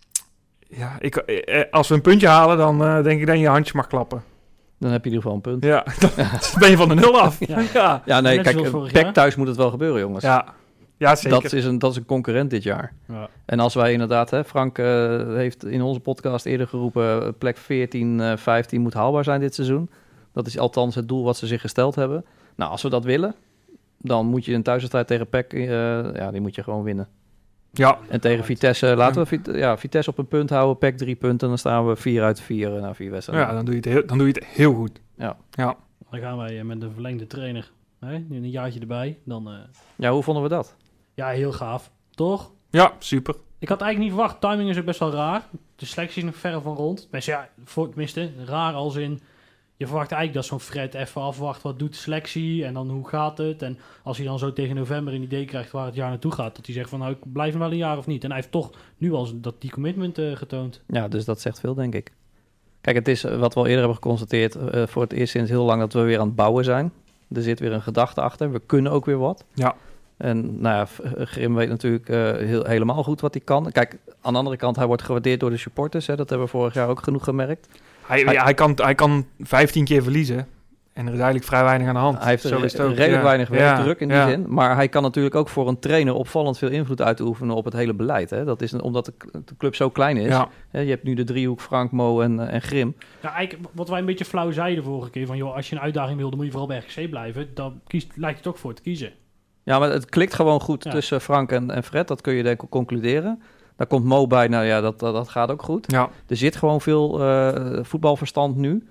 Ja, ik, uh, als we een puntje halen, dan uh, denk ik dat je je handjes mag klappen. Dan heb je in ieder geval een punt. Ja, dan ben je van de nul af. Ja. Ja, Ja, nee, Net zoals kijk, vorig P E C jaar. thuis moet het wel gebeuren, jongens. ja. ja zeker. Dat is, een, dat is een concurrent dit jaar. Ja. En als wij inderdaad, hè, Frank uh, heeft in onze podcast eerder geroepen, uh, plek veertien, uh, vijftien moet haalbaar zijn dit seizoen. Dat is althans het doel wat ze zich gesteld hebben. Nou, als we dat willen, dan moet je een thuiswedstrijd tegen P E C, uh, ja, die moet je gewoon winnen. Ja, En tegen Vitesse, laten we Vit- ja, Vitesse op een punt houden, P E C drie punten, dan staan we vier uit vier uh, na vier wedstrijden. ja dan, doe je het heel, dan doe je het heel goed. Ja. Ja. Dan gaan wij uh, met een verlengde trainer. Hè? Een jaartje erbij. Dan, uh, Ja, hoe vonden we dat? ja, heel gaaf. Toch? Ja, super. Ik had eigenlijk niet verwacht. Timing is ook best wel raar. De selectie is nog verre van rond. Tenminste, ja, voor, tenminste, raar als in... Je verwacht eigenlijk dat zo'n Fred even afwacht. Wat doet de selectie? En dan hoe gaat het? En als hij dan zo tegen november een idee krijgt waar het jaar naartoe gaat. Dat hij zegt van nou, ik blijf hem wel een jaar of niet. En hij heeft toch nu al dat die commitment uh, getoond. Ja, dus dat zegt veel, denk ik. Kijk, het is uh, wat we al eerder hebben geconstateerd, uh, voor het eerst sinds heel lang dat we weer aan het bouwen zijn. Er zit weer een gedachte achter. We kunnen ook weer wat. Ja. En nou ja, Grim weet natuurlijk uh, heel, helemaal goed wat hij kan. Kijk, aan de andere kant, hij wordt gewaardeerd door de supporters. Hè. Dat hebben we vorig jaar ook genoeg gemerkt. Hij, Hij- ja, hij, kan, hij kan vijftien keer verliezen. En er is eigenlijk vrij weinig aan de hand. Hij heeft Zo er is het re- ook. redelijk Ja. weinig werkdruk Ja, in die ja. zin. Maar hij kan natuurlijk ook voor een trainer opvallend veel invloed uitoefenen op het hele beleid. Hè. Dat is een- omdat de, k- de club zo klein is. Ja. Hè, je hebt nu de driehoek Frank, Mo en, uh, en Grim. Ja, eigenlijk wat wij een beetje flauw zeiden vorige keer. Van joh, als je een uitdaging wil, dan moet je vooral bij R K C blijven. Dan kiest, lijkt het ook voor te kiezen. Ja, maar het klikt gewoon goed Ja. tussen Frank en, en Fred. Dat kun je denk ik concluderen. Daar komt Mo bij. Nou ja, dat, dat, dat gaat ook goed. Ja. Er zit gewoon veel uh, voetbalverstand nu.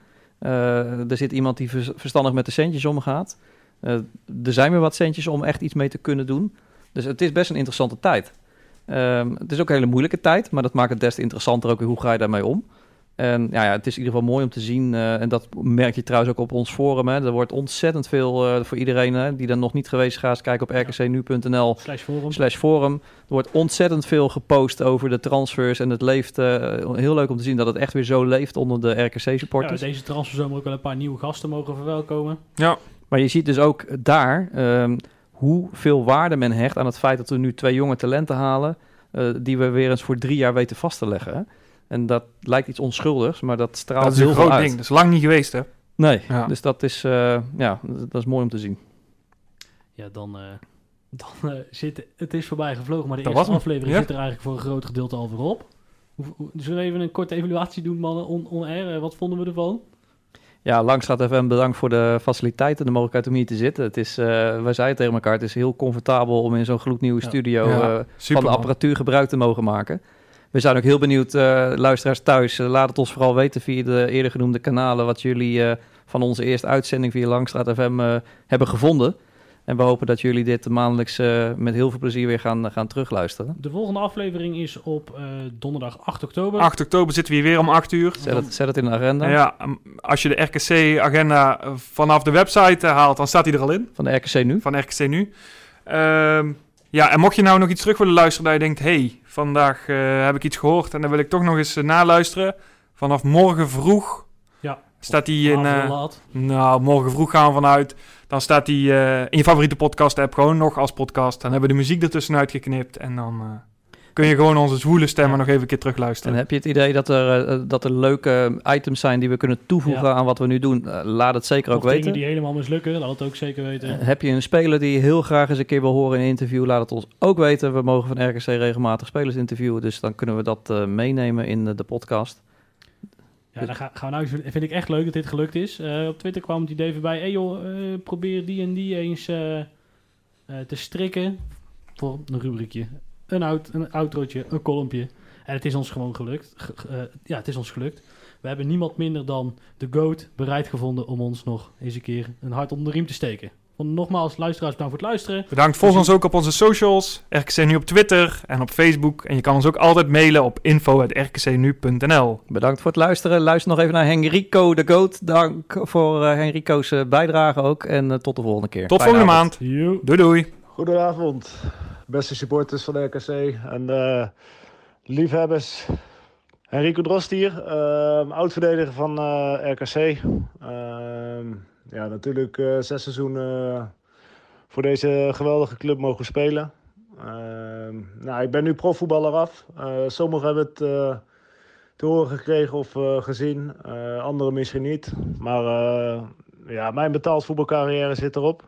Uh, er zit iemand die vers- verstandig met de centjes omgaat. Uh, er zijn weer wat centjes om echt iets mee te kunnen doen. Dus het is best een interessante tijd. Um, het is ook een hele moeilijke tijd, maar dat maakt het des te interessanter ook weer hoe ga je daarmee om. En ja, ja, het is in ieder geval mooi om te zien. Uh, en dat merk je trouwens ook op ons forum. Hè. Er wordt ontzettend veel uh, voor iedereen hè, die er nog niet geweest is. Ga eens kijken op r k c nu punt n l Slash forum. slash forum. Er wordt ontzettend veel gepost over de transfers. En het leeft uh, heel leuk om te zien dat het echt weer zo leeft onder de R K Ja, C-supporters. deze transferzomer ook wel een paar nieuwe gasten mogen verwelkomen. Ja. Maar je ziet dus ook daar um, hoeveel waarde men hecht aan het feit dat we nu twee jonge talenten halen. Uh, die we weer eens voor drie jaar weten vast te leggen. Hè? En dat lijkt iets onschuldigs, maar dat straalt Dat is heel een veel groot uit. ding. Dat is lang niet geweest, hè? Nee, Ja. dus dat is, uh, ja, dat is mooi om te zien. Ja, dan, uh, dan uh, zit het is voorbij gevlogen, maar de Dat eerste was hem. aflevering Ja. zit er eigenlijk voor een groot gedeelte al weer op. Hoe, hoe, zullen we even een korte evaluatie doen, mannen, on, on air? Uh, wat vonden we ervan? Ja, Langstraat F M, bedankt voor de faciliteiten, de mogelijkheid om hier te zitten. Het is, uh, wij zeiden tegen elkaar, het is heel comfortabel om in zo'n gloednieuwe Ja. studio Ja, uh, van super, de man. apparatuur gebruik te mogen maken. We zijn ook heel benieuwd, uh, luisteraars thuis, uh, laat het ons vooral weten via de eerder genoemde kanalen wat jullie uh, van onze eerste uitzending via Langstraat F M uh, hebben gevonden. En we hopen dat jullie dit maandelijks uh, met heel veel plezier weer gaan, uh, gaan terugluisteren. De volgende aflevering is op uh, donderdag acht oktober. acht oktober zitten we hier weer om acht uur. Zet het, zet het in de agenda En ja, um, als je de R K C-agenda vanaf de website uh, haalt, dan staat hij er al in. van de R K C nu. Van R K C nu. Um, ja, en mocht je nou nog iets terug willen luisteren, dat je denkt, hey, vandaag uh, heb ik iets gehoord en dan wil ik toch nog eens uh, naluisteren. Vanaf morgen vroeg Ja. staat hij in... Vanavond Uh, laat. nou, morgen vroeg gaan we vanuit. Dan staat hij uh, in je favoriete podcast-app gewoon nog als podcast. Dan hebben we de muziek ertussenuit geknipt en dan... Uh, kun je gewoon onze zwoele stemmen Ja. nog even een keer En terugluisteren. heb je het idee dat er, uh, dat er leuke items zijn die we kunnen toevoegen Ja. aan wat we nu doen? Uh, laat het zeker ook Of dingen weten. die helemaal mislukken, laat het ook zeker weten. Uh, heb je een speler die je heel graag eens een keer wil horen in een interview? Laat het ons ook weten. We mogen van R K C regelmatig spelers interviewen. Dus dan kunnen we dat uh, meenemen in uh, de podcast. Ja, dan ga, gaan we nou, vind ik echt leuk dat dit gelukt is. Uh, op Twitter kwam het idee voorbij. Hey joh, uh, probeer die en die eens uh, uh, te strikken. Voor een rubriekje. Een, out, een outrootje, een kolompje. En het is ons gewoon gelukt. Ge, uh, ja, het is ons gelukt. We hebben niemand minder dan de GOAT bereid gevonden om ons nog eens een keer een hart onder de riem te steken. Want nogmaals, luisteraars, bedankt voor het luisteren. Bedankt. Volg ons ook op onze socials. R K C Nu op Twitter en op Facebook. En je kan ons ook altijd mailen op info at r k c nu punt n l. Bedankt voor het luisteren. Luister nog even naar Henrico de Goat. Dank voor uh, Henrico's uh, bijdrage ook. En uh, tot de volgende keer. Tot Fijne volgende avond. maand. Yo. Doei doei. Goedenavond, beste supporters van de R K C en uh, liefhebbers. Enrico Drost hier, uh, oud-verdediger van uh, R K C. Uh, ja, natuurlijk uh, zes seizoenen uh, voor deze geweldige club mogen spelen. Uh, nou, ik ben nu profvoetballer af. Uh, sommigen hebben het uh, te horen gekregen of uh, gezien, uh, anderen misschien niet. Maar uh, ja, mijn betaald voetbalcarrière zit erop.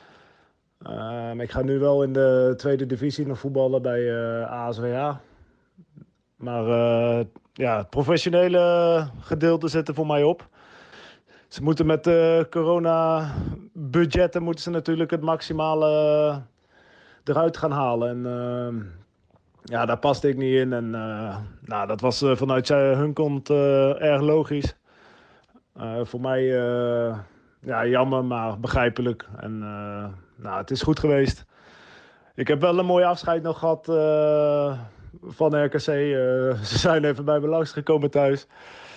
Uh, ik ga nu wel in de tweede divisie nog voetballen bij uh, A S W H. Maar uh, ja, het professionele gedeelte zit er voor mij op. Ze moeten met de corona-budgetten moeten ze natuurlijk het maximale uh, eruit gaan halen. En uh, ja, daar paste ik niet in. En uh, nou, dat was uh, vanuit hun kant uh, erg logisch. Uh, voor mij uh, ja, jammer, maar begrijpelijk. En uh, nou, het is goed geweest. Ik heb wel een mooi afscheid nog gehad uh, van R K C. Uh, ze zijn even bij me langsgekomen thuis.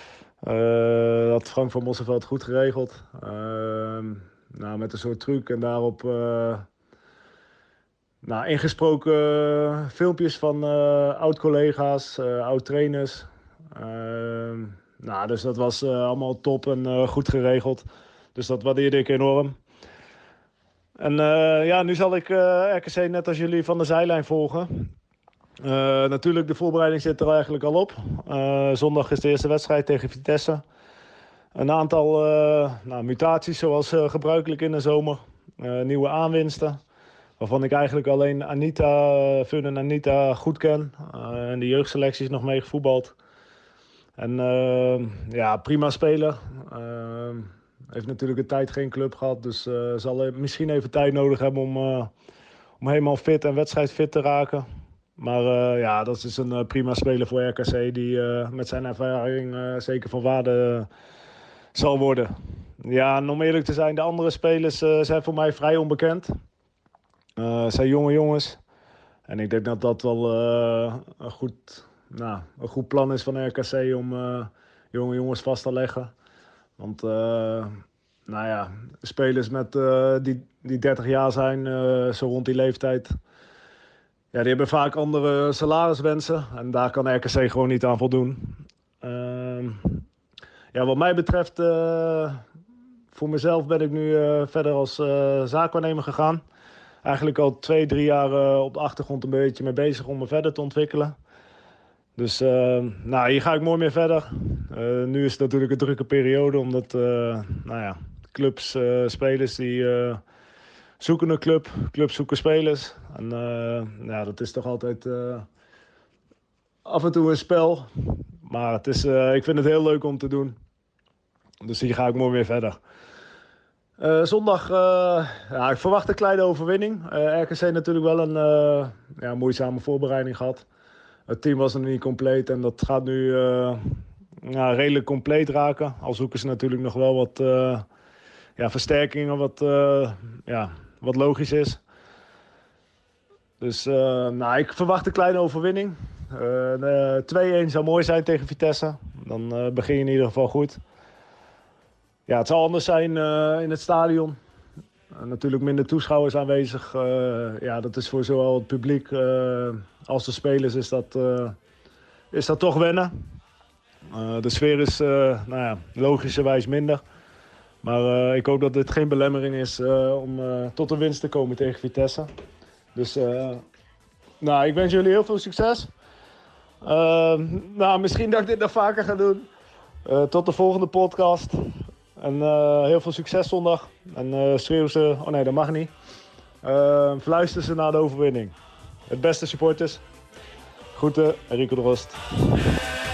Uh, dat Frank van Mosselveld goed geregeld. Uh, nou, met een soort truc en daarop uh, nou, ingesproken uh, filmpjes van uh, oud-collega's, uh, oud-trainers. Uh, nou, dus dat was uh, allemaal top en uh, goed geregeld. Dus dat waardeerde ik enorm. En uh, ja, nu zal ik uh, R K C net als jullie van de zijlijn volgen. Uh, natuurlijk, de voorbereiding zit er eigenlijk al op. Uh, zondag is de eerste wedstrijd tegen Vitesse. Een aantal uh, nou, mutaties zoals uh, gebruikelijk in de zomer. Uh, nieuwe aanwinsten. Waarvan ik eigenlijk alleen Anita, uh, Fun en Anita goed ken. Uh, en de jeugdselecties nog mee gevoetbald. En uh, ja, prima speler. Uh, heeft natuurlijk een tijd geen club gehad. Dus uh, zal misschien even tijd nodig hebben om, uh, om helemaal fit en wedstrijdfit te raken. Maar uh, ja, dat is een uh, prima speler voor R K C die uh, met zijn ervaring uh, zeker van waarde uh, zal worden. Ja, en om eerlijk te zijn, de andere spelers uh, zijn voor mij vrij onbekend. Uh, het zijn jonge jongens. En ik denk dat dat wel uh, een, goed, nou, een goed plan is van R K C om uh, jonge jongens vast te leggen. Want uh, nou ja, spelers met, uh, die, die dertig jaar zijn, uh, zo rond die leeftijd... Ja, die hebben vaak andere salariswensen en daar kan R K C gewoon niet aan voldoen. Uh, ja, wat mij betreft, uh, voor mezelf ben ik nu uh, verder als uh, zaakwaarnemer gegaan. Eigenlijk al twee, drie jaar uh, op de achtergrond een beetje mee bezig om me verder te ontwikkelen. Dus uh, nou, hier ga ik mooi mee verder. Uh, nu is het natuurlijk een drukke periode, omdat uh, nou ja, clubs, uh, spelers die... Uh, zoeken een club, clubs zoeken spelers. En uh, ja, dat is toch altijd uh, af en toe een spel. Maar het is, uh, ik vind het heel leuk om te doen. Dus hier ga ik mooi weer verder. Uh, zondag, uh, ja, ik verwacht een kleine overwinning. Uh, R K C natuurlijk wel een uh, ja, moeizame voorbereiding gehad. Het team was nog niet compleet en dat gaat nu uh, ja, redelijk compleet raken. Al zoeken ze natuurlijk nog wel wat uh, ja, versterkingen, wat... Uh, ja, Wat logisch is. Dus uh, nou, ik verwacht een kleine overwinning. Uh, twee-een zou mooi zijn tegen Vitesse. Dan uh, begin je in ieder geval goed. Ja, het zal anders zijn uh, in het stadion. Uh, natuurlijk minder toeschouwers aanwezig. Uh, ja, dat is voor zowel het publiek uh, als de spelers is dat, uh, is dat toch wennen. Uh, de sfeer is uh, nou ja, logischerwijs minder. Maar uh, ik hoop dat dit geen belemmering is uh, om uh, tot een winst te komen tegen Vitesse. Dus uh, nou, ik wens jullie heel veel succes. Uh, nou, misschien dat ik dit nog vaker ga doen. Uh, tot de volgende podcast. En uh, heel veel succes zondag. En uh, schreeuw ze... Oh nee, dat mag niet. Uh, fluister ze naar de overwinning. Het beste supporters. Groeten, Enrico Drost.